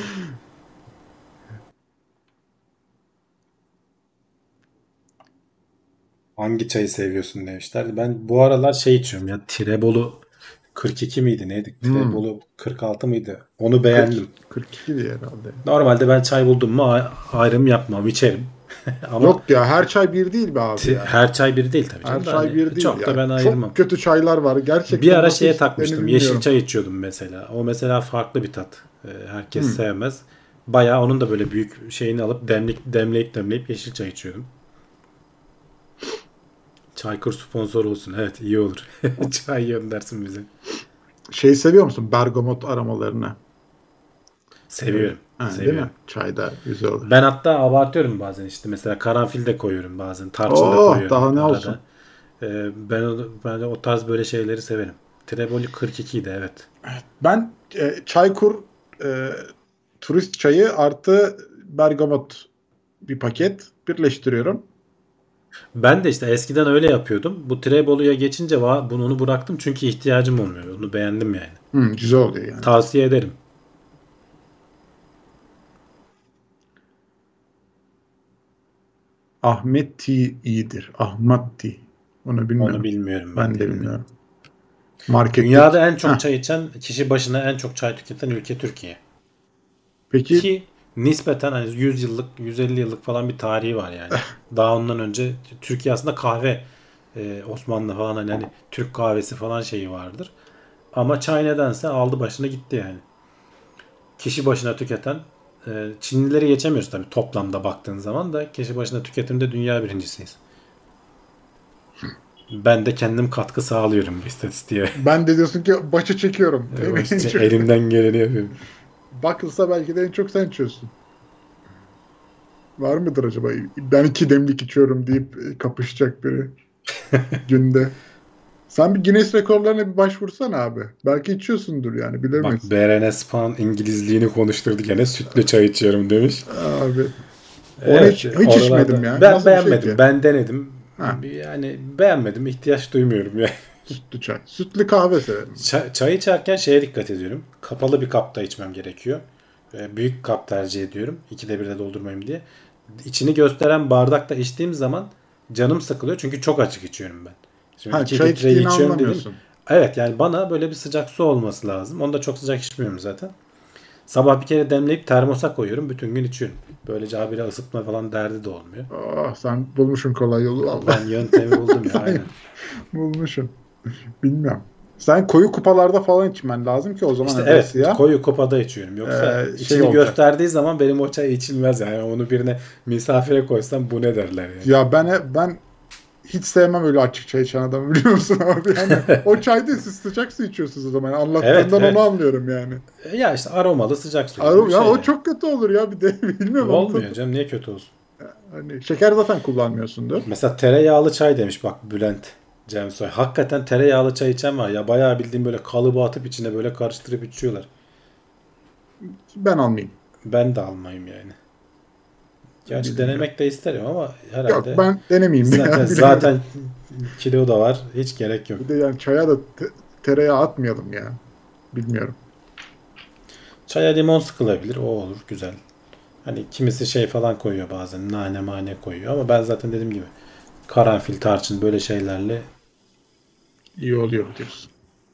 Hangi çayı seviyorsun demişler. Ben bu aralar şey içiyorum ya Tirebolu kırk iki miydi neydi? Hmm. Tirebolu kırk altı mıydı? Onu kırk, beğendim. kırk iki diye herhalde. Normalde ben çay buldum mu a- ayrım yapmam içerim. Ama Yok ya, her çay bir değil be abi ti- ya. her çay biri değil tabii Her canım da çay hani bir değil çok da ya. ben ayırmam. Çok kötü çaylar var. Bir Gerçekten ara nasıl şeye içtiklerini takmıştım. Yeşil bilmiyorum. çay içiyordum mesela. O mesela farklı bir tat. Ee, herkes Hmm. sevmez. Bayağı onun da böyle büyük şeyini alıp demlik demleyip demleyip yeşil çay içiyordum. Çaykur sponsor olsun. Evet iyi olur. Çay göndersin bize. Şey seviyor musun? Bergamot aromalarını. Böyle. Seviyorum. Ha, değil mi? Seviyorum. Çayda güzel olur. Ben hatta abartıyorum bazen işte. Mesela karanfil de koyuyorum bazen. Tarçın da Oh, koyuyorum daha ne arada. olsun. Ee, ben, o, ben de o tarz böyle şeyleri severim. Treboli kırk iki idi evet. Ben e, Çaykur e, turist çayı artı bergamot bir paket birleştiriyorum. Ben de işte eskiden öyle yapıyordum. Bu Trebolu'ya geçince va- bunu onu bıraktım çünkü ihtiyacım olmuyor. Onu beğendim yani. Hmm, güzel oluyor yani. Tavsiye ederim. Ahmet Tea iyidir. Ahmet Tea. Onu Onu bilmiyorum. bilmiyorum ben Ben de de bilmiyorum. bilmiyorum. Marketteki. Dünyada en çok Heh, çay içen, kişi başına en çok çay tüketen ülke Türkiye. peki Ki nispeten hani yüz yıllık, yüz elli yıllık falan bir tarihi var yani. Daha ondan önce Türkiye aslında kahve e, Osmanlı falan hani, hani Türk kahvesi falan şeyi vardır. Ama çay nedense aldı başına gitti yani. Kişi başına tüketen e, Çinlileri geçemiyoruz tabii toplamda baktığın zaman da kişi başına tüketimde dünya birincisiyiz. Ben de kendim katkı sağlıyorum bu istatistiğe. ben de diyorsun ki başa çekiyorum. Değil mi? En Başça çok- elimden geleni yapıyorum. Bakılsa belki de en çok sen içiyorsun. Var mıdır acaba? Ben iki demlik içiyorum deyip e, kapışacak biri günde. Sen bir Guinness rekorlarına bir başvursana abi. Belki içiyorsundur yani Bak bilemeyiz. B R N Span İngilizliğini konuşturdu gene sütlü çay içiyorum demiş. Abi onu Evet hiç, hiç içmedim oralarda ya. ben Nasıl bir şey beğenmedim ki? ben denedim Ha, yani beğenmedim ihtiyaç duymuyorum ya. sütlü çay. Sütlü kahve severim. Çay, çay içerken şeye dikkat ediyorum kapalı bir kapta içmem gerekiyor. Ee, büyük kap tercih ediyorum ikide birde doldurmayayım diye. İçini gösteren bardakta içtiğim zaman canım sıkılıyor çünkü çok açık içiyorum ben. Şimdi Ha, iki çay litreyi içtiğini içiyorum dedim. anlamıyorsun. Evet yani bana böyle bir sıcak su olması lazım. Onu da çok sıcak içmiyorum zaten. Sabah bir kere demleyip termosa koyuyorum. Bütün gün içiyorum. Böylece habire ısıtma falan derdi de olmuyor. Ah, sen bulmuşsun kolay yolu valla. Ben yöntemi buldum ya Sen aynen. bulmuşsun. Bilmiyorum. Sen koyu kupalarda falan içmen lazım ki o zaman İşte hani böyle evet siyah koyu kupada içiyorum. Yoksa e, şey içini olacak. gösterdiği zaman benim o çay içilmez yani. Onu birine misafire koysam bu ne derler yani. Ya ben ben hiç sevmem öyle açık çay içen adamı biliyor musun abi? Yani o çayda siz sıcak su içiyorsunuz o zaman. Evet Anlattığından onu evet. anlıyorum yani. Ya işte aromalı sıcak su gibi bir Abi, ya şey o yani. çok kötü olur ya bir de bilmiyorum onu Olmuyor tadı. canım niye kötü olsun. Hani şeker zaten kullanmıyorsundur. Mesela tereyağlı çay demiş bak Bülent Cemsoy. Hakikaten tereyağlı çay içen var ya. Bayağı bildiğim böyle kalıba atıp içine böyle karıştırıp içiyorlar. Ben almayayım. Ben de almayayım yani. Gerçi Bilmiyorum. denemek de isterim ama Yok herhalde ben denemeyeyim zaten ya bilemedim. zaten kilo da var. Hiç gerek yok. Bir de yani çaya da te- tereyağı atmayalım ya. Bilmiyorum. Çaya limon sıkılabilir. O olur. Güzel. Hani kimisi şey falan koyuyor bazen. Nane mane koyuyor. Ama ben zaten dediğim gibi karanfil, tarçın böyle şeylerle İyi oluyor diyorsun.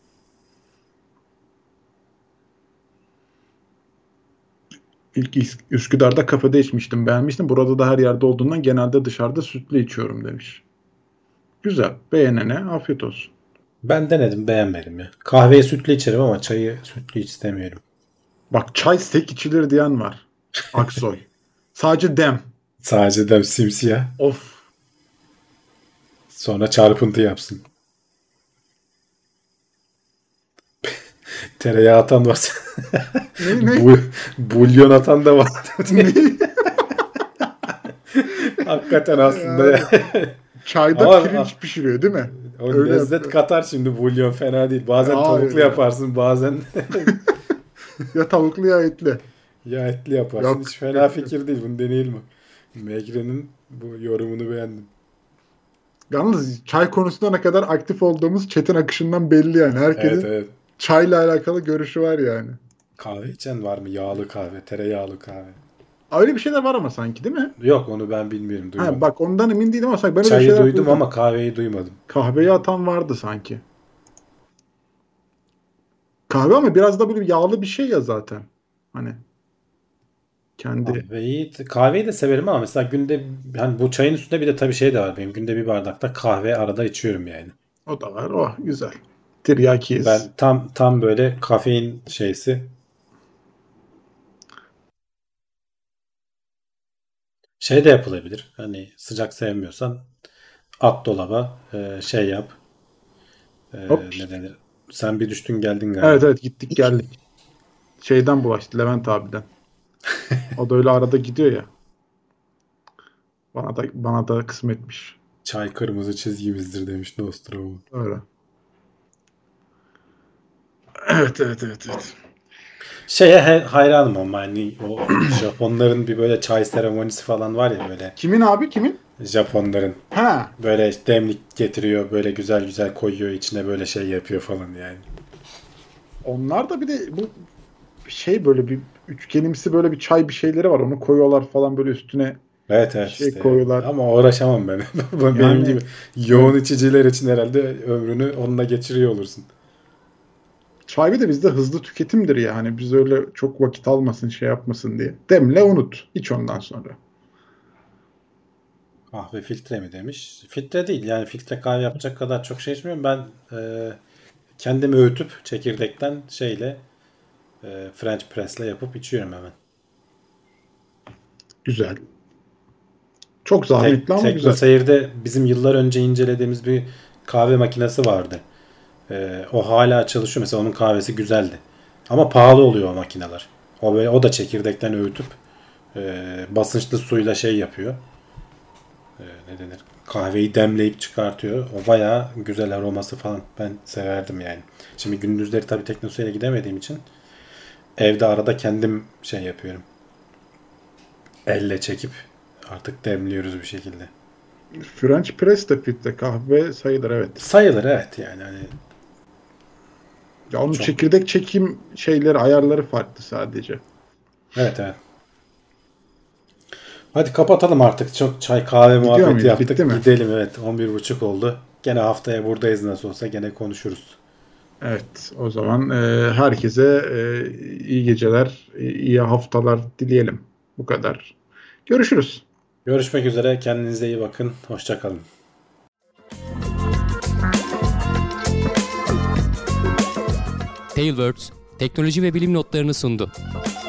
İlk İs- Üsküdar'da kafede içmiştim. Beğenmiştim. Burada da her yerde olduğundan genelde dışarıda sütlü içiyorum demiş. Güzel. Beğenene afiyet olsun. ben denedim beğenmedim ya. Kahveyi sütlü içerim ama çayı sütlü hiç istemiyorum. Bak çay sek içilir diyen var. Aksoy. Sadece dem. Sadece de simsiyah. Of. Sonra çarpıntı yapsın. Tereyağı atan var. Ne ne? Bu, bulyon atan da var. Ne? Hakikaten aslında Yani ya. çayda Ama pirinç pişiriyor değil mi? o Öyle lezzet yapıyor. katar şimdi bulyon fena değil. Bazen Hayır tavuklu ya. yaparsın bazen Ya tavuklu ya etli. ya etli yaparsın. Yok Hiç fena yok yok. fikir değil. Bunu deneyelim mi? Megre'nin bu yorumunu beğendim. Yalnız çay konusunda ne kadar aktif olduğumuz chat'in akışından belli yani. Evet Herkesin evet. çayla alakalı görüşü var yani. Kahve içen var mı? Yağlı kahve, tereyağlı kahve. Öyle bir şeyler var ama sanki değil mi? Yok onu ben bilmiyorum, Ha, duymadım. bak ondan emin değilim ama sanki ben öyle bir Çayı şeyler duydum duydum. ama kahveyi duymadım. Kahveyi atan vardı sanki. Kahve ama biraz da böyle yağlı bir şey ya zaten. Hani kendi Kahveyi, kahveyi de severim ama mesela günde hani bu çayın üstünde bir de tabii şey de var benim. Günde bir bardakta kahve arada içiyorum yani. o da var. Oh güzel. Tiryakiyiz. Ben tam tam böyle kafein şeysi. Şey de yapılabilir. Hani sıcak sevmiyorsan at dolaba e, şey yap. E, Hop ne denir? Sen bir düştün geldin galiba. Evet evet gittik geldik. Şeyden bulaştı Levent abiden. O da öyle arada gidiyor ya. Bana da bana da kısmetmiş. Çay kırmızı çizgimizdir demiş Nostromo. Öyle. Evet evet evet evet. Şeye he- hayranım ama hani o Japonların bir böyle çay seremonisi falan var ya böyle. Kimin abi kimin? Japonların Ha. böyle demlik getiriyor, böyle güzel güzel koyuyor, içine böyle şey yapıyor falan yani. Onlar da bir de bu şey böyle bir üçgenimsi böyle bir çay bir şeyleri var. Onu koyuyorlar falan böyle üstüne Evet evet şey işte. koyuyorlar. Ama uğraşamam ben. Benim Yani- gibi yoğun içiciler için herhalde ömrünü onunla geçiriyor olursun. Çay bir de bizde hızlı tüketimdir ya. Hani biz öyle çok vakit almasın şey yapmasın diye. Demle unut. İç ondan sonra. Kahve filtre mi demiş? Filtre değil yani, filtre kahve yapacak kadar çok şey içmiyorum. Ben e, kendimi öğütüp çekirdekten şeyle e, French press'le yapıp içiyorum hemen. Güzel. Çok Tek, zahmetli ama güzel. Teknoseyir'de bizim yıllar önce incelediğimiz bir kahve makinesi vardı. E, o hala çalışıyor. Mesela onun kahvesi güzeldi. Ama pahalı oluyor o makineler. O böyle, o da çekirdekten öğütüp e, basınçlı suyla şey yapıyor. E, ne denir? Kahveyi demleyip çıkartıyor. O bayağı güzel aroması falan. Ben severdim yani. Şimdi gündüzleri tabii Teknoseyir'e gidemediğim için evde arada kendim şey yapıyorum. Elle çekip artık demliyoruz bir şekilde. French press de filtre kahve sayılır evet. Sayılır evet yani hani Ya onun Çok. çekirdek çekim şeyleri ayarları farklı sadece. evet evet. Hadi kapatalım artık. Çok çay kahve Gidiyor muhabbeti muyuz? yaptık. Bitti mi? Gidelim evet. on bir buçuk oldu. Gene haftaya buradayız nasıl olsa. Gene konuşuruz. Evet o zaman e, herkese e, iyi geceler, e, iyi haftalar dileyelim. Bu kadar. Görüşürüz. Görüşmek üzere. Kendinize iyi bakın. Hoşça kalın. Tailwords teknoloji ve bilim notlarını sundu.